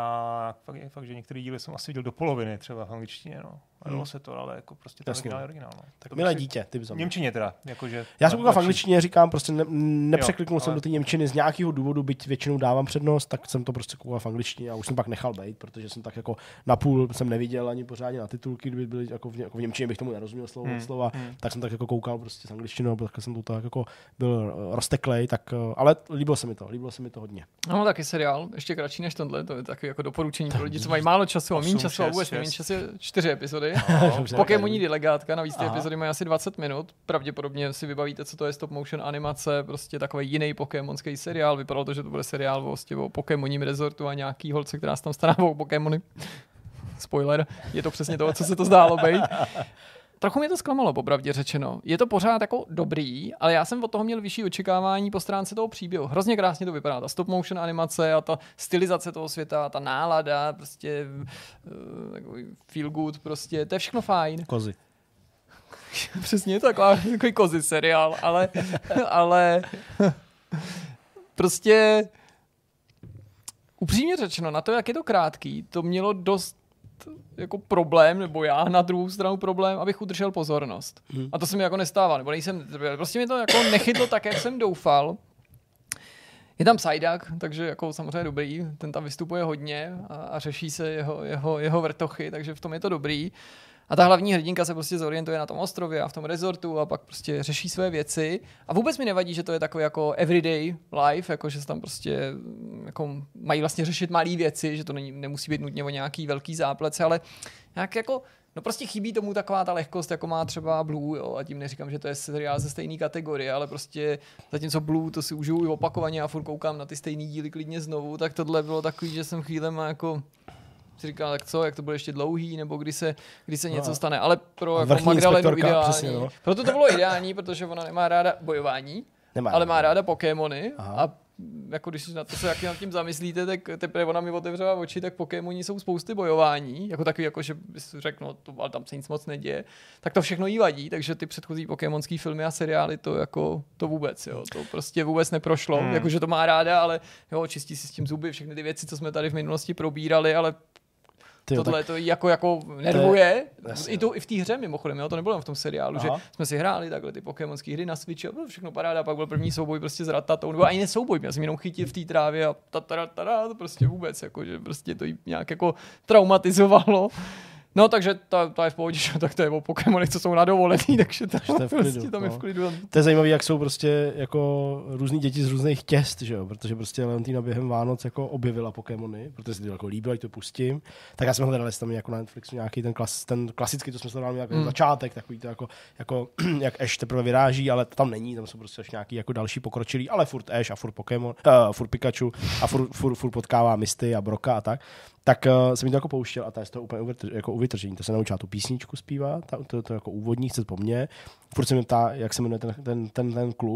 A fakt je fakt, že některé díly jsem asi viděl do poloviny třeba v angličtině, no. A dalo se to, ale jako prostě to originál je originál, no. Tak milé dítě, ty bys němčině teda, jakože. Já jsem koukal v angličtině, říkám, prostě ne, nepřekliknul jo, jsem ale... do té němčiny z nějakého důvodu, byť většinou dávám přednost, tak jsem to prostě koukal v angličtině a už jsem pak nechal být, protože jsem tak jako napůl jsem neviděl ani pořádně na titulky, kdyby byly jako v, jako v němčině, bych tomu nerozuměl slovo hmm. slova, hmm. tak jsem tak jako koukal prostě s angličtinou, tak jsem to tak jako byl rozteklej, tak ale líbilo se mi to, líbilo se mi to hodně. No, taky seriál, ještě kratší než tenhle, to je taky jako doporučení pro lidi, co mají málo času a méně času a vůbec méně času, čtyři epizody. Pokémoní Delegátka, navíc ty epizody mají asi dvacet minut. Pravděpodobně si vybavíte, co to je stop motion animace, prostě takový jiný pokémonský seriál. Vypadalo to, že to bude seriál vlastně o Pokémoním rezortu a nějaký holce, která se tam stará o Pokémony. Spoiler, je to přesně to, co se to zdálo být. Trochu mě to zklamalo, popravdě řečeno. Je to pořád jako dobrý, ale já jsem od toho měl vyšší očekávání po stránce toho příběhu. Hrozně krásně to vypadá, ta stop motion animace a ta stylizace toho světa, ta nálada, prostě uh, feel good, prostě, to je všechno fajn. Kozy. Přesně, je to taková, takový kozy seriál, ale, ale prostě upřímně řečeno, na to, jak je to krátký, to mělo dost jako problém, nebo já na druhou stranu problém, abych udržel pozornost. Hmm. A to se mi jako nestává, nebo nejsem, prostě mi to jako nechytlo tak, jak jsem doufal. Je tam Psyduck, takže jako samozřejmě dobrý, ten tam vystupuje hodně a, a řeší se jeho, jeho, jeho vrtochy, takže v tom je to dobrý. A ta hlavní hrdinka se prostě zorientuje na tom ostrově a v tom rezortu a pak prostě řeší své věci. A vůbec mi nevadí, že to je takový jako everyday life, jako že se tam prostě jako mají vlastně řešit malé věci, že to není, nemusí být nutně o nějaký velký záplece, ale nějak jako, no prostě chybí tomu taková ta lehkost, jako má třeba Blue, jo, a tím neříkám, že to je seriál ze stejné kategorie, ale prostě zatímco Blue to si užiju opakovaně a furt koukám na ty stejný díly klidně znovu, tak tohle bylo takový, že jsem chvílema jako si říkal, tak co, jak to bude ještě dlouhý, nebo kdy se, kdy se něco no. stane. Ale pro jako Magdalenu ideální. Přesně, no. Proto to bylo ideální, protože ona nemá ráda bojování, nemá ale má ráda Pokémony. Aha. A jako když na to se jak nad tím zamyslíte, tak teprve ona mi otevřela oči, tak Pokémoni jsou spousty bojování, jako takový, jako že bys řekl, no, to, ale tam se nic moc neděje. Tak to všechno jí vadí, takže ty předchozí pokémonský filmy a seriály to jako to vůbec, jo, to prostě vůbec neprošlo. Hmm. Jakože to má ráda, ale jo, čistí si s tím zuby, všechny ty věci, co jsme tady v minulosti probírali, ale Tyjo, tohle tak... to jako, jako nervuje. To je... I, to, I v té hře mimochodem, jo, to nebylo v tom seriálu, Aha. že jsme si hráli takhle ty pokémonské hry na Switchi a bylo všechno paráda, pak byl první souboj prostě s Ratatou, nebo ani ne souboj, já jsem jenom chytil v té trávě a tatarata, to prostě vůbec, jako, že prostě to jí nějak jako traumatizovalo. No, takže to, to je v pohodě, že tak to je o Pokémonech, co jsou na dovolený, takže to, to je v klidu. Prostě tam je v klidu. To je zajímavé, jak jsou prostě jako různý děti z různých těst, že jo, protože prostě Leontýna během Vánoc jako objevila Pokémony, protože se to jako líbilo, ať to pustím. Tak já jsem hledal, jestli tam jako na Netflixu nějaký ten, klas, ten klasický, to jsme sledovali jako mm. začátek, takový to jako, jako jak Ash teprve vyráží, ale to tam není, tam jsou prostě až nějaký jako další pokročilý, ale furt Ash a furt Pokémon, uh, furt Pikachu a furt, furt, furt potkává Misty a Broka a tak. Tak uh, jsem mi to jako pouštěl a to je z toho úplně uvytr- jako uvytržení. To se naučila tu písničku zpívat, to, to, to jako úvodní, chce po mně. Furt se mi ptá, jak se jmenuje ten, ten, ten, ten kluk,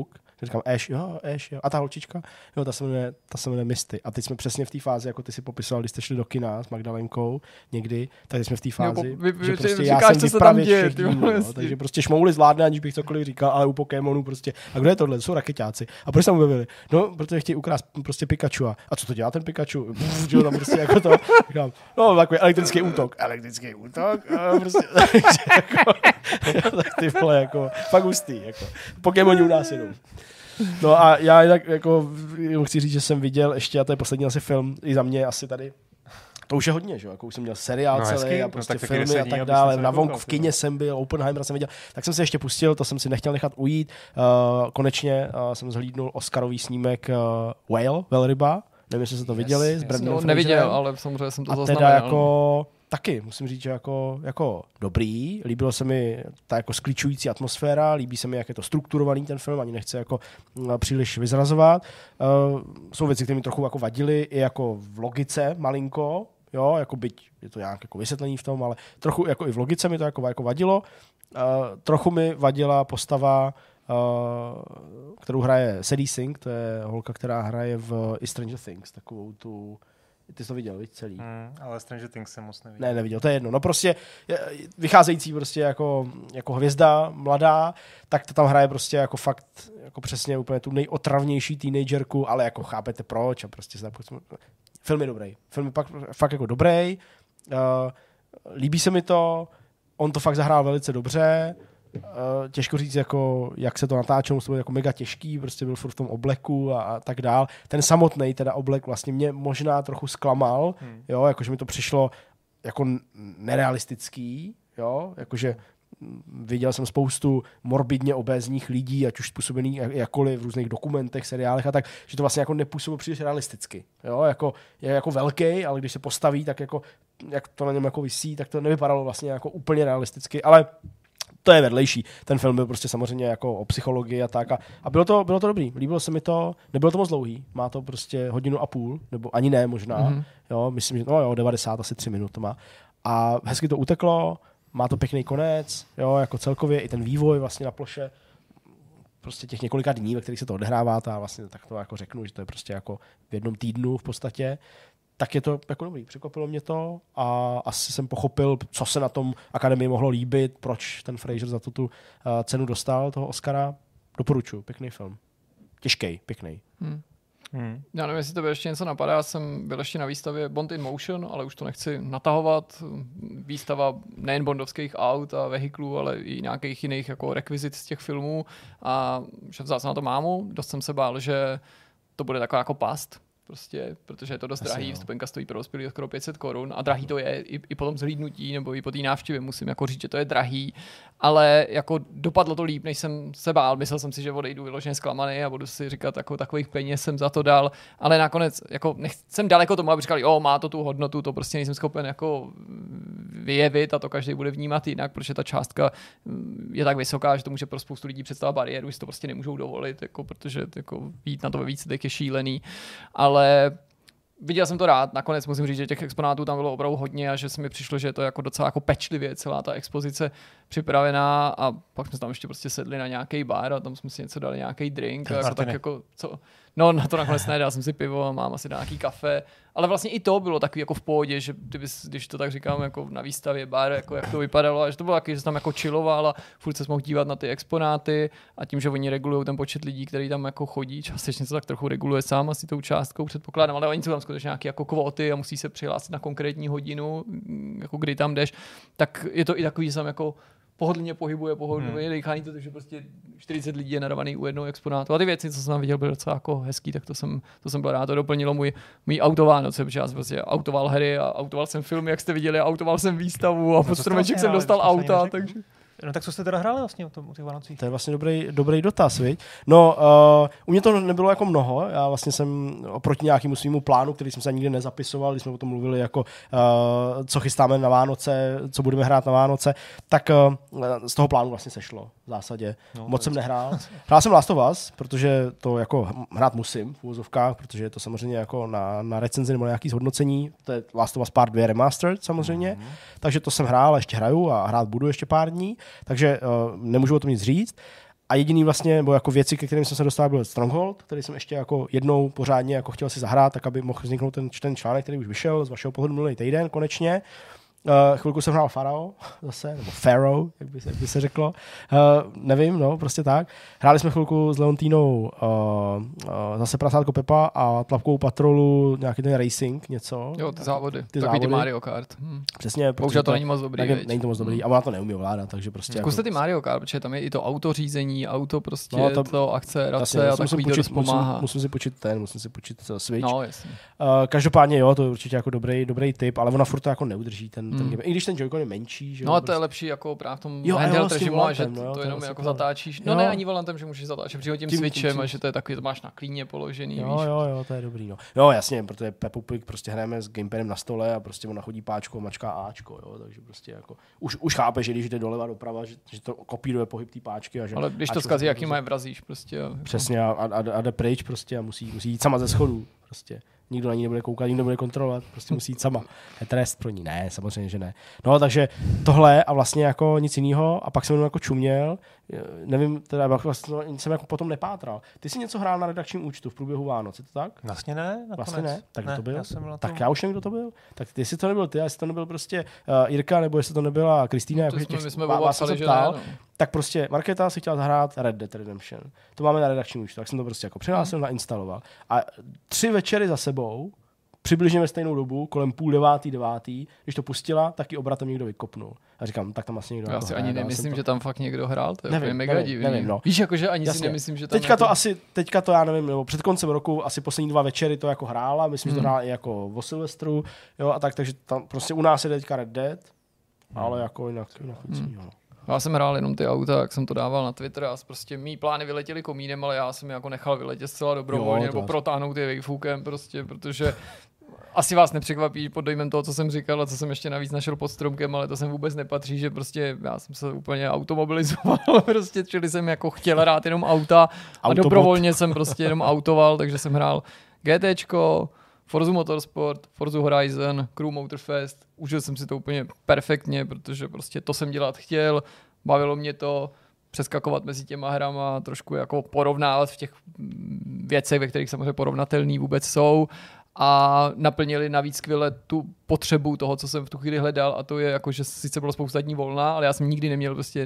Říkám, Ash, jo, Ash, jo. A ta holčička, jo, ta se jmenuje, ta se jmenuje Misty. A teď jsme přesně v té fázi, jako ty si popisoval, když jste šli do kina s Magdalenkou někdy, tak jsme v té fázi, jo, vy, vy, že prostě já jsem vypravěč všech dínů, no, takže prostě šmouly zvládne, aniž bych cokoliv říkal, ale u Pokémonů prostě, a kdo je tohle, to jsou rakeťáci. A proč tam objevili? No, protože chtějí ukrást prostě Pikachu. A co to dělá ten Pikachu? Že tam prostě jako to, říkám, no, takový elektrický útok, elektrický útok, a prostě, jako, tak ty vole, jako, fakt hustý, jako, Pokémoni u nás jedou. No a já tak jako chci říct, že jsem viděl ještě, a to je poslední asi film, i za mě asi tady, to už je hodně, že jo, jako už jsem měl seriál no, celý hezky, a prostě no, filmy a tak dále, na vonku v kině jsem byl, Oppenheimera jsem viděl, tak jsem si ještě pustil, to jsem si nechtěl nechat ujít, uh, konečně uh, jsem zhlídnul Oscarový snímek uh, Whale, Velryba, nevím, jestli jste to viděli, yes, s Brendanem yes. No, neviděl, ale samozřejmě jsem to a zaznamenal. A teda jako taky, musím říct, že jako, jako dobrý. Líbilo se mi ta jako skličující atmosféra, líbí se mi, jak je to strukturovaný ten film, ani nechci jako příliš vyzrazovat. Uh, jsou věci, které mi trochu jako vadily, i jako v logice malinko, jo, jako byť je to nějak jako vysvětlení v tom, ale trochu jako i v logice mi to jako, jako vadilo. Uh, trochu mi vadila postava, uh, kterou hraje Sadie Sink, to je holka, která hraje v i Stranger Things, takovou tu. Ty jsi to viděl, víš, celý. Hmm, ale Stranger Things jsem moc neviděl. Ne, neviděl, to je jedno. No prostě vycházející prostě jako, jako hvězda mladá, tak to tam hraje prostě jako fakt, jako přesně úplně tu nejotravnější teenagerku, ale jako chápete proč a prostě se tam... Film je dobrý. Film je pak, fakt jako dobrý. Uh, líbí se mi to, on to fakt zahrál velice dobře. Uh, těžko říct, jako, jak se to natáčelo, to bylo jako mega těžký, prostě byl furt v tom obleku a, a tak dál. Ten samotný teda oblek vlastně mě možná trochu zklamal, hmm. jo, jakože mi to přišlo jako nerealistický, jo, jakože viděl jsem spoustu morbidně obézních lidí, ať už způsobených jakkoliv v různých dokumentech, seriálech a tak, že to vlastně jako nepůsobilo příliš realisticky, jo, jako, je jako velký, ale když se postaví, tak jako, jak to na něm jako visí, tak to nevypadalo vlastně jako úplně realisticky, ale to je vedlejší. Ten film byl prostě samozřejmě jako o psychologii a tak. A, a bylo, to, bylo to dobrý. Líbilo se mi to. Nebylo to moc dlouhý. Má to prostě hodinu a půl, nebo ani ne možná. Mm-hmm. Jo, myslím, že no jo, devadesát, asi tři minut to má. A hezky to uteklo. Má to pěkný konec. Jo, jako celkově i ten vývoj vlastně na ploše prostě těch několika dní, ve kterých se to odehrává, a vlastně tak to jako řeknu, že to je prostě jako v jednom týdnu v podstatě. Tak je to jako dobrý, překvapilo mě to a asi jsem pochopil, co se na tom Akademii mohlo líbit, proč ten Fraser za tu, tu uh, cenu dostal, toho Oscara. Doporučuji, pěkný film. Těžký, pěkný. Hmm. Hmm. Já nevím, jestli to ještě něco napadá, já jsem byl ještě na výstavě Bond in Motion, ale už to nechci natahovat. Výstava nejen bondovských aut a vehiklů, ale i nějakých jiných jako rekvizit z těch filmů a že vzal jsem na to mámu, dost jsem se bál, že to bude taková jako past. Prostě, protože je to dost drahý, vstupenka stojí pro dospělý skoro pět set korun a drahý to je i, i po tom zhlídnutí nebo i po té návštěvě, musím jako říct, že to je drahý, ale jako dopadlo to líp, než jsem se bál, myslel jsem si, že odejdu vyloženě zklamaný a budu si říkat, jako takových peněz jsem za to dal, ale nakonec jako nech, jsem daleko tomu, aby říkali, o, má to tu hodnotu, to prostě nejsem schopen jako vyjevit a to každý bude vnímat jinak, protože ta částka je tak vysoká, že to může pro spoustu lidí představovat bariéru, že to prostě nemůžou dovolit, jako, protože jako jít na to ve víc tak je šílený, ale ale viděl jsem to rád. Nakonec musím říct, že těch exponátů tam bylo opravdu hodně a že se mi přišlo, že je to jako docela jako pečlivě celá ta expozice připravená a pak jsme tam ještě prostě sedli na nějaký bar a tam jsme si něco dali, nějaký drink a jako tak jako co... No na to nakonec ne, dal jsem si pivo a mám asi nějaký kafe, ale vlastně i to bylo takový jako v pohodě, že kdybys, když to tak říkám jako na výstavě bar, jako jak to vypadalo a že to bylo taky, že tam jako chilloval a furt se mohl dívat na ty exponáty a tím, že oni regulují ten počet lidí, který tam jako chodí, částečně se tak trochu reguluje sám asi tou částkou předpokládám, ale oni jsou tam skutečně nějaké jako kvóty a musí se přihlásit na konkrétní hodinu, jako kdy tam jdeš, tak je to i takový, že jsem jako pohodlně pohybuje, pohodlně hmm. dýchání to, takže prostě čtyřicet lidí je narvaný u jednoho exponátu. A ty věci, co jsem tam viděl, byly docela jako hezký, tak to jsem, to jsem byl rád. To doplnilo můj, můj autovánoce, protože já jsem prostě autoval hry a autoval jsem filmy, jak jste viděli, a autoval jsem výstavu a pod stromeček jsem dostal auta, takže... No tak co jste teda hráli vlastně o, tom, o těch Vánocích? To je vlastně dobrý, dobrý dotaz, viď? No, uh, u mě to nebylo jako mnoho, já vlastně jsem oproti nějakému svýmu plánu, který jsem se nikdy nezapisoval, když jsme o tom mluvili, jako uh, co chystáme na Vánoce, co budeme hrát na Vánoce, tak uh, z toho plánu vlastně sešlo v zásadě. No, moc jsem nehrál. Hrál jsem Last of Us, protože to jako hrát musím v úvozovkách, protože je to samozřejmě jako na, na recenzi nebo na nějaký zhodnocení, to je Last of Us Part dva Remastered samozřejmě, mm-hmm. takže to jsem hrál a ještě hraju a hrát budu ještě pár dní. Takže uh, nemůžu o tom nic říct. a jediný vlastně, nebo jako věci, ke kterým jsem se dostal, byl Stronghold, který jsem ještě jako jednou pořádně jako chtěl si zahrát, tak aby mohl vzniknout ten, ten článek, který už vyšel z vašeho pohledu minulý týden konečně. Uh, chvilku jsem hrál Pharaoh zase, nebo Pharaoh, jak by, jak by se řeklo. Uh, nevím, no, prostě tak. Hráli jsme chvilku s Leontínou uh, uh, zase Prasátko Pepa a Tlapkovou patrolu, nějaký ten racing, něco. Jo, ty závody. Ty Takový závody. ty Mario Kart. Hm. Přesně. Bohužel to není moc dobrý. Tak, není to moc dobrý. A ona to neumí ovládat, takže prostě. Zkuste jako, ty Mario Kart, protože tam je i to autořízení, auto prostě, no, to, to, to akcelerace jasně, a takový to dost pomáhá. Musím, musím si počít ten, musím si počít uh, Switch. No, jasně. Uh, každopádně jo, to je určitě jako dobrý, dobrý tip, ale ona furt to jako neudrží ten, Mm. ten game. I když ten Joy-Con je menší, že No, jo, to je lepší jako právě v tom Jo, handheld jo, s tím režimu, a že volantem, no jo, to to jenom je jako vlastně zatáčíš. No jo. ne, ani volantem, že můžeš zatáčet přímo tím, Tím- switchem tím- a že to je takový, to máš na klíně položený, Jo, víš. jo, jo, to je dobrý, no. Jo, jasně, protože Peppa Pig prostě hrajeme s gamepadem na stole a prostě ona chodí páčko, mačká Ačko, jo, takže prostě jako už, už chápe, že když jde doleva doprava, že, že to kopíruje pohyb té páčky a že Ale když to Ačko zkazí, se jaký prostě- má vrazíš prostě. A, Přesně a, a, a jde pryč prostě a musí, musí jít sama ze schodů prostě. Nikdo na ní nebude koukat, nikdo nebude kontrolovat, prostě musí jít sama. Je trest pro ní, ne, samozřejmě, že ne. No, takže tohle a vlastně jako nic jiného a pak jsem jenom jako čuměl, nevím, teda vlastně jsem jako potom nepátral. Ty jsi něco hrál na redakčním účtu v průběhu Vánoc, je to tak? Vlastně ne, nakonec. Vlastně ne? Tak kdo to byl? Já jsem byl Tak já už nevím, kdo to byl. Tak jestli to nebyl ty, a jestli to nebyl prostě uh, Jirka, nebo jestli to nebyla Kristýna, jako to jsme, těch, my jsme vás oba jsem psali, se že ne, ptal, no. tak prostě Markéta si chtěla zahrát Red Dead Redemption. To máme na redakčním účtu, tak jsem to prostě jako přihlásil, hmm. nainstaloval. A tři večery za sebou, přibližně ve stejnou dobu, kolem půl devátý, devátý, když to pustila, tak ji obratem někdo vykopnul. A říkám, tak tam asi někdo Já jako si hraje, ani dal nemyslím, jsem to. že tam fakt někdo hrál, to je Nevím, nevím, mega nevím, divný. nevím, no. Víš, jakože ani Jasně. si nemyslím, že tam Teďka jako... to asi, teďka to já nevím, nebo před koncem roku asi poslední dva večery to jako hrála, myslím, že to Hmm. hrála i jako o Silvestru, jo, a tak, takže tam prostě u nás je teďka Red Dead, ale jako jinak, jinak nic Hmm. jiného. Já jsem hrál jenom ty auta, jak jsem to dával na Twitter a prostě mý plány vyletěly komínem, ale já jsem je jako nechal vyletět zcela dobrovolně, Jo, to nebo je- protáhnout je vejfůkem prostě, protože asi vás nepřekvapí pod dojmem toho, co jsem říkal a co jsem ještě navíc našel pod stromkem, ale to sem vůbec nepatří, že prostě já jsem se úplně automobilizoval, prostě, čili jsem jako chtěl hrát jenom auta a Autobot. dobrovolně jsem prostě jenom autoval, takže jsem hrál GTčko, Forza Motorsport, Forza Horizon, Crew Motorfest, užil jsem si to úplně perfektně, protože prostě to jsem dělat chtěl, bavilo mě to, přeskakovat mezi těma hrama, trošku jako porovnávat v těch mm, věcech, ve kterých samozřejmě porovnatelný vůbec jsou, a naplnili navíc skvěle tu potřebu toho, co jsem v tu chvíli hledal, a to je jako, že sice bylo spousta dní volná, ale já jsem nikdy neměl prostě,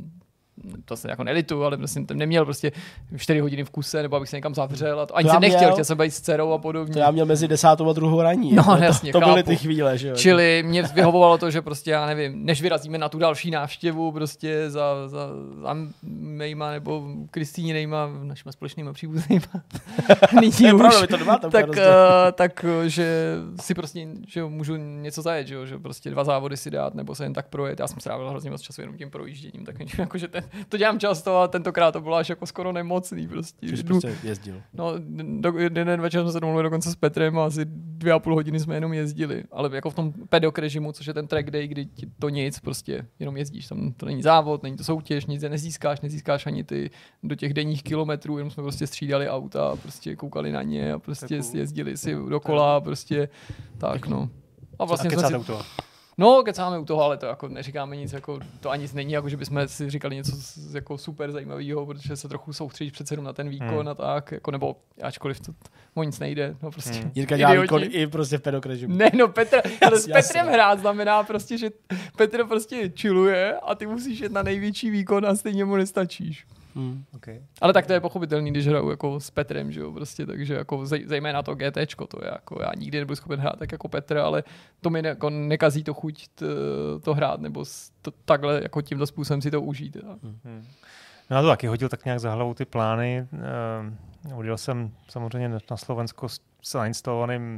to se jako nelitu, ale prostě jsem neměl prostě čtyři hodiny v kuse, nebo abych se někam zavřel a to, ani To já jsem nechtěl, měl- chtěl jsem být s dcerou a podobně. To já měl mezi desátou a druhou raní. No, jako, jasně, to, to byly chápu. ty chvíle, že jo. Čili mě vyhovovalo to, že prostě já nevím, než vyrazíme na tu další návštěvu prostě za, za, za mýma nebo Kristýninejma, našima společnýma příbuznýma. Nyní To je už. pravda, vy to nemáte úplně tak, rozdíl. uh, tak, že si prostě, že můžu něco zajet, že, jo, že prostě dva závody si dát, nebo se jen tak projet. Já jsem strávil hrozně moc času jenom tím projížděním, tak jako, že ten, to dělám často a tentokrát to bylo až jako skoro nemocný prostě. Že jsi Jdu- prostě jezdil. No, do, jeden večer jsme se domluvili dokonce s Petrem a asi dvě a půl hodiny jsme jenom jezdili. Ale jako v tom pedok režimu, což je ten track day, kdy ti to nic, prostě jenom jezdíš. Tam to není závod, není to soutěž, nic nezískáš, nezískáš ani ty do těch denních kilometrů, jenom jsme prostě střídali auta a prostě koukali na ně a prostě cool. jezdili si dokola a prostě tak no. A vlastně A jsme si, kecáte u toho. no, kecáme u toho, ale to jako neříkáme nic, jako, to ani nic není, jako že bychom si říkali něco z- jako super zajímavého, protože se trochu soustředíš přece jenom na ten výkon Hmm. a tak, jako, nebo ačkoliv to o nic nejde, no prostě. Hmm. Jirka dělá Idioti. výkon i prostě v pedok režimu. Ne, no Petr, ale s Jasně. Petrem hrát znamená prostě, že Petr prostě chilluje a ty musíš jít na největší výkon a stejně mu nestačíš. Hmm. Okay. Ale tak to je pochopitelný, když hraju jako s Petrem, že jo, prostě, takže jako zej- zejména to GTčko, to je jako, já nikdy nebudu schopen hrát tak jako Petr, ale to mi ne, jako nekazí to chuť t, to hrát, nebo s- to, takhle jako tímto způsobem si to užít. Jo. Hmm. No já to taky hodil tak nějak za hlavou ty plány. Uh, Odjel jsem samozřejmě na Slovensko s, s nainstalovaným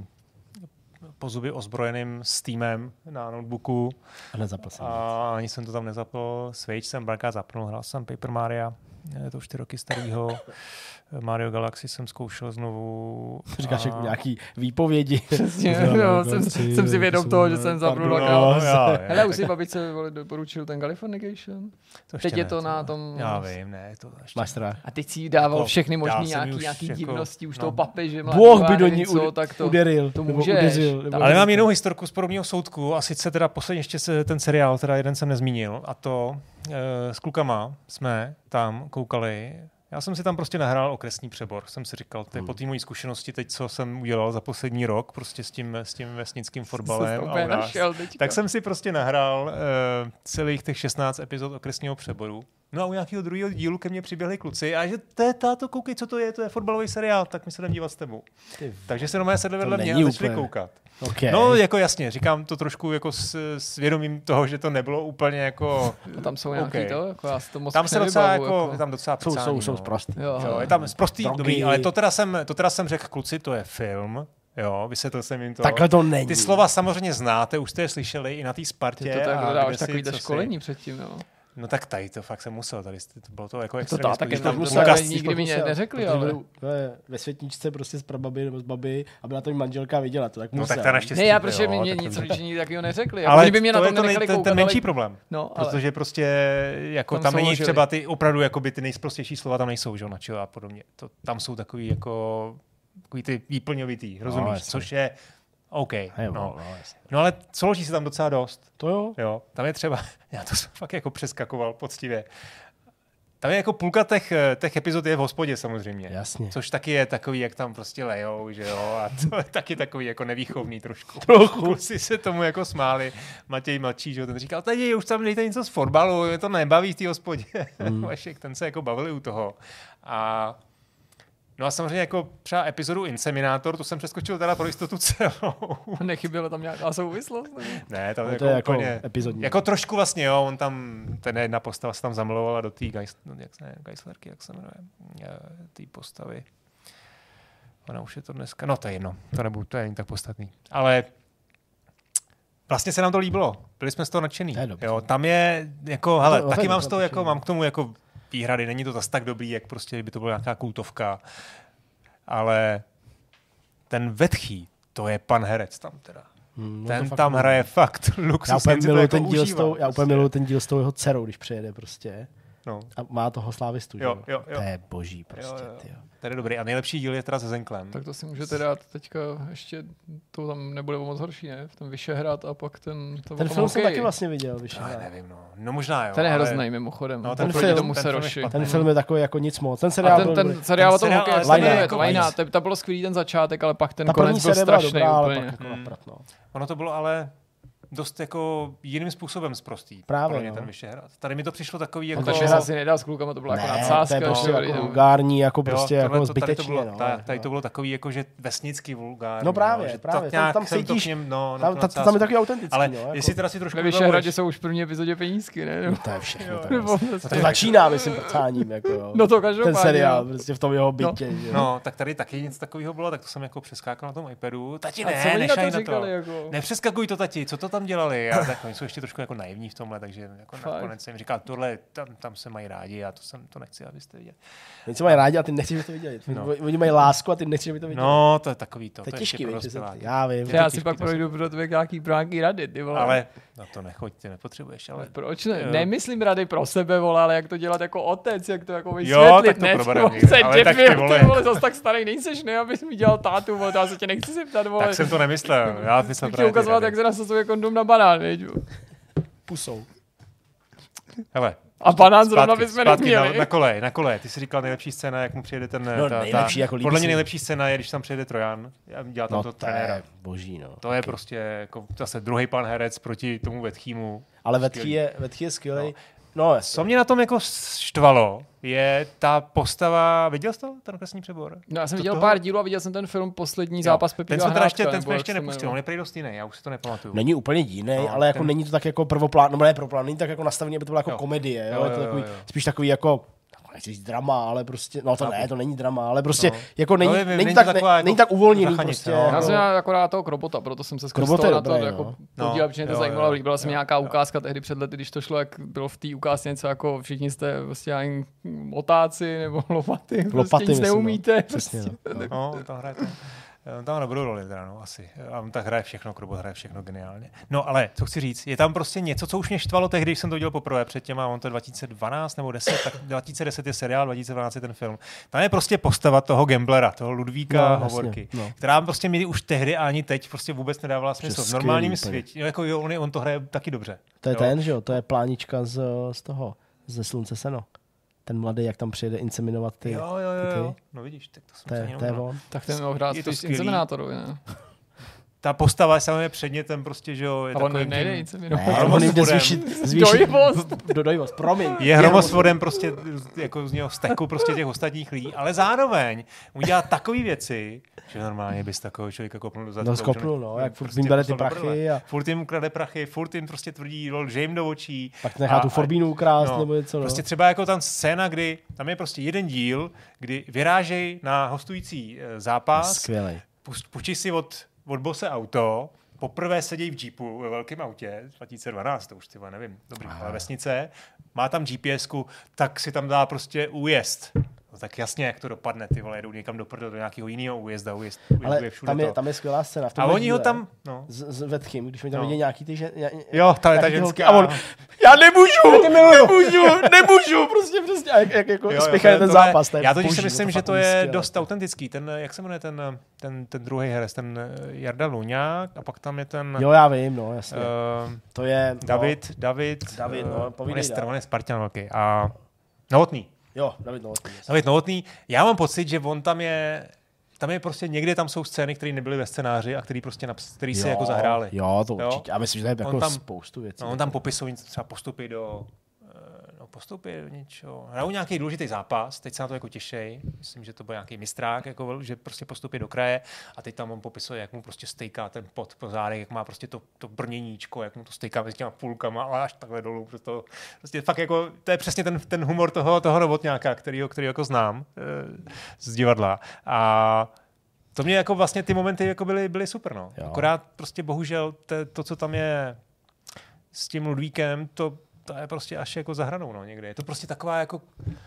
po zuby ozbrojeným Steamem na notebooku. A nezapl jsem. A ani jsem to tam nezapl. Switch jsem barkrát zapnul, hrál jsem Paper Mario, je to už ty roky starýho. Mario Galaxy jsem zkoušel znovu. Říkáš a... jako nějaký výpovědi. Přesně, no, jsem, jsem si vědom toho, že jsem zapnul Pardon, dvakrát. jo, jo, Hele, už si babičce vole, doporučil ten Californication? To ještě Teď je ne, to na tom... Já vím, ne, to ještě Máš strach. A teď si jí dával Jako, všechny možný dál jsem nějaký, už nějaký jako- divnosti, už no. toho papeže, Bůh by já do nevím ní co, ud- tak to, uderil. to nebo můžeš. udeřil. Nebo Ale mám jinou historku z podobného soudku, a sice teda posledně ještě se ten seriál, teda jeden jsem nezmínil, a to e, s klukama jsme tam koukali. Já jsem si tam prostě nahrál okresní přebor. Jsem si říkal, to je po té mojí zkušenosti teď, co jsem udělal za poslední rok, prostě s tím, s tím vesnickým fotbalem. A našel, tak jsem si prostě nahrál uh, celých těch šestnáct epizod okresního přeboru. No a u nějakého druhého dílu ke mně přiběhli kluci a že to je táto, koukej, co to je, to je fotbalový seriál, tak my se jdem dívat s tebou. Takže se normálně sedli vedle mě a začali koukat. Okay. No, jako jasně, říkám to trošku jako s, s vědomím toho, že to nebylo úplně jako... A tam jsou nějaký okay. to, jako já si to moc tam se docela jako, jako, tam docela jsou, jsou, jsou sprostý. Jo, jo, je tam sprostý, dobrý, ale to teda jsem, to teda jsem řekl, kluci, to je film. Jo, vysvětlil jsem jim to. Takhle to není. Ty slova samozřejmě znáte, už jste je slyšeli i na té Spartě. Ty to tak dáváš takový to školení předtím, jo. No tak tady to fakt jsem musel, tady to bylo to jako extrémně. To taky tam musel, nikdy mi neřekli, ale... Ve světničce prostě z prababy nebo z baby, aby na to manželka viděla, to tak musel. No tak to naštěstí. Ne, já protože mi nic rodiční takového neřekli. Ale by mě to na je to nej, ten, ten menší problém, no, ale... protože prostě jako tam, tam není třeba ty opravdu jakoby ty nejsprostější slova tam nejsou, že jo, načo a podobně. To, tam jsou takový jako takový ty výplňovitý, rozumíš, no, což je OK, jo, no. No, no ale souloží se tam docela dost. To jo. Jo, tam je třeba, já to jsem fakt jako přeskakoval poctivě. Tam je jako půlka těch, těch epizod je v hospodě samozřejmě. Jasně. Což taky je takový, jak tam prostě lejou, že jo, a to je taky takový jako nevýchovný trošku. Trochu. Si se tomu jako smáli. Matěj mladší, že jo, ten říkal, tady už tam dejte něco z fotbalu, mě to nebaví v té hospodě. Mm. Vašek, ten se jako bavili u toho. A no a samozřejmě jako třeba epizodu Inseminátor, to jsem přeskočil teda pro jistotu celou. Nechyběla tam nějaká souvislost? Ne, tam no, jako, to je úplně, jako epizodní. Jako trošku vlastně, jo, on tam, ten jedna postava se tam zamilovala do té Geis, no, jak se Geislerky, jak se jmenuje, té postavy. Ona už je to dneska, no to je jedno, to nebudu, to je tak podstatný. Ale vlastně se nám to líbilo, byli jsme z toho nadšený. Jo, tam je, jako, hele, to, taky mám z toho, jako, mám k tomu jako výhrady, není to zas tak dobrý, jak prostě by to byla nějaká kultovka, ale ten Vetchý, to je pan herec tam teda. Hmm, no ten tam hraje fakt luxus. Já úplně miluji ten, prostě. miluji ten díl s tou jeho dcerou, když přijede prostě. No. A má toho slávistu, jo, že? Jo, jo. To je boží prostě. Jo, jo. Tyjo. To je dobrý. A nejlepší díl je teda se Zenklem. Tak to si můžete dát teďka ještě, to tam nebude moc horší, ne? V tom Vyšehrad a pak ten... To ten film jsem taky vlastně viděl, Vyšehrad. No, nevím, no. No možná jo. Ten je ale... hrozný mimochodem. No, ten, ten, film, tomu ten, film ten film je takový jako nic moc. Ten seriál ten, ten, ten seriál o tom hokeji, jak se jmenuje, Lajna. To bylo skvělý ten začátek, ale pak ten konec byl strašný úplně. Ono to bylo ale dost jako jiným způsobem zprostý. Právě, pro mě no. ten Vyšehrad. Tady mi to přišlo takový jako... On to Vyšehrad si nedal s klukama, to byla ne, jako nadsázka. to je prostě jako vulgární, jako prostě jo, jako to, zbytečně. Tady to bylo, no, tady, tady to bylo takový jako, že vesnický vulgární. No právě, no, že právě. Tam, tam cítíš, něm, no, tam, tam, tam je takový autentický. Ale no, jako. jestli teda si trošku ve Vyšehradě jsou už v první epizodě penízky, ne? No to je všechno. To začíná, myslím, prcáním. Jako, jo. No to každopádně. Ten seriál, prostě v tom jeho bytě. No, tak tady taky nic takového bylo, tak to jsem jako přeskákal na tom iPadu. Tati, ne, nešaj na to. Nepřeskakuj to, tati, co to tam dělali? Oni jsou ještě trošku jako naivní v tomhle, takže jako nakonec jsem říkal, tohle, tam, tam se mají rádi a to jsem to nechci, abyste viděli. Oni se mají rádi a ty nechceš, aby to viděli. No. Oni mají lásku a ty nechceš, aby to viděli. No, to je takový to. To je těžký, víš, já vím. Já si pak projdu pro tebe nějaký nějaký rady, ty vole. Ale no to nechoď, ty nepotřebuješ, ale... Proč ne? Jo. Nemyslím rady pro sebe, vole, ale jak to dělat jako otec, jak to jako vysvětlit, ne? Ale tak ty vole. Ty vole, zas tak starý nejseš, ne? Abys mi dělal tátu, vole, já se tě nechci zeptat, vole. Tak jsem to nemyslel, já myslel právě ukazovat, jak se nasazuje kondom na banán, víš? Pusou. Hele. A banán zrovna bychom neměli. Na, na kole, na kole. Ty jsi říkal nejlepší scéna, jak mu přijede ten... No, ta, nejlepší, ta, jako podle mě nejlepší scéna je, když tam přijede Trojan. Dělá tam no, to trenéra. Je boží, no. To je okay. Prostě jako zase druhý pan herec proti tomu Vetchýmu. Ale Vetchý je, Vetchý je skvělý. No. No, co mě na tom jako štvalo, je ta postava... Viděl jsi to, ten okresní přebor? No, já jsem to viděl toho? pár dílů a viděl jsem ten film Poslední zápas Pepíka Ten jsme ještě, ten jsme ještě nepustil, on je prý dost jiný, já už si to nepamatuju. Není úplně jiný, no, ale jako ten... není to tak jako prvoplán, no ne prvoplán, není tak jako nastavený, aby to byla jako jo. komedie, jo, jo, je to takový, jo, jo. spíš takový jako nechci říct drama, ale prostě, no to no, ne, to není drama, ale prostě no. jako není, no, není, není, tak, taková, ne, jako není tak uvolněný prostě. No. Já jsem měl akorát toho Krobota, proto jsem se skoro na to jako podíval, protože mě to zajímalo, líbila se mi nějaká ukázka tehdy před lety, když to šlo, jak bylo v té ukázce něco jako všichni jste prostě ani motáci nebo lopaty, prostě nic neumíte. Přesně, no, to hraje to. Tam nebudu roli, teda, no, asi. A on tak hraje všechno, Krobot hraje všechno geniálně. No ale, co chci říct, je tam prostě něco, co už mě štvalo tehdy, když jsem to viděl poprvé před těma, on to je dva tisíce dvanáct nebo deset, tak dva tisíce deset je seriál, dva tisíce dvanáct je ten film. Tam je prostě postava toho gamblera, toho Ludvíka no, Hovorky, no. která prostě mi už tehdy a ani teď prostě vůbec nedávala smysl. V normálním světě, jako jo, on, on to hraje taky dobře. To je jo. ten, že jo, to je plánička z, z toho, ze Slunce seno. ten mladý, jak tam přijede inseminovat ty. Jo, jo, jo. jo. No vidíš, tak to jsem to je, to je on. Tak ten mohl hrát spíš inseminátoru, ne? Ta postava je samozřejmě předmětem prostě, že jo, je a on nejde tím... inseminovat. Ne, on jde zvýšit, zvýšit dojivost. Do, dojivost, promiň. Je hromosvodem prostě jako z něho steku prostě těch ostatních lidí, ale zároveň mu dělá takové věci, že normálně bys takového člověka kopnul do zadku. No skopnul, no, jak furt jim bere ty prachy. A... Furt jim krade prachy, furt jim prostě tvrdí, lže jim do očí. Pak nechá tu Forbínu ukrást no, nebo něco. No. Prostě třeba jako tam scéna, kdy tam je prostě jeden díl, kdy vyrážej na hostující zápas. Skvělej. Půjčí si od od bose auto, poprvé sedí v jeepu ve velkém autě, dva tisíce dvanáct, to už třeba nevím, dobrý, ale vesnice, má tam GPSku, tak si tam dá prostě újezd. No tak jasně, jak to dopadne, ty vole, jedou někam do prdele, do nějakého jiného újezda, újezd, ale je všude tam je, to. tam je skvělá scéna. V tom a oni díle, ho tam, no. S, s Vetchym, když mi tam no. vidí nějaký ty žen... Jo, tam je ta ženská. A on, já nemůžu, nemůžu, nemůžu, prostě, prostě, a jak, jak jako spěchají ten zápas. Já totiž si myslím, že to je dost autentický, ten, jak se jmenuje ten, ten, ten druhý herec, ten Jarda Luňák, a pak tam je ten... Jo, já vím, no, jasně. Uh, to je... David, David, David, no, povídej. On je Spartan velký a Novotný. Jo, David Novotný. David Novotný. Já mám pocit, že on tam je, tam je prostě někde tam jsou scény, které nebyly ve scénáři a které prostě naps, který se jako zahrály. Jo, to určitě. Já myslím, že to je jako tam, spoustu věcí. No, on tam popisuje třeba postupy do no, postupy do něčeho. Hrajou nějaký důležitý zápas, teď se na to jako těšej. Myslím, že to byl nějaký mistrák, jako, že prostě postupy do kraje a teď tam on popisuje, jak mu prostě stejká ten pot po zádech, jak má prostě to, to brněníčko, jak mu to stejká mezi těma půlkama a až takhle dolů. Prostě, prostě fakt jako, to je přesně ten, ten humor toho, toho Novotňáka, kterýho, který jako znám e, z divadla. A to mě jako vlastně ty momenty jako byly, byly super. No. Akorát prostě bohužel te, to, co tam je s tím Ludvíkem, to to je prostě až jako za hranou, no, někde. Je to prostě taková jako...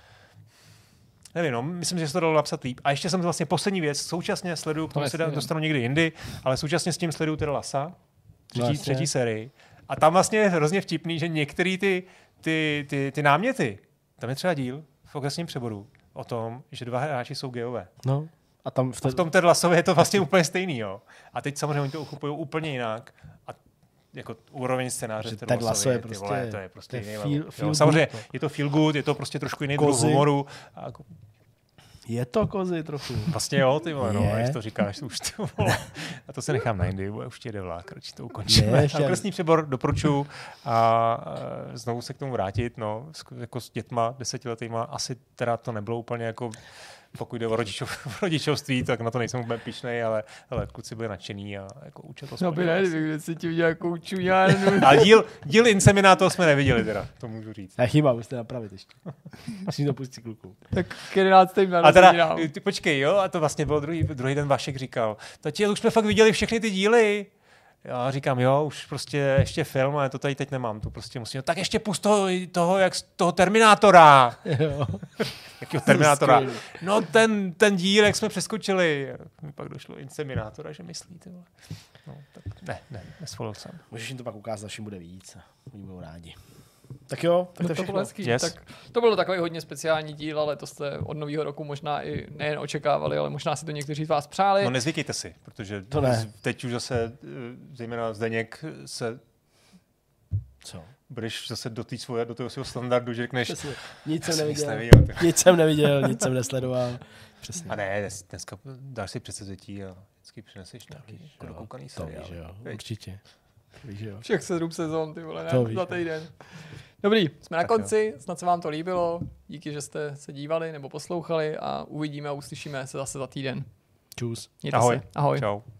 Nevím, no, myslím, že se to dalo napsat líp. A ještě jsem vlastně poslední věc, současně sleduju, k tomu se dostanu někdy jindy, ale současně s tím sleduju teda Lasa, třetí, vlastně. třetí sérii. A tam vlastně je hrozně vtipný, že některé ty, ty, ty, ty náměty, tam je třeba díl v okresním přeboru o tom, že dva hráči jsou gejové. No. A, tam v, te... a v tom Ted Lassově je to vlastně úplně stejný, jo. A teď samozřejmě oni to uchupují úplně jinak. A jako úroveň scénáře Ted Lasso je prostě, vole, to je prostě je jiný feel, feel jo, samozřejmě good, je to feel good, je to prostě trošku jiný druh humoru. A jako... Je to kozy trochu. Vlastně jo, ty vole, no, když to říkáš, už ty vole. A to se nechám na jindy, už ti jde vlák, radši to ukončíme. A Okresní přebor doporučuji a znovu se k tomu vrátit, no, jako s dětma desetiletýma, asi teda to nebylo úplně jako pokud jde o rodičov, rodičovství, tak na to nejsem úplně pišnej, ale, ale kluci byli nadšený a jako učil to no by ne, kdyby si ti udělal jako čuňárnu. A díl, díl Inseminátor jsme neviděli teda, to můžu říct. Já chyba, musíte napravit ještě. Musím to pustit kluku. Tak jedenáctým A teda, ty počkej, jo, a to vlastně bylo druhý, druhý den Vašek říkal, tati, už jsme fakt viděli všechny ty díly. Já říkám, jo, už prostě ještě film, ale to tady teď nemám, to prostě musím. Tak ještě pust toho, toho, jak z toho Terminátora. Jo. Jakýho Terminátora? No ten, ten díl, jak jsme přeskočili. Pak došlo Inseminátora, že myslíte. No, tak ne, ne, nesvolil jsem. Můžeš jim to pak ukázat, až jim bude víc. Oni budou rádi. Tak jo, tak to, to bylo hezký. Yes. Tak to bylo takový hodně speciální díl, ale to jste od nového roku možná i nejen očekávali, ale možná si to někteří z vás přáli. No nezvykejte si, protože to ne. teď už zase, zejména Zdeněk, se... Co? Budeš zase do, svoje, do toho svého standardu, že řekneš... Přesně. Nic jsem neviděl, neviděl nic jsem neviděl, nic jsem nesledoval. Přesně. A ne, dneska dáš si předsevzetí a vždycky přineseš nějaký dokoukaný seriál. To víš, jo, určitě. Víš, jo. Všech sedm sezon, ty vole, ne, za týden. Dobrý, jsme na tak konci, jo. Snad se vám to líbilo, díky, že jste se dívali nebo poslouchali a uvidíme a uslyšíme se zase za týden. Čus. Ahoj. Se. Ahoj. Čau.